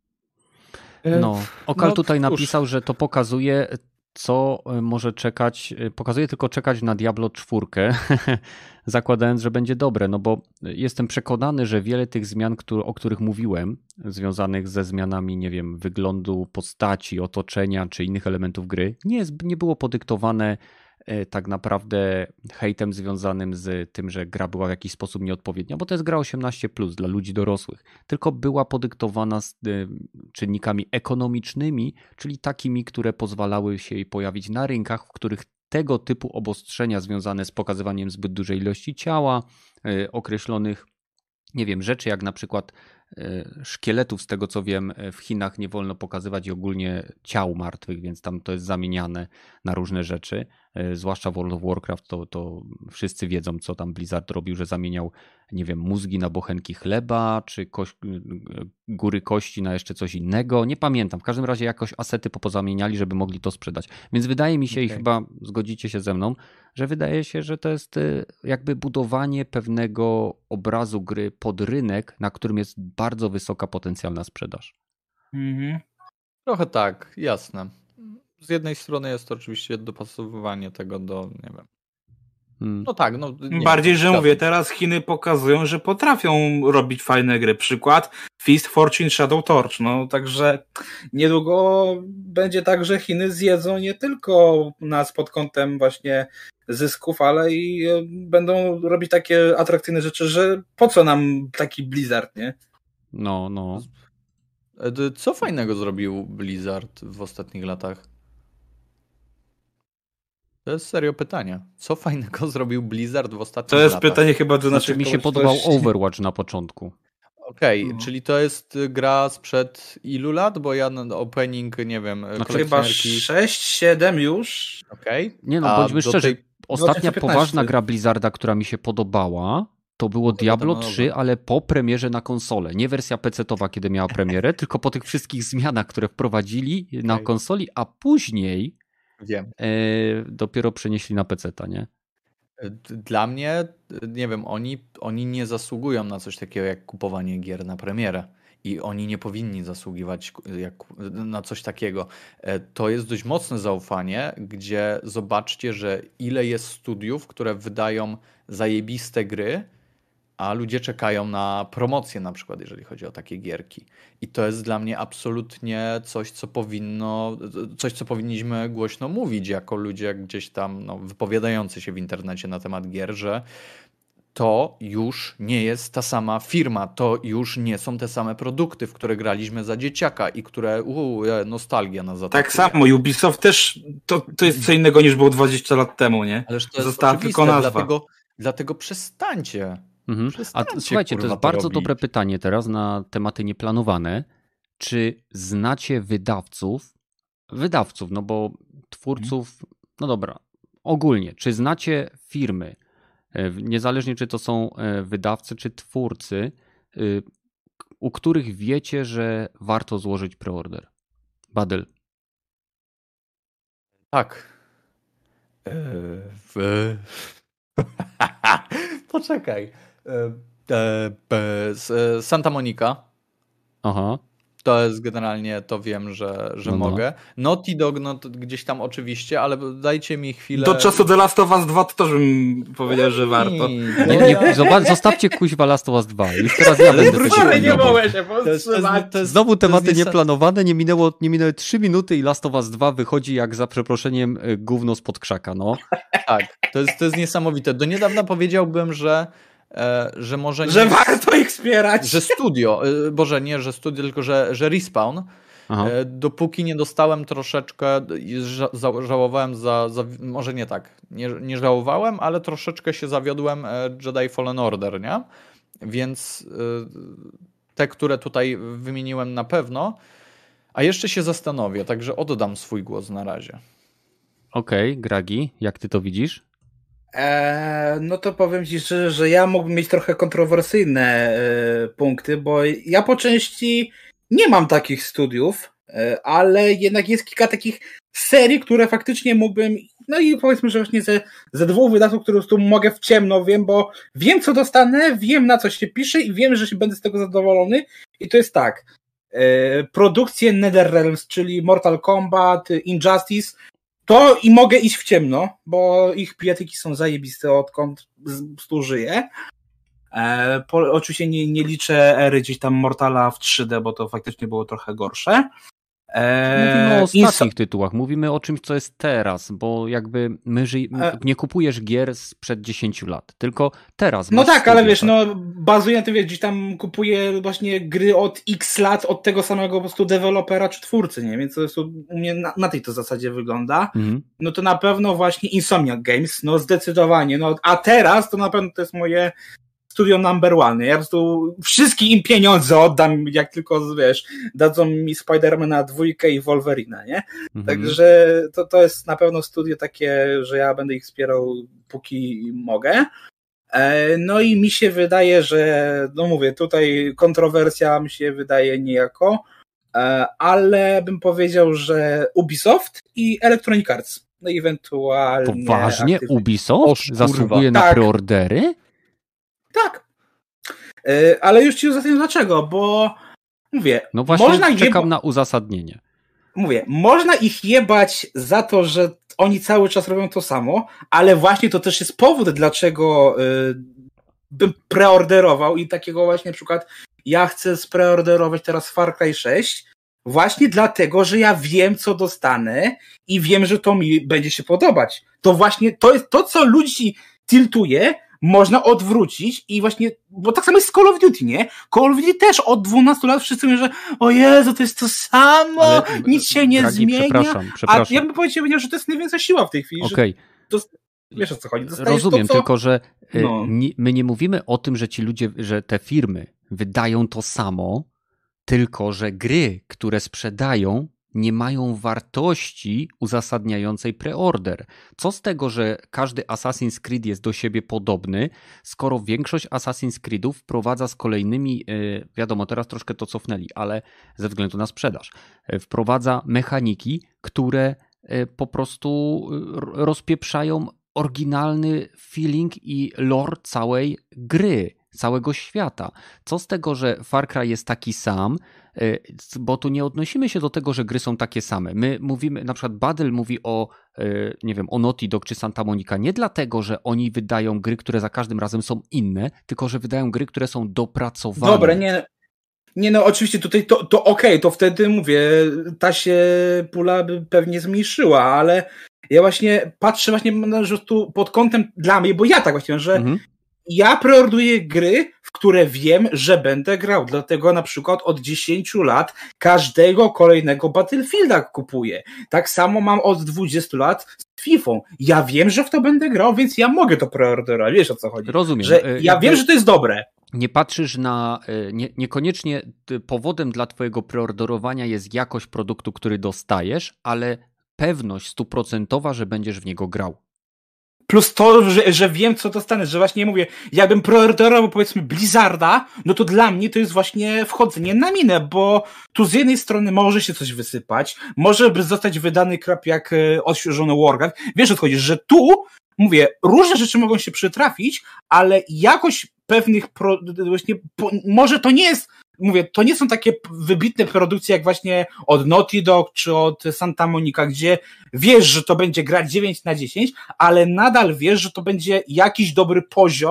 No, Okal no, tutaj cóż. napisał, że to pokazuje, co może czekać, pokazuje tylko czekać na Diablo cztery, zakładając, że będzie dobre, no bo jestem przekonany, że wiele tych zmian, które, o których mówiłem, związanych ze zmianami, nie wiem, wyglądu postaci, otoczenia czy innych elementów gry, nie, jest, nie było podyktowane tak naprawdę hejtem związanym z tym, że gra była w jakiś sposób nieodpowiednia, bo to jest gra osiemnaście plus dla ludzi dorosłych, tylko była podyktowana z czynnikami ekonomicznymi, czyli takimi, które pozwalały się jej pojawić na rynkach, w których tego typu obostrzenia związane z pokazywaniem zbyt dużej ilości ciała, określonych, nie wiem, rzeczy jak na przykład szkieletów, z tego co wiem, w Chinach nie wolno pokazywać i ogólnie ciał martwych, więc tam to jest zamieniane na różne rzeczy, zwłaszcza w World of Warcraft to, to wszyscy wiedzą, co tam Blizzard robił, że zamieniał, nie wiem, mózgi na bochenki chleba, czy koś, góry kości na jeszcze coś innego, nie pamiętam, w każdym razie jakoś asety popozamieniali, żeby mogli to sprzedać, więc wydaje mi się, okay. i chyba zgodzicie się ze mną, że wydaje się, że to jest jakby budowanie pewnego obrazu gry pod rynek, na którym jest bardzo wysoka potencjalna sprzedaż. Mhm. Trochę tak, jasne. Z jednej strony jest to oczywiście dopasowywanie tego do, nie wiem. Hmm. No tak, no. Nie Bardziej, wiem, że mówię, teraz Chiny pokazują, że potrafią robić fajne gry. Przykład Fist, Fortune, Shadow Torch. No także niedługo będzie tak, że Chiny zjedzą nie tylko nas pod kątem właśnie zysków, ale i będą robić takie atrakcyjne rzeczy, że po co nam taki Blizzard, nie? No, no. Co fajnego zrobił Blizzard w ostatnich latach? To jest serio pytanie. Co fajnego zrobił Blizzard w ostatnich latach? To jest latach? Pytanie chyba do znaczy, naszych mi się podobał Overwatch na początku. Okej, okay, no. Czyli to jest gra sprzed ilu lat? Bo ja na opening, nie wiem, znaczy chyba sześć, siedem już. Okej. Okay. Nie no, bądźmy szczerzy. Tej... Ostatnia poważna gra Blizzarda, która mi się podobała, to było Diablo trzy, ale po premierze na konsolę. Nie wersja pecetowa, kiedy miała premierę, tylko po tych wszystkich zmianach, które wprowadzili okay. na konsoli, a później Wiem. E, dopiero przenieśli na peceta, nie? Dla mnie, nie wiem, oni, oni nie zasługują na coś takiego jak kupowanie gier na premierę. I oni nie powinni zasługiwać jak, na coś takiego. To jest dość mocne zaufanie, gdzie zobaczcie, że ile jest studiów, które wydają zajebiste gry, a ludzie czekają na promocję na przykład, jeżeli chodzi o takie gierki. I to jest dla mnie absolutnie coś, co powinno, coś, co powinniśmy głośno mówić jako ludzie gdzieś tam no, wypowiadający się w internecie na temat gier, że to już nie jest ta sama firma, to już nie są te same produkty, w które graliśmy za dzieciaka i które, uu, nostalgia nas zatakuje. Tak samo, Ubisoft też, to, to jest co innego niż było dwadzieścia lat temu, nie? Ależ to jest została tylko nazwa. Dlatego, dlatego przestańcie. Mhm. A t- słuchajcie, to jest to bardzo robić. dobre pytanie teraz na tematy nieplanowane. Czy znacie wydawców, wydawców, no bo twórców, mhm. no dobra, ogólnie, czy znacie firmy, niezależnie czy to są wydawcy, czy twórcy, u których wiecie, że warto złożyć preorder? Badyl. Tak. Eee, w... Poczekaj. Santa Monica. Aha. To jest generalnie, to wiem, że, że no, mogę. No. Naughty Dog, no to gdzieś tam oczywiście, ale dajcie mi chwilę. Do czasu The Last of Us dwa to też bym powiedział, że warto. Nie, nie, zobacz, zostawcie kuźwa Last of Us dwa. Już teraz ja będę wróciłem, nie mogę się powstrzymać. Znowu tematy nieplanowane, nie minęło, nie minęły trzy minuty i Last of Us dwa wychodzi jak za przeproszeniem gówno spod krzaka, no. Tak, to jest, to jest niesamowite. Do niedawna powiedziałbym, że że może nie... Że warto ich wspierać! Że studio, Boże, nie, że studio, tylko że, że Respawn, Aha. dopóki nie dostałem troszeczkę, ża- żałowałem za, za, może nie tak, nie, nie żałowałem, ale troszeczkę się zawiodłem Jedi Fallen Order, nie? Więc te, które tutaj wymieniłem na pewno, a jeszcze się zastanowię, także oddam swój głos na razie. Okej, okay, Gragi, jak ty to widzisz? Eee, no to powiem ci szczerze, że ja mógłbym mieć trochę kontrowersyjne e, punkty, bo ja po części nie mam takich studiów, e, ale jednak jest kilka takich serii, które faktycznie mógłbym, no i powiedzmy, że właśnie ze, ze dwóch wydatków, które tu mogę w ciemno, wiem, bo wiem co dostanę, wiem na co się pisze i wiem, że się będę z tego zadowolony i to jest tak, e, produkcje NetherRealms, czyli Mortal Kombat, Injustice, to i mogę iść w ciemno, bo ich bijatyki są zajebiste, odkąd stu żyję. E, po, oczywiście nie, nie liczę ery gdzieś tam Mortala w trzy D, bo to faktycznie było trochę gorsze. E, mówimy o ostatnich tytułach, mówimy o czymś, co jest teraz, bo jakby my ży... nie kupujesz gier sprzed dziesięciu lat, tylko teraz. No tak, studia, ale wiesz, tak? no bazuje na tym, wiesz, gdzieś tam kupuję właśnie gry od X lat od tego samego po prostu dewelopera czy twórcy, nie? Więc to jest, u mnie na, na tej to zasadzie wygląda. Mhm. No to na pewno właśnie Insomniac Games, no zdecydowanie, no a teraz to na pewno to jest moje studio number one. Ja po prostu wszystkie im pieniądze oddam, jak tylko, wiesz, dadzą mi Spidermana dwójkę i Wolverina, nie? Mhm. Także to, to jest na pewno studio takie, że ja będę ich wspierał póki mogę. No i mi się wydaje, że, no mówię, tutaj kontrowersja mi się wydaje niejako, ale bym powiedział, że Ubisoft i Electronic Arts. No ewentualnie... Poważnie? Aktywnie. Ubisoft o, zasługuje na tak. preordery? Tak. Ale już ci uzasadnię dlaczego, bo mówię... No właśnie można czekam jeba... na uzasadnienie. Mówię, można ich jebać za to, że oni cały czas robią to samo, ale właśnie to też jest powód, dlaczego y, bym preorderował i takiego właśnie na przykład ja chcę spreorderować teraz Far Cry sześć właśnie dlatego, że ja wiem, co dostanę i wiem, że to mi będzie się podobać. To właśnie, to jest to, co ludzi tiltuje, można odwrócić i właśnie, bo tak samo jest z Call of Duty, nie? Call of Duty też od dwunastu lat wszyscy mówią, że o Jezu, to jest to samo, ale, nic się nie Dragi, zmienia. Przepraszam, przepraszam. A ja bym powiedział, że to jest największa siła w tej chwili. Okej. Okay. Wiesz o co chodzi. Rozumiem, to, co... tylko że no. nie, my nie mówimy o tym, że ci ludzie, że te firmy wydają to samo, tylko że gry, które sprzedają, nie mają wartości uzasadniającej preorder. Co z tego, że każdy Assassin's Creed jest do siebie podobny, skoro większość Assassin's Creedów wprowadza z kolejnymi, wiadomo, teraz troszkę to cofnęli, ale ze względu na sprzedaż, wprowadza mechaniki, które po prostu rozpieprzają oryginalny feeling i lore całej gry, całego świata. Co z tego, że Far Cry jest taki sam, bo tu nie odnosimy się do tego, że gry są takie same. My mówimy, na przykład Badyl mówi o, nie wiem, o Naughty Dog czy Santa Monica nie dlatego, że oni wydają gry, które za każdym razem są inne, tylko że wydają gry, które są dopracowane. Dobra, nie, nie no oczywiście tutaj to, to okej, okay, to wtedy mówię, ta się pula by pewnie zmniejszyła, ale ja właśnie patrzę właśnie że tu pod kątem dla mnie, bo ja tak właśnie, że mhm. ja preorduję gry, w które wiem, że będę grał. Dlatego na przykład od dziesięciu lat każdego kolejnego Battlefielda kupuję. Tak samo mam od dwudziestu lat z Fifą. Ja wiem, że w to będę grał, więc ja mogę to preorderować. Wiesz o co chodzi? Rozumiem. Że ja Jakby... wiem, że to jest dobre. Nie patrzysz na... Nie, niekoniecznie powodem dla twojego preorderowania jest jakość produktu, który dostajesz, ale pewność stuprocentowa, że będziesz w niego grał. Plus to, że, że wiem, co dostanę, że właśnie mówię, jakbym preorderował powiedzmy Blizzarda, no to dla mnie to jest właśnie wchodzenie na minę, bo tu z jednej strony może się coś wysypać, może zostać wydany krap jak odświeżony Warcraft. Wiesz, o co chodzi, że tu, mówię, różne rzeczy mogą się przytrafić, ale jakość pewnych, pro, właśnie, po, może to nie jest, mówię, to nie są takie wybitne produkcje jak właśnie od Naughty Dog czy od Santa Monica, gdzie wiesz, że to będzie gra dziewięć na dziesięć, ale nadal wiesz, że to będzie jakiś dobry poziom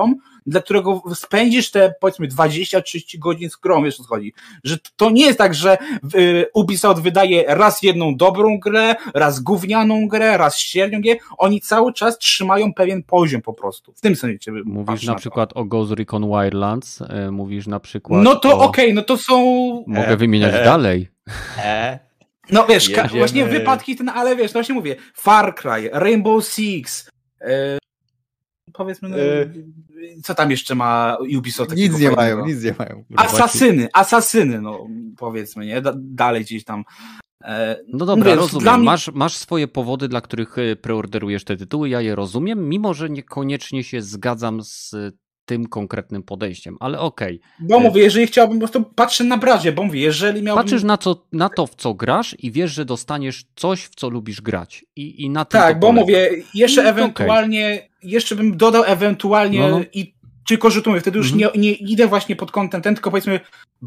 dla którego spędzisz te, powiedzmy, dwadzieścia trzydzieści godzin z grą, wiesz o co chodzi. Że to nie jest tak, że y, Ubisoft wydaje raz jedną dobrą grę, raz gównianą grę, raz średnią grę. Oni cały czas trzymają pewien poziom po prostu. W tym sensie. Mówisz na, na przykład o Ghost Recon Wildlands, y, mówisz na przykład No to o... okej, okay, no to są... Mogę e, wymieniać e, dalej. E. No wiesz, ka- właśnie wypadki ten, ale wiesz, no właśnie mówię, Far Cry, Rainbow Six, e, powiedzmy, no, e, co tam jeszcze ma Ubisoft? Nic nie fajnego? mają, nic nie mają. Asasyny, asasyny, no powiedzmy, nie? Da- dalej gdzieś tam. E, no dobra, wiesz, rozumiem. Mnie... Masz, masz swoje powody, dla których preorderujesz te tytuły, ja je rozumiem, mimo że niekoniecznie się zgadzam z tym konkretnym podejściem, ale okej. Okay. Bo mówię, jeżeli chciałbym, po prostu patrzę na branżę, bo mówię, jeżeli miałbym... Patrzysz na, co, na to, w co grasz i wiesz, że dostaniesz coś, w co lubisz grać. I, i na tym tak, bo polega. mówię, jeszcze I, ewentualnie, okay. jeszcze bym dodał ewentualnie no, no. i tylko, że tu mówię, wtedy już mm-hmm. nie, nie idę właśnie pod kątem ten, tylko powiedzmy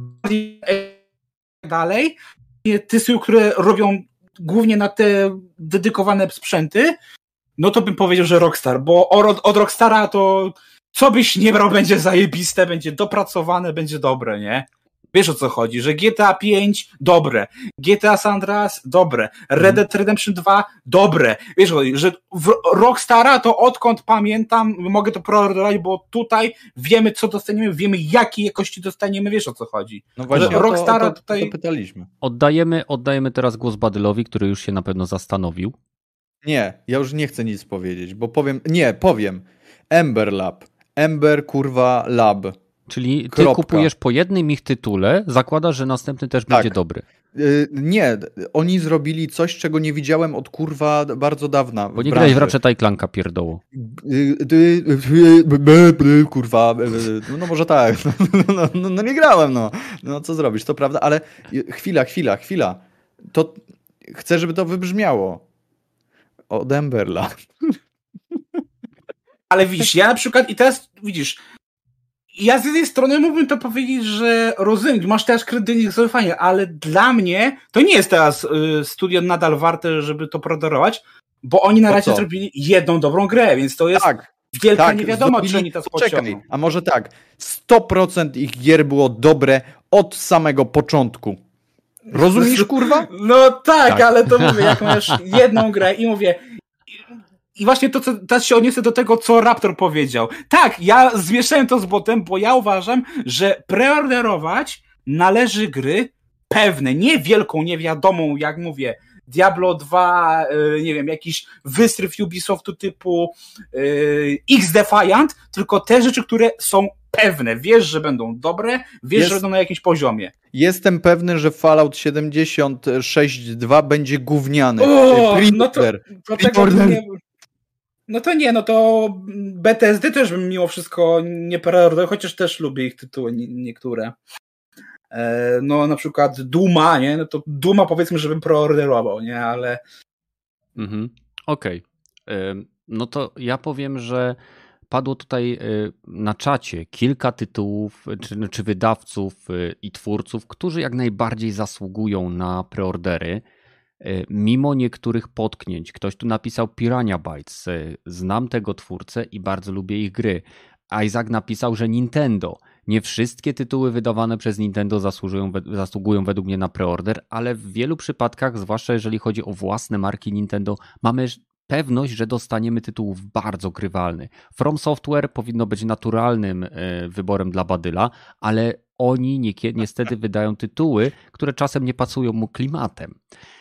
dalej, tytuły, które robią głównie na te dedykowane sprzęty, no to bym powiedział, że Rockstar, bo od, od Rockstara to co byś nie brał, będzie zajebiste, będzie dopracowane, będzie dobre, nie? Wiesz o co chodzi, że G T A pięć dobre, G T A San Andreas dobre, Red Dead Redemption dwa dobre. Wiesz o co chodzi, że w Rockstara to odkąd pamiętam, mogę to preorderować, bo tutaj wiemy co dostaniemy, wiemy jakiej jakości dostaniemy, wiesz o co chodzi. No właśnie, że Rockstara o to, o to, tutaj... to pytaliśmy. Oddajemy, oddajemy teraz głos Badylowi, który już się na pewno zastanowił. Nie, ja już nie chcę nic powiedzieć, bo powiem, nie, powiem, Ember Lab, Ember kurwa Lab. Czyli ty Kropka. kupujesz po jednym ich tytule, zakładasz, że następny też tak. będzie dobry. Yy, nie, oni zrobili coś, czego nie widziałem od kurwa bardzo dawna. Bo nie grałeś w Ratchet i Clanka, pierdoło. Yy, kurwa, no może tak. No, no, no nie grałem, no. No co zrobisz, to prawda, ale chwila, chwila, chwila. To chcę, żeby to wybrzmiało. Od Emberla. Ale widzisz, ja na przykład i teraz widzisz, ja z jednej strony mógłbym to powiedzieć, że rozumiem, masz teraz kredyt do nich zaufania, ale dla mnie to nie jest teraz y, studio nadal warte, żeby to prodorować, bo oni na razie co? zrobili jedną dobrą grę, więc to jest tak, wielka tak, niewiadoma, zrobili, czy oni to pociągną. A może tak, sto procent ich gier było dobre od samego początku. Rozumiesz, kurwa? No tak, tak, ale to mówię, jak masz jedną grę i mówię... I właśnie to, co teraz się odniosę do tego, co Raptor powiedział. Tak, ja zmieszałem to z botem, bo ja uważam, że preorderować należy gry pewne, nie wielką, niewiadomą, jak mówię, Diablo dwa, nie wiem, jakiś wystryw Ubisoftu typu X-Defiant, tylko te rzeczy, które są pewne. Wiesz, że będą dobre, wiesz, Jest... że będą na jakimś poziomie. Jestem pewny, że Fallout siedemdziesiąt sześć dwa będzie gówniany. O, no to, to tego nie... No to nie, no to B T S D też bym mimo wszystko nie preorderował, chociaż też lubię ich tytuły niektóre. E, no na przykład Duma, nie? No to Duma powiedzmy, żebym preorderował, nie? Ale... Mhm. Okej. Okay. No to ja powiem, że padło tutaj na czacie kilka tytułów, czy, czy wydawców i twórców, którzy jak najbardziej zasługują na preordery. Mimo niektórych potknięć. Ktoś tu napisał Piranha Bytes. Znam tego twórcę i bardzo lubię ich gry. Isaac napisał, że Nintendo. Nie wszystkie tytuły wydawane przez Nintendo zasługują, zasługują według mnie na preorder, ale w wielu przypadkach, zwłaszcza jeżeli chodzi o własne marki Nintendo, mamy pewność, że dostaniemy tytuł bardzo grywalny. From Software powinno być naturalnym wyborem dla Badyla, ale oni niekiedy, niestety wydają tytuły, które czasem nie pasują mu klimatem.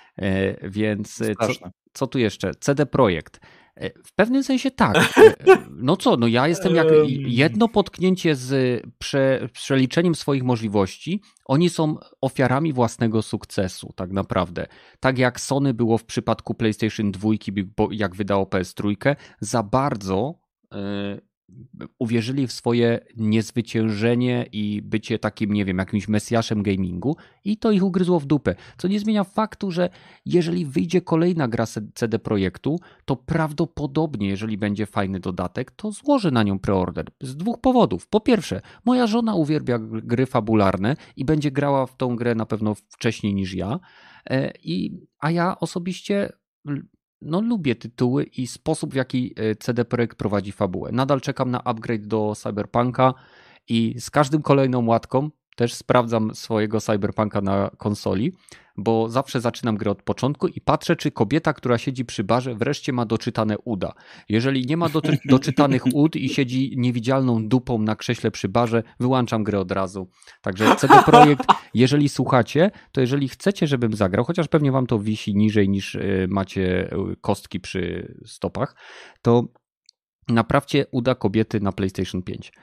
Więc co, co tu jeszcze? C D Projekt. W pewnym sensie tak. No co, no ja jestem jak jedno potknięcie z prze, przeliczeniem swoich możliwości. Oni są ofiarami własnego sukcesu, tak naprawdę. Tak jak Sony było w przypadku PlayStation dwa, jak wydało P S trzy, za bardzo yy, uwierzyli w swoje niezwyciężenie i bycie takim, nie wiem, jakimś mesjaszem gamingu i to ich ugryzło w dupę. Co nie zmienia faktu, że jeżeli wyjdzie kolejna gra C D Projektu, to prawdopodobnie, jeżeli będzie fajny dodatek, to złożę na nią preorder. Z dwóch powodów. Po pierwsze, moja żona uwielbia gry fabularne i będzie grała w tą grę na pewno wcześniej niż ja. I, a ja osobiście no lubię tytuły i sposób, w jaki C D Projekt prowadzi fabułę. Nadal czekam na upgrade do Cyberpunka i z każdym kolejną łatką też sprawdzam swojego Cyberpunka na konsoli, bo zawsze zaczynam grę od początku i patrzę, czy kobieta, która siedzi przy barze, wreszcie ma doczytane uda. Jeżeli nie ma doczy- doczytanych ud i siedzi niewidzialną dupą na krześle przy barze, wyłączam grę od razu. Także C D Projekt, jeżeli słuchacie, to jeżeli chcecie, żebym zagrał, chociaż pewnie wam to wisi niżej niż macie kostki przy stopach, to naprawcie uda kobiety na PlayStation pięć.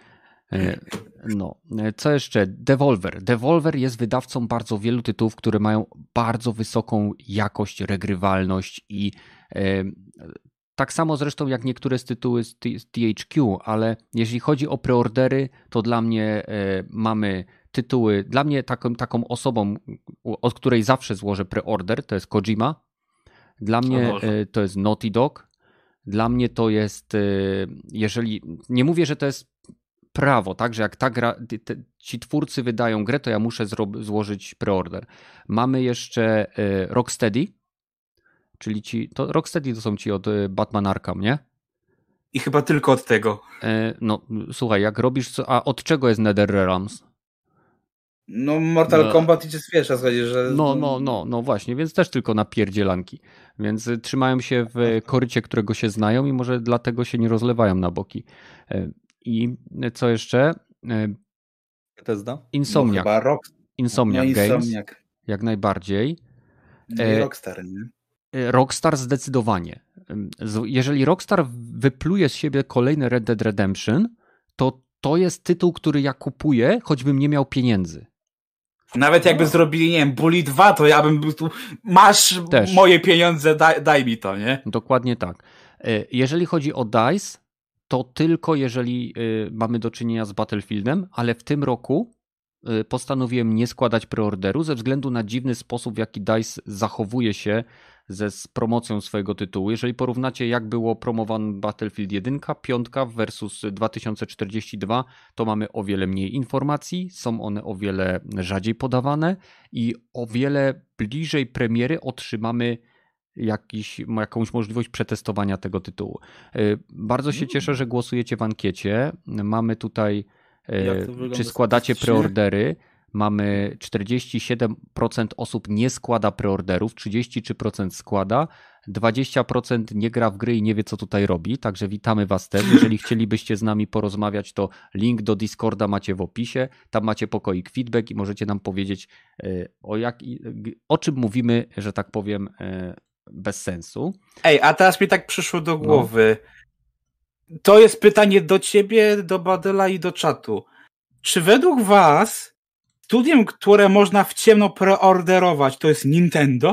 No, co jeszcze? Devolver. Devolver jest wydawcą bardzo wielu tytułów, które mają bardzo wysoką jakość, regrywalność i e, tak samo zresztą jak niektóre z tytuły z T H Q, ale jeśli chodzi o preordery, to dla mnie e, mamy tytuły, dla mnie taką, taką osobą, od której zawsze złożę preorder, to jest Kojima, dla mnie e, to jest Naughty Dog, dla mnie to jest, e, jeżeli, nie mówię, że to jest prawo, tak, że jak ta gra, te, ci twórcy wydają grę, to ja muszę zro- złożyć preorder. Mamy jeszcze y, Rocksteady, czyli ci, to Rocksteady to są ci od y, Batman Arkham, nie? I chyba tylko od tego. Y, no, słuchaj, jak robisz, co, a od czego jest NetherRealms? No Mortal no. Kombat idzie z wiesz, chodzi, że... No, no, no, no właśnie, więc też tylko na pierdzielanki. Więc y, trzymają się w korycie, którego się znają i może dlatego się nie rozlewają na boki. Y, I co jeszcze? Bethesda? Insomniac. No, rock... Insomniac no, Games. Insomniac. Jak najbardziej. No i Rockstar, nie? Rockstar zdecydowanie. Jeżeli Rockstar wypluje z siebie kolejny Red Dead Redemption, to to jest tytuł, który ja kupuję, choćbym nie miał pieniędzy. Nawet jakby no. zrobili, nie wiem, Bully dwa, to ja bym był tu, masz Też. moje pieniądze, daj, daj mi to, nie? Dokładnie tak. Jeżeli chodzi o D I C E, to tylko jeżeli y, mamy do czynienia z Battlefieldem, ale w tym roku y, postanowiłem nie składać preorderu ze względu na dziwny sposób, w jaki D I C E zachowuje się ze z promocją swojego tytułu. Jeżeli porównacie, jak było promowany Battlefield jeden, pięć versus dwa tysiące czterdzieści dwa, to mamy o wiele mniej informacji, są one o wiele rzadziej podawane i o wiele bliżej premiery otrzymamy Jakiś, jakąś możliwość przetestowania tego tytułu. Bardzo się cieszę, że głosujecie w ankiecie. Mamy tutaj, czy składacie preordery. Mamy czterdzieści siedem procent osób nie składa preorderów, trzydzieści trzy procent składa, dwadzieścia procent nie gra w gry i nie wie, co tutaj robi, także witamy was też. Jeżeli chcielibyście z nami porozmawiać, to link do Discorda macie w opisie, tam macie pokoik feedback i możecie nam powiedzieć, o, jak, o czym mówimy, że tak powiem, bez sensu. Ej, a teraz mi tak przyszło do głowy. No. To jest pytanie do ciebie, do Badyla i do czatu. Czy według was studiem, które można w ciemno preorderować, to jest Nintendo?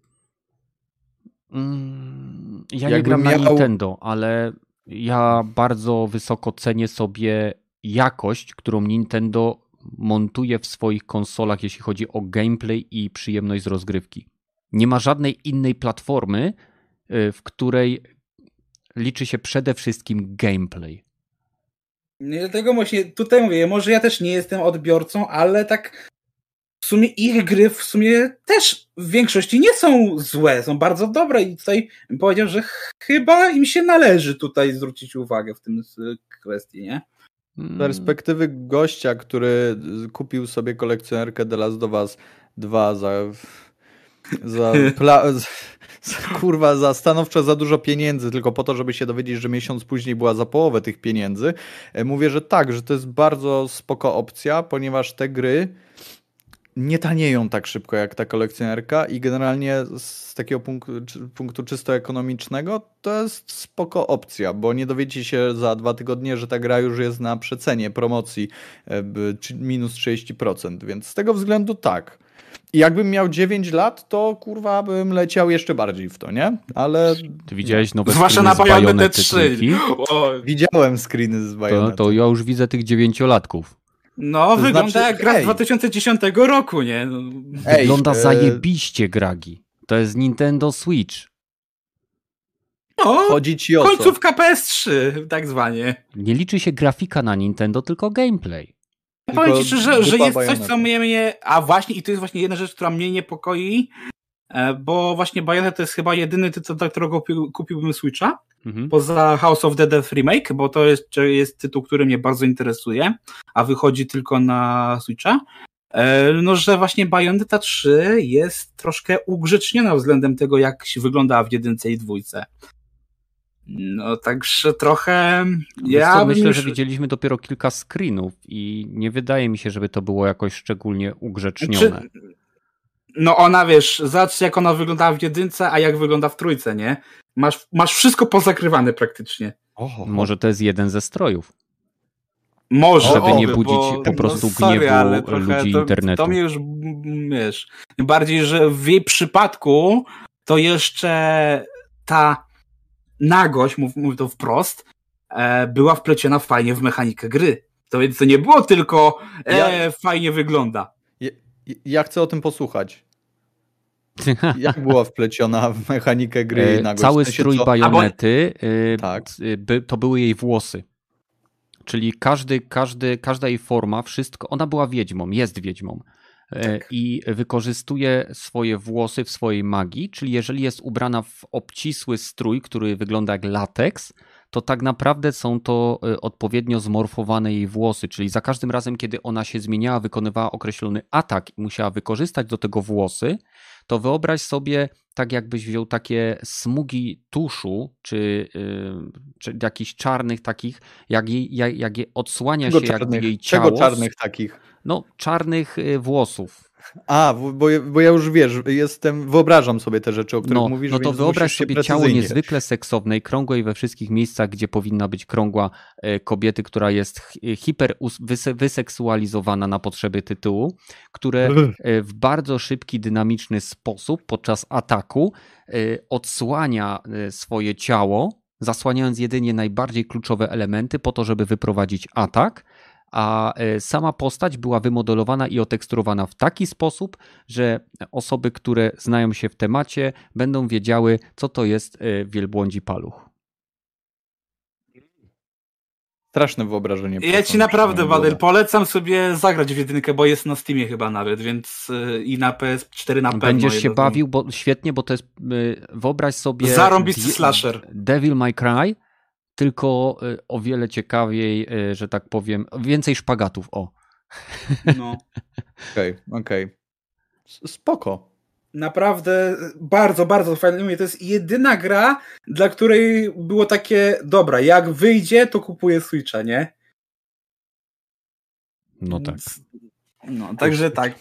Mm, ja Jakby nie gram miał... na Nintendo, ale ja bardzo wysoko cenię sobie jakość, którą Nintendo montuje w swoich konsolach, jeśli chodzi o gameplay i przyjemność z rozgrywki. Nie ma żadnej innej platformy, w której liczy się przede wszystkim gameplay. Nie, dlatego właśnie tutaj mówię, może ja też nie jestem odbiorcą, ale tak w sumie ich gry w sumie też w większości nie są złe, są bardzo dobre i tutaj bym powiedział, że chyba im się należy tutaj zwrócić uwagę w tym kwestii, nie? Z perspektywy gościa, który kupił sobie kolekcjonerkę The Last of Us dwa za... Za, pla- za, kurwa, za stanowczo za dużo pieniędzy, tylko po to, żeby się dowiedzieć, że miesiąc później była za połowę tych pieniędzy. Mówię, że tak, że to jest bardzo spoko opcja, ponieważ te gry nie tanieją tak szybko jak ta kolekcjonerka i generalnie z takiego punktu, punktu czysto ekonomicznego to jest spoko opcja, bo nie dowiecie się za dwa tygodnie, że ta gra już jest na przecenie promocji minus trzydzieści procent, więc z tego względu tak. I jakbym miał dziewięć lat, to kurwa bym leciał jeszcze bardziej w to, nie? Ale... Ty widziałeś nowe Zwłaszcza na Bayonetę trzy. Widziałem screeny z Bayonety. To, to ja już widzę tych dziewięciolatków. No, to wygląda znaczy, jak gra z dwa tysiące dziesiątego roku, nie? Ej, wygląda e... zajebiście, Gragi. To jest Nintendo Switch. No, chodzi ci o końcówka P S trzy, tak zwanie. Nie liczy się grafika na Nintendo, tylko gameplay. Ja powiem ci, że, że jest coś, co mnie, mnie... A właśnie, i to jest właśnie jedna rzecz, która mnie niepokoi, bo właśnie Bayonetta to jest chyba jedyny tytuł, dla którego kupi, kupiłbym Switcha, mhm. poza House of the Dead Remake, bo to jest, jest tytuł, który mnie bardzo interesuje, a wychodzi tylko na Switcha. No, że właśnie Bayonetta trzy jest troszkę ugrzeczniona względem tego, jak się wyglądała w jedynce i dwójce. No, także trochę... Ja co, myślę, już... że widzieliśmy dopiero kilka screenów i nie wydaje mi się, żeby to było jakoś szczególnie ugrzecznione. Znaczy, no ona, wiesz, zobacz jak ona wyglądała w jedynce, a jak wygląda w trójce, nie? Masz, masz wszystko pozakrywane praktycznie. Oho. Może to jest jeden ze strojów. Może, żeby o, nie budzić bo, po prostu no, sorry, gniewu ale trochę ludzi to, internetu. To mnie już, wiesz, bardziej, że w jej przypadku to jeszcze ta nagość, mów, mówię to wprost, e, była wpleciona fajnie w mechanikę gry. To więc to nie było tylko e, ja, fajnie wygląda. Ja, ja chcę o tym posłuchać. Jak była wpleciona w mechanikę gry? Nagość? Cały w sensie strój co? Bajonety y, tak. by, to były jej włosy. Czyli każdy, każdy, każda jej forma, wszystko, ona była wiedźmą, jest wiedźmą tak. i wykorzystuje swoje włosy w swojej magii, czyli jeżeli jest ubrana w obcisły strój, który wygląda jak lateks, to tak naprawdę są to odpowiednio zmorfowane jej włosy, czyli za każdym razem, kiedy ona się zmieniała, wykonywała określony atak i musiała wykorzystać do tego włosy, to wyobraź sobie, tak jakbyś wziął takie smugi tuszu, czy, yy, czy jakichś czarnych takich, jak jej, jak, jak je odsłania Czego się czarnych? jak jej ciało. Czego czarnych takich? No, czarnych włosów. A, bo, bo ja już wiesz, jestem, wyobrażam sobie te rzeczy, o których no, mówisz, no to więc wyobraź sobie precyzyjnie. ciało niezwykle seksownej, krągłej we wszystkich miejscach, gdzie powinna być krągła kobiety, która jest hiper wyseksualizowana na potrzeby tytułu, które w bardzo szybki, dynamiczny sposób podczas ataku odsłania swoje ciało, zasłaniając jedynie najbardziej kluczowe elementy po to, żeby wyprowadzić atak, a sama postać była wymodelowana i oteksturowana w taki sposób, że osoby, które znają się w temacie, będą wiedziały, co to jest wielbłądzi paluch. Straszne wyobrażenie. Ja ci naprawdę, Badyl, polecam sobie zagrać w jedynkę, bo jest na Steamie chyba nawet, więc i na P S cztery na pewno. Będziesz się bawił, bo świetnie, bo to jest, wyobraź sobie... Zarąbisty slasher. Devil May Cry, tylko o wiele ciekawiej, że tak powiem, więcej szpagatów, o. No. Okej, okay, okej. Okay. Spoko. Naprawdę bardzo, bardzo fajnie. To jest jedyna gra, dla której było takie, dobra, jak wyjdzie, to kupuję Switcha, nie? No tak. No, także tak.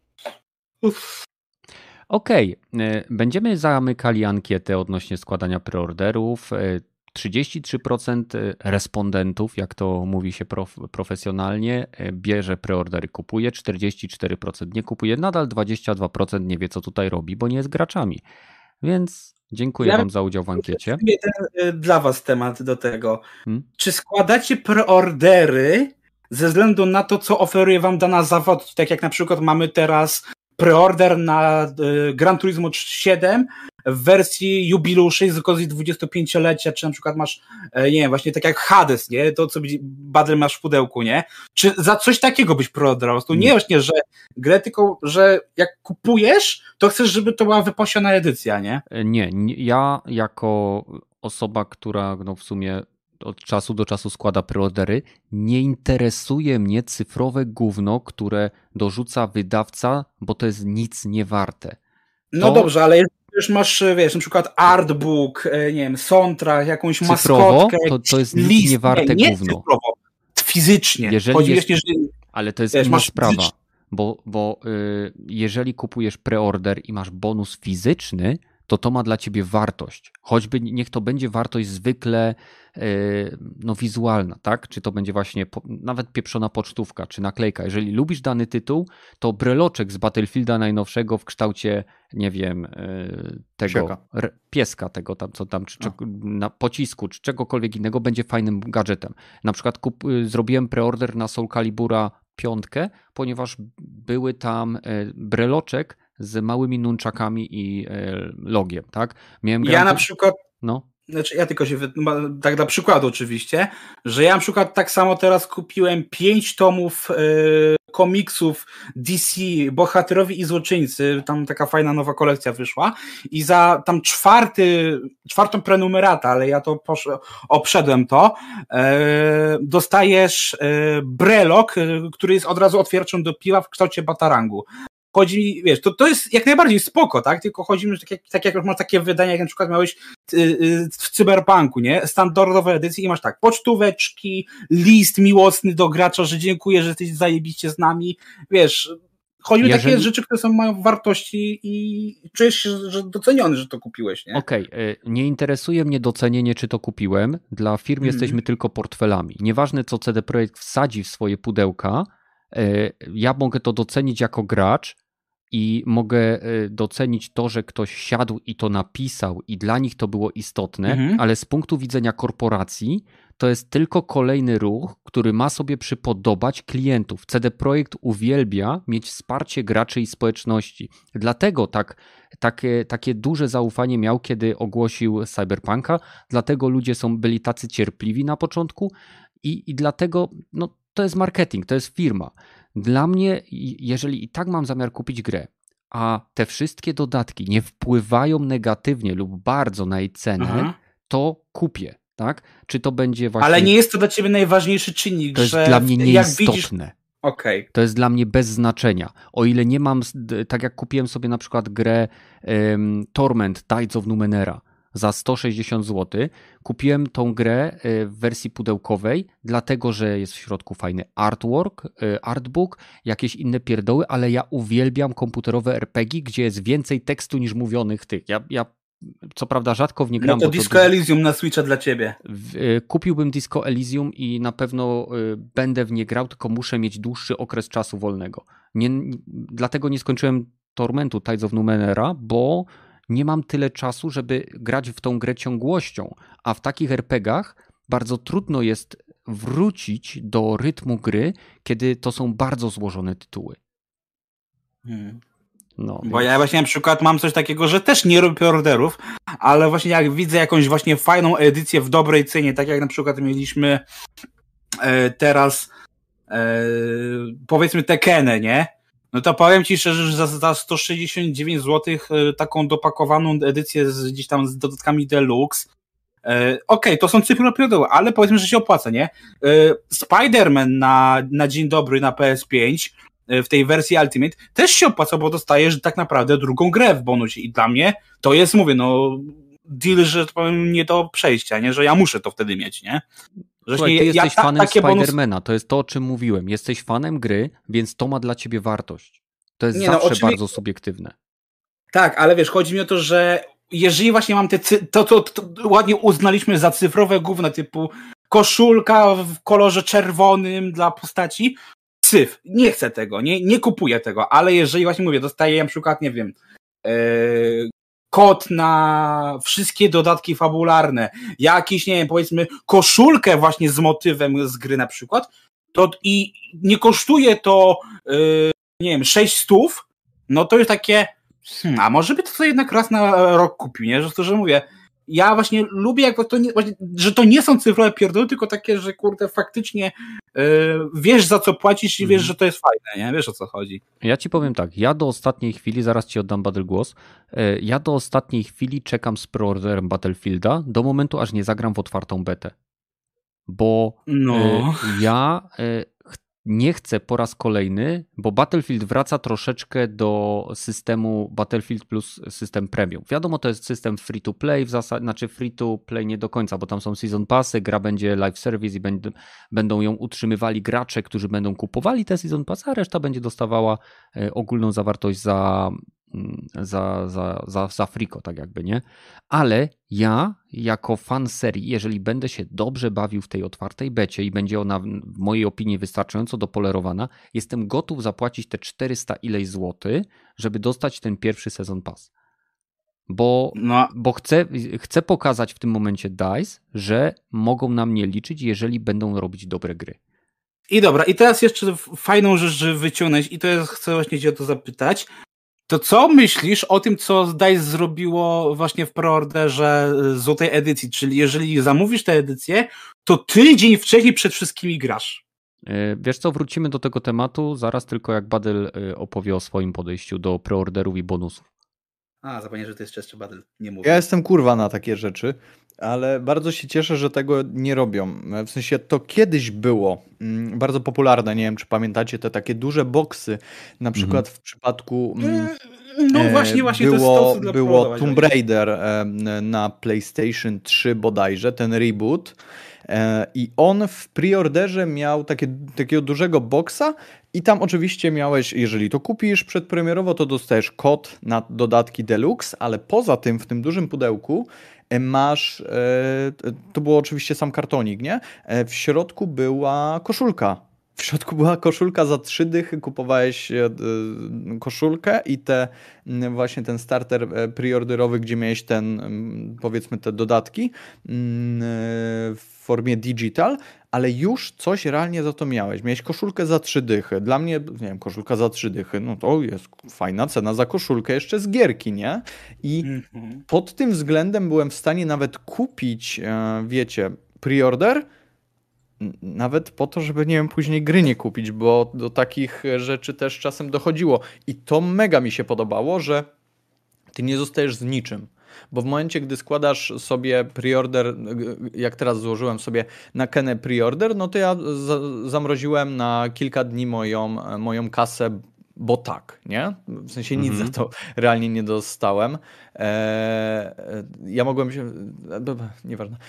Okej, okay. Będziemy zamykali ankietę odnośnie składania preorderów. trzydzieści trzy procent respondentów, jak to mówi się prof, profesjonalnie, bierze preordery, kupuje, czterdzieści cztery procent nie kupuje, nadal dwadzieścia dwa procent nie wie, co tutaj robi, bo nie jest graczami. Więc dziękuję ja wam za udział w ankiecie. Ten, dla was temat do tego. Hmm? Czy składacie preordery ze względu na to, co oferuje wam dana zawód, tak jak na przykład mamy teraz preorder na y, Gran Turismo siedem w wersji jubiluszy z okazji dwudziestopięciolecia, czy na przykład masz, nie wiem, właśnie tak jak Hades, nie? To, co Badr masz w pudełku, nie? Czy za coś takiego byś preorderował? To nie właśnie, że grę, tylko, że jak kupujesz, to chcesz, żeby to była wypasiona edycja, nie? Nie, nie ja jako osoba, która no w sumie od czasu do czasu składa preordery, nie interesuje mnie cyfrowe gówno, które dorzuca wydawca, bo to jest nic nie warte. To... No dobrze, ale już masz, wiesz, na przykład artbook, nie wiem, soundtrack, jakąś cyfrowo, maskotkę, to, to jest nic list, nie warte nie, nie gówno. Cyfrowo, fizycznie. Jeżeli Chodzi jest, właśnie, że, ale to jest wiesz, inna masz sprawa, fizycznie. bo, bo y, jeżeli kupujesz preorder i masz bonus fizyczny, to to ma dla ciebie wartość. Choćby niech to będzie wartość zwykle yy, no, wizualna, tak? Czy to będzie właśnie po, nawet pieprzona pocztówka, czy naklejka. Jeżeli lubisz dany tytuł, to breloczek z Battlefielda najnowszego w kształcie, nie wiem, yy, tego r, pieska tego tam, co tam, czy, czy na pocisku, czy czegokolwiek innego będzie fajnym gadżetem. Na przykład kup, yy, zrobiłem preorder na Soul Calibura piątkę, ponieważ były tam yy, breloczek z małymi nunczakami i logiem, tak? Miałem ja na przykład, no. znaczy ja tylko się, tak dla przykładu oczywiście, że ja na przykład tak samo teraz kupiłem pięć tomów komiksów D C, Bohaterowie i Złoczyńcy, tam taka fajna nowa kolekcja wyszła i za tam czwarty, czwartą prenumeratę, ale ja to posz, obszedłem to, e, dostajesz e, brelok, e, który jest od razu otwierczą do piwa w kształcie batarangu. Chodzi mi, wiesz, to, to jest jak najbardziej spoko, tak? Tylko chodzi mi, że tak jak, tak jak masz takie wydania, jak na przykład miałeś y, y, w Cyberpunku, nie? Standardowe edycje i masz tak, pocztóweczki, list miłosny do gracza, że dziękuję, że jesteś zajebiście z nami, wiesz, chodzi mi o Jeżeli... takie rzeczy, które są, mają wartości i czujesz się, że doceniony, że to kupiłeś, nie? Okej, okay. Nie interesuje mnie docenienie, czy to kupiłem, dla firm mm. jesteśmy tylko portfelami. Nieważne, co C D Projekt wsadzi w swoje pudełka, ja mogę to docenić jako gracz i mogę docenić to, że ktoś siadł i to napisał i dla nich to było istotne, mhm. ale z punktu widzenia korporacji to jest tylko kolejny ruch, który ma sobie przypodobać klientów. C D Projekt uwielbia mieć wsparcie graczy i społeczności. Dlatego tak, takie, takie duże zaufanie miał, kiedy ogłosił Cyberpunka, dlatego ludzie są, byli tacy cierpliwi na początku i, i dlatego no, to jest marketing, to jest firma. Dla mnie, jeżeli i tak mam zamiar kupić grę, a te wszystkie dodatki nie wpływają negatywnie lub bardzo na jej cenę, mhm. to kupię, tak? Czy to będzie właśnie... Ale nie jest to dla ciebie najważniejszy czynnik, to jest że dla mnie nieistotne. Widzisz... Okay. To jest dla mnie bez znaczenia. O ile nie mam, tak jak kupiłem sobie na przykład grę um, Torment Tides of Numenera za sto sześćdziesiąt złotych, kupiłem tą grę w wersji pudełkowej, dlatego że jest w środku fajny artwork, artbook, jakieś inne pierdoły, ale ja uwielbiam komputerowe er pe gie, gdzie jest więcej tekstu niż mówionych tych. Ja, ja co prawda rzadko w nie gram. No to Disco to... Elysium na Switcha dla ciebie. Kupiłbym Disco Elysium i na pewno będę w nie grał, tylko muszę mieć dłuższy okres czasu wolnego. Nie, dlatego nie skończyłem Tormentu Tides of Numenera, bo nie mam tyle czasu, żeby grać w tą grę ciągłością, a w takich er pe gach bardzo trudno jest wrócić do rytmu gry, kiedy to są bardzo złożone tytuły. Hmm. No, bo więc... ja właśnie na przykład mam coś takiego, że też nie robię orderów, ale właśnie jak widzę jakąś właśnie fajną edycję w dobrej cenie, tak jak na przykład mieliśmy e, teraz e, powiedzmy Tekkenę, nie? No to powiem ci szczerze, że za, za sto sześćdziesiąt dziewięć złotych taką dopakowaną edycję z, gdzieś tam z dodatkami Deluxe. E, Okej, okay, to są cyfrowe pierdoły, ale powiedzmy, że się opłaca, nie? E, Spider-Man na, na dzień dobry na P S pięć e, w tej wersji Ultimate też się opłaca, bo dostajesz tak naprawdę drugą grę w bonusie i dla mnie to jest, mówię, no deal, że to powiem, nie do przejścia, nie? Że ja muszę to wtedy mieć, nie? Słuchaj, ty jesteś ja, ta, fanem Spidermana, bonus... to jest to, o czym mówiłem. Jesteś fanem gry, więc to ma dla ciebie wartość. To jest nie, zawsze no, oczywiście... bardzo subiektywne. Tak, ale wiesz, chodzi mi o to, że jeżeli właśnie mam te, cy... to, to, to, to ładnie uznaliśmy za cyfrowe gówno typu koszulka w kolorze czerwonym dla postaci, cyf, nie chcę tego, nie, nie kupuję tego, ale jeżeli właśnie mówię, dostaję na przykład, nie wiem, yy... kod na wszystkie dodatki fabularne, jakiś, nie wiem, powiedzmy koszulkę właśnie z motywem z gry na przykład, to i nie kosztuje to, yy, nie wiem, sześć stów, no to już takie, hmm, a może by to jednak raz na rok kupił, nie? Że to, że mówię, ja właśnie lubię, jak to nie, właśnie, że to nie są cyfrowe pierdoły, tylko takie, że kurde, faktycznie yy, wiesz, za co płacisz i wiesz, że to jest fajne, nie? Wiesz, o co chodzi. Ja ci powiem tak, ja do ostatniej chwili, zaraz ci oddam Battle głos, yy, ja do ostatniej chwili czekam z preorderem Battlefielda do momentu, aż nie zagram w otwartą betę. Bo no. yy, ja yy, nie chcę po raz kolejny, bo Battlefield wraca troszeczkę do systemu Battlefield plus system premium. Wiadomo, to jest system free to play, w zasadzie, znaczy free to play nie do końca, bo tam są season passy, gra będzie live service i będą, będą ją utrzymywali gracze, którzy będą kupowali te season passy, a reszta będzie dostawała ogólną zawartość za, za, za, za, za friko, tak jakby, nie? Ale ja, jako fan serii, jeżeli będę się dobrze bawił w tej otwartej becie i będzie ona w mojej opinii wystarczająco dopolerowana, jestem gotów zapłacić te czterysta ileś złotych, żeby dostać ten pierwszy sezon pass. Bo, no. bo chcę, chcę pokazać w tym momencie DICE, że mogą na mnie liczyć, jeżeli będą robić dobre gry. I dobra, i teraz jeszcze fajną rzecz wyciągnąć i to jest, chcę właśnie cię o to zapytać. To co myślisz o tym, co DICE zrobiło właśnie w preorderze złotej edycji? Czyli jeżeli zamówisz tę edycję, to tydzień wcześniej przed wszystkimi grasz. Wiesz co, wrócimy do tego tematu zaraz, tylko jak Badel opowie o swoim podejściu do preorderów i bonusów. A, zapomniałem, że to jest jeszcze Badel. Nie mówię. Ja jestem kurwa na takie rzeczy, ale bardzo się cieszę, że tego nie robią. W sensie to kiedyś było mm, bardzo popularne, nie wiem czy pamiętacie te takie duże boksy, na przykład mm. w przypadku mm, no właśnie, właśnie było, to jest było Tomb Raider e, na PlayStation trzy bodajże, ten reboot. I on w preorderze miał takie, takiego dużego boksa i tam oczywiście miałeś, jeżeli to kupisz przedpremierowo, to dostajesz kod na dodatki deluxe, ale poza tym w tym dużym pudełku masz, to było oczywiście sam kartonik, nie? W środku była koszulka. W środku była koszulka za trzy dychy, kupowałeś koszulkę i te właśnie ten starter preorderowy, gdzie miałeś ten, powiedzmy te dodatki w formie digital, ale już coś realnie za to miałeś. Miałeś koszulkę za trzy dychy. Dla mnie, nie wiem, koszulka za trzy dychy, no to jest fajna cena za koszulkę jeszcze z gierki, nie? I mm-hmm. pod tym względem byłem w stanie nawet kupić, wiecie, preorder, nawet po to, żeby, nie wiem, później gry nie kupić, bo do takich rzeczy też czasem dochodziło. I to mega mi się podobało, że ty nie zostajesz z niczym. Bo w momencie, gdy składasz sobie preorder, jak teraz złożyłem sobie na Kenę preorder, no to ja zamroziłem na kilka dni moją, moją kasę, bo tak, nie? W sensie nic mm-hmm. za to realnie nie dostałem. Eee, ja mogłem się... Nieważne.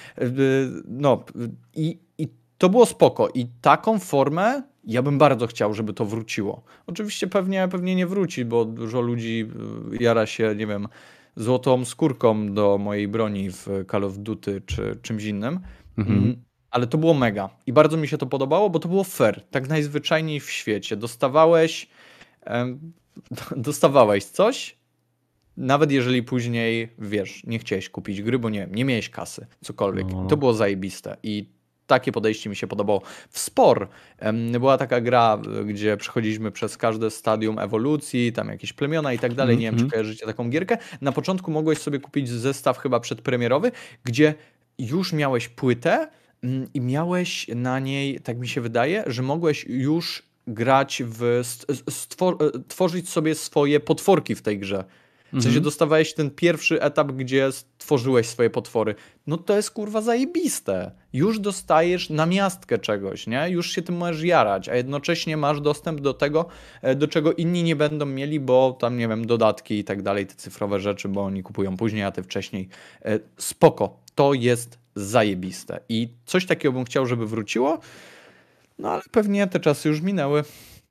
No i, i to było spoko i taką formę ja bym bardzo chciał, żeby to wróciło. Oczywiście pewnie, pewnie nie wróci, bo dużo ludzi jara się, nie wiem, złotą skórką do mojej broni w Call of Duty czy czymś innym. Mhm. Ale to było mega i bardzo mi się to podobało, bo to było fair, tak najzwyczajniej w świecie. Dostawałeś, em, dostawałeś coś, nawet jeżeli później, wiesz, nie chciałeś kupić gry, bo nie wiem, nie miałeś kasy, cokolwiek. No. To było zajebiste i takie podejście mi się podobało. W Spore była taka gra, gdzie przechodziliśmy przez każde stadium ewolucji, tam jakieś plemiona i tak dalej. Nie mm-hmm. wiem, czy kojarzycie taką gierkę. Na początku mogłeś sobie kupić zestaw chyba przedpremierowy, gdzie już miałeś płytę i miałeś na niej, tak mi się wydaje, że mogłeś już grać w... Stwor- tworzyć sobie swoje potworki w tej grze. W sensie dostawałeś ten pierwszy etap, gdzie stworzyłeś swoje potwory. No to jest kurwa zajebiste. Już dostajesz namiastkę czegoś, nie? Już się tym możesz jarać, a jednocześnie masz dostęp do tego, do czego inni nie będą mieli, bo tam, nie wiem, dodatki i tak dalej, te cyfrowe rzeczy, bo oni kupują później, a ty wcześniej. Spoko. To jest zajebiste. I coś takiego bym chciał, żeby wróciło, no ale pewnie te czasy już minęły.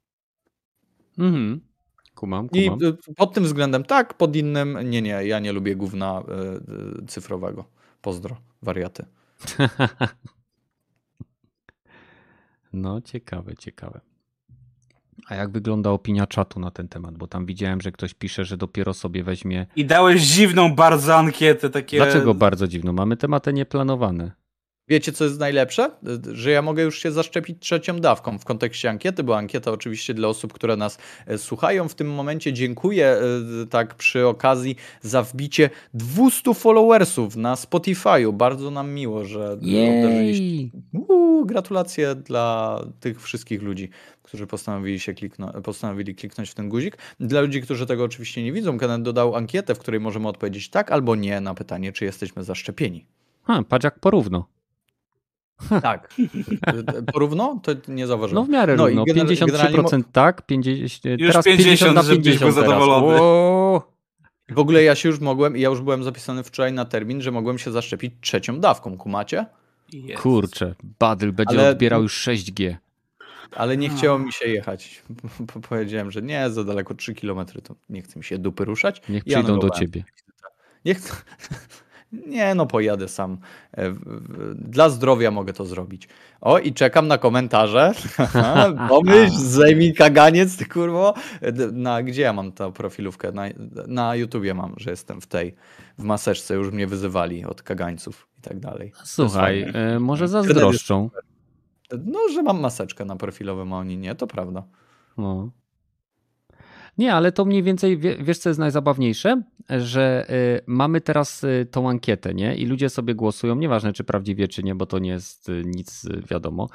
Mhm. Kumam, kumam. I pod tym względem tak, pod innym nie, nie, ja nie lubię gówna y, cyfrowego. Pozdro, wariaty. No ciekawe, ciekawe. A jak wygląda opinia czatu na ten temat? Bo tam widziałem, że ktoś pisze, że dopiero sobie weźmie... I dałeś dziwną bardzo ankietę. Takie... Dlaczego bardzo dziwną? Mamy tematy nieplanowane. Wiecie, co jest najlepsze? Że ja mogę już się zaszczepić trzecią dawką w kontekście ankiety, bo ankieta oczywiście dla osób, które nas słuchają. W tym momencie dziękuję tak przy okazji za wbicie dwieście followersów na Spotify'u. Bardzo nam miło, że obdarzyliście. Uuu, gratulacje dla tych wszystkich ludzi, którzy postanowili się kliknąć, postanowili kliknąć w ten guzik. Dla ludzi, którzy tego oczywiście nie widzą, Kenneth dodał ankietę, w której możemy odpowiedzieć tak albo nie na pytanie, czy jesteśmy zaszczepieni. Ha, patrz jak porówno. Tak. Porówno? To nie zauważyłem. No w miarę no równo. I pięćdziesiąt trzy procent mo- tak, pięćdziesiąt, teraz pięćdziesiąt na pięćdziesiąt zadowolony. W ogóle ja się już mogłem, ja już byłem zapisany wczoraj na termin, że mogłem się zaszczepić trzecią dawką, kumacie? Jezus. Kurczę, Badl będzie Ale... odbierał już sześć G. Ale nie chciało mi się jechać. Powiedziałem, że nie, za daleko trzy kilometry, to nie chce mi się dupy ruszać. Niech przyjdą do ciebie. Niech... Nie, no pojadę sam. Dla zdrowia mogę to zrobić. O, i czekam na komentarze. Pomyśl, zajmij kaganiec, ty kurwo. Na, gdzie ja mam tę profilówkę? Na, na YouTubie mam, że jestem w tej, w maseczce. Już mnie wyzywali od kagańców i tak dalej. Słuchaj, y, może zazdroszczą. No, że mam maseczkę na profilowym, a oni nie, to prawda. No. Nie, ale to mniej więcej, wiesz co jest najzabawniejsze? Że y, mamy teraz y, tą ankietę, nie? I ludzie sobie głosują, nieważne czy prawdziwie czy nie, bo to nie jest y, nic y, wiadomo,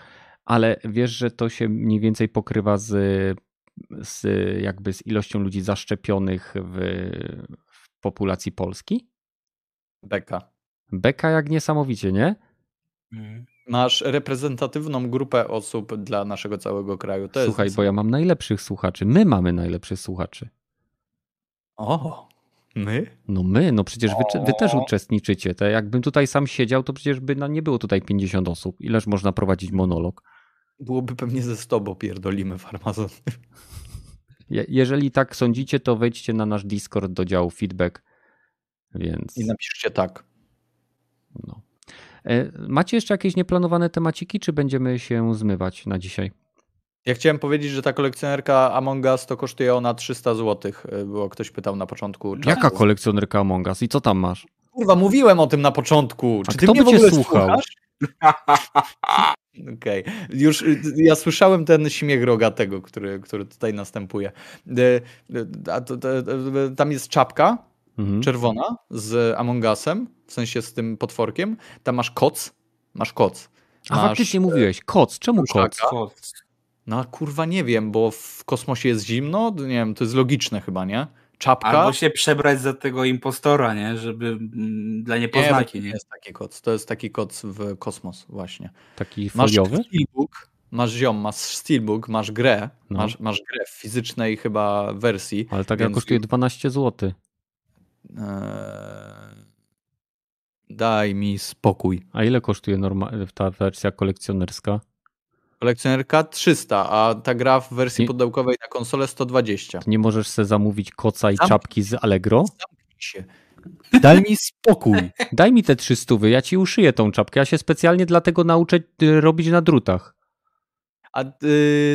ale wiesz, że to się mniej więcej pokrywa z, z jakby z ilością ludzi zaszczepionych w, w populacji Polski? Beka. Beka jak niesamowicie, nie? Mhm. Masz reprezentatywną grupę osób dla naszego całego kraju. To Słuchaj, jest... bo ja mam najlepszych słuchaczy. My mamy najlepszych słuchaczy. O, my? No my, no przecież wy, wy też uczestniczycie. To jakbym tutaj sam siedział, to przecież by no, nie było tutaj pięćdziesiąt osób. Ileż można prowadzić monolog? Byłoby pewnie ze sto, bo pierdolimy farmazon. Je, jeżeli tak sądzicie, to wejdźcie na nasz Discord do działu feedback. Więc... I napiszcie tak. No. E, macie jeszcze jakieś nieplanowane temaciki, czy będziemy się zmywać na dzisiaj? Ja chciałem powiedzieć, że ta kolekcjonerka Among Us to kosztuje ona trzysta złotych, bo ktoś pytał na początku. Jaka kolekcjonerka Among Us i co tam masz? Kurwa, mówiłem o tym na początku. A Czy ty kto mnie by w ogóle cię słuchał? Okej, okay. Już ja słyszałem ten śmiech rogatego, który, który tutaj następuje. A to, to, tam jest czapka mhm. czerwona z Among Usem, w sensie z tym potworkiem. Tam masz koc, masz koc. A masz, faktycznie mówiłeś, koc, czemu koc? koc? No kurwa nie wiem, bo w kosmosie jest zimno, nie wiem, to jest logiczne chyba, nie? Czapka. Albo się przebrać za tego impostora, nie? Żeby mm, dla niepoznaki, nie? Nie, to nie jest taki koc, to jest taki koc w kosmos właśnie. Taki foliowy? Masz steelbook, masz ziom, masz steelbook, masz grę, no. masz, masz grę w fizycznej chyba wersji. Ale tak więc... kosztuje dwanaście złotych. Eee... Daj mi spokój. A ile kosztuje norma- ta wersja kolekcjonerska? Kolekcjonerka trzysta, a ta gra w wersji nie, pudełkowej na konsolę sto dwadzieścia. Nie możesz sobie zamówić koca i Zamknij. czapki z Allegro? Zamknij się. Daj mi spokój. Daj mi te trzy stówy, ja ci uszyję tą czapkę. Ja się specjalnie dlatego nauczę robić na drutach. A yy...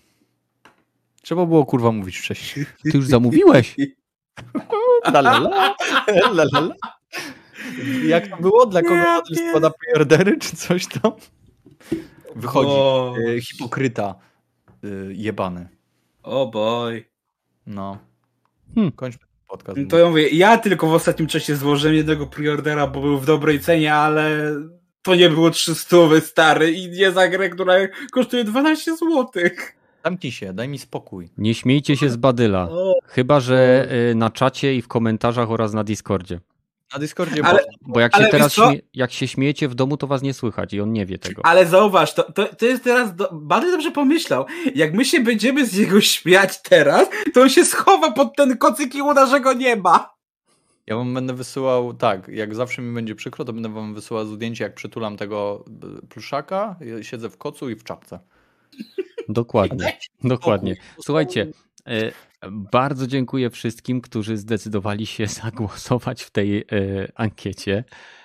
trzeba było kurwa mówić wcześniej. Ty już zamówiłeś? la, la, la. La, la, la. Jak to było? Dla kogo ja składa preordery czy coś tam? Wychodzi o... y, hipokryta y, jebany. O oh boy. No. Hmm. Kończmy podcast. To ja mówię, ja tylko w ostatnim czasie złożyłem jednego preordera, bo był w dobrej cenie, ale to nie było trzysta stary i nie za grę, która kosztuje dwanaście złotych. Zamknij się, daj mi spokój. Nie śmiejcie się z Badyla. Chyba że na czacie i w komentarzach oraz na Discordzie. Na Discordzie, ale, bo jak się teraz śmie- jak się śmiejecie w domu, to was nie słychać i on nie wie tego. Ale zauważ, to, to, to jest teraz, do... bardzo dobrze pomyślał, jak my się będziemy z niego śmiać teraz, to on się schowa pod ten kocyk i uda, że go nie ma. Ja wam będę wysyłał, tak, jak zawsze mi będzie przykro, to będę wam wysyłał zdjęcie, jak przytulam tego pluszaka, siedzę w kocu i w czapce. Dokładnie, dokładnie. Słuchajcie, bardzo dziękuję wszystkim, którzy zdecydowali się zagłosować w tej e, ankiecie.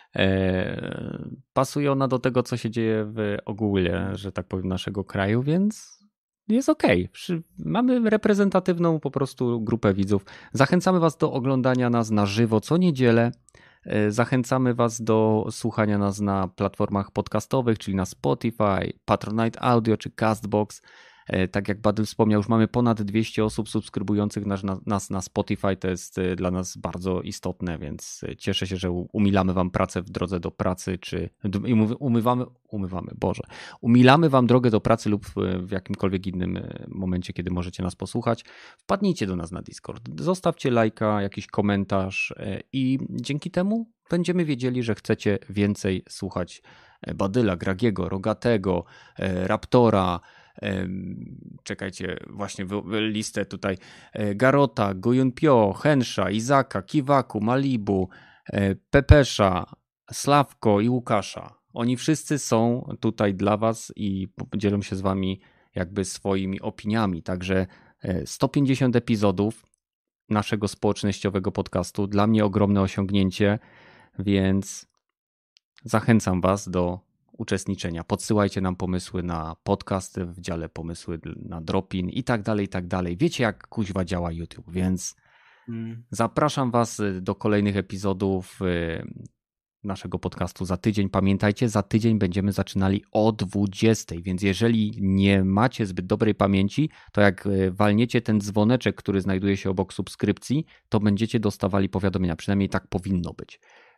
E, pasuje ona do tego, co się dzieje w ogóle, że tak powiem, naszego kraju, więc jest okej. Okay. Mamy reprezentatywną po prostu grupę widzów. Zachęcamy was do oglądania nas na żywo co niedzielę. E, zachęcamy was do słuchania nas na platformach podcastowych, czyli na Spotify, Patronite Audio czy Castbox. Tak jak Badyl wspomniał, już mamy ponad dwieście osób subskrybujących nas na, nas na Spotify. To jest dla nas bardzo istotne, więc cieszę się, że umilamy wam pracę w drodze do pracy, czy umywamy, umywamy, Boże, umilamy wam drogę do pracy lub w jakimkolwiek innym momencie, kiedy możecie nas posłuchać. Wpadnijcie do nas na Discord, zostawcie lajka, jakiś komentarz i dzięki temu będziemy wiedzieli, że chcecie więcej słuchać Badyla, Gragiego, Rogatego, Raptora, czekajcie, właśnie listę tutaj, Garota, Gojunpio, Hensza, Izaka, Kiwaku, Malibu, Pepesza, Sławko i Łukasza. Oni wszyscy są tutaj dla was i dzielą się z wami jakby swoimi opiniami. Także sto pięćdziesiąt epizodów naszego społecznościowego podcastu. Dla mnie ogromne osiągnięcie, więc zachęcam was do uczestniczenia. Podsyłajcie nam pomysły na podcast w dziale pomysły na drop-in i tak dalej, i tak dalej. Wiecie, jak kuźwa działa YouTube, więc hmm. zapraszam was do kolejnych epizodów naszego podcastu za tydzień. Pamiętajcie, za tydzień będziemy zaczynali o dwudziestej, więc jeżeli nie macie zbyt dobrej pamięci, to jak walniecie ten dzwoneczek, który znajduje się obok subskrypcji, to będziecie dostawali powiadomienia. Przynajmniej tak powinno być.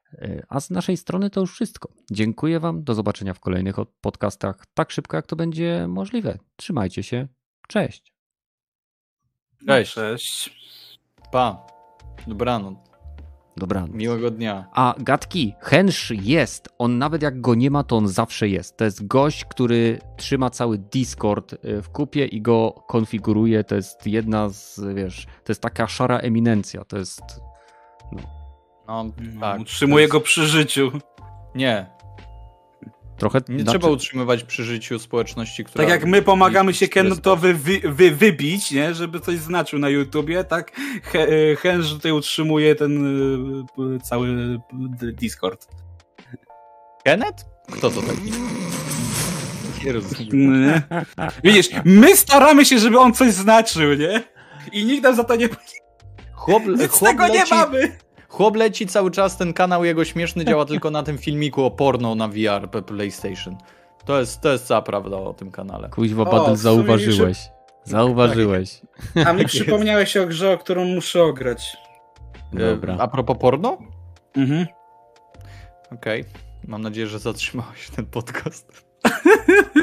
A z naszej strony to już wszystko. Dziękuję wam, do zobaczenia w kolejnych podcastach tak szybko, jak to będzie możliwe. Trzymajcie się, cześć. Cześć. Cześć. Pa. Dobranoc. Dobranoc. Miłego dnia. A gadki, Hensz jest. On nawet jak go nie ma, to on zawsze jest. To jest gość, który trzyma cały Discord w kupie i go konfiguruje. To jest jedna z, wiesz, to jest taka szara eminencja. To jest... No. No, tak. Utrzymuje jest... go przy życiu. Nie. Trochę, Nie znaczy... trzeba utrzymywać przy życiu społeczności, która... Tak jak my pomagamy się Kenotowi wy, wy, wybić, nie? Żeby coś znaczył na YouTubie, tak Hensz tutaj utrzymuje ten y, cały Discord. Kenneth? Kto to taki? Nie rozumiem. Nie? Widzisz, my staramy się, żeby on coś znaczył, nie? I nikt nam za to nie... Chłop, Nic chłop tego leci, nie mamy! Chłop leci cały czas, ten kanał jego śmieszny działa tylko na tym filmiku o porno na V R PlayStation. To jest, to jest cała prawda o tym kanale. Kuźwa, O, Badel, w sumie zauważyłeś. Zauważyłeś. A mi przypomniałeś o grze, o którą muszę ograć. Dobra. A propos porno? Mhm. Okej. Okay. Mam nadzieję, że zatrzymałeś ten podcast.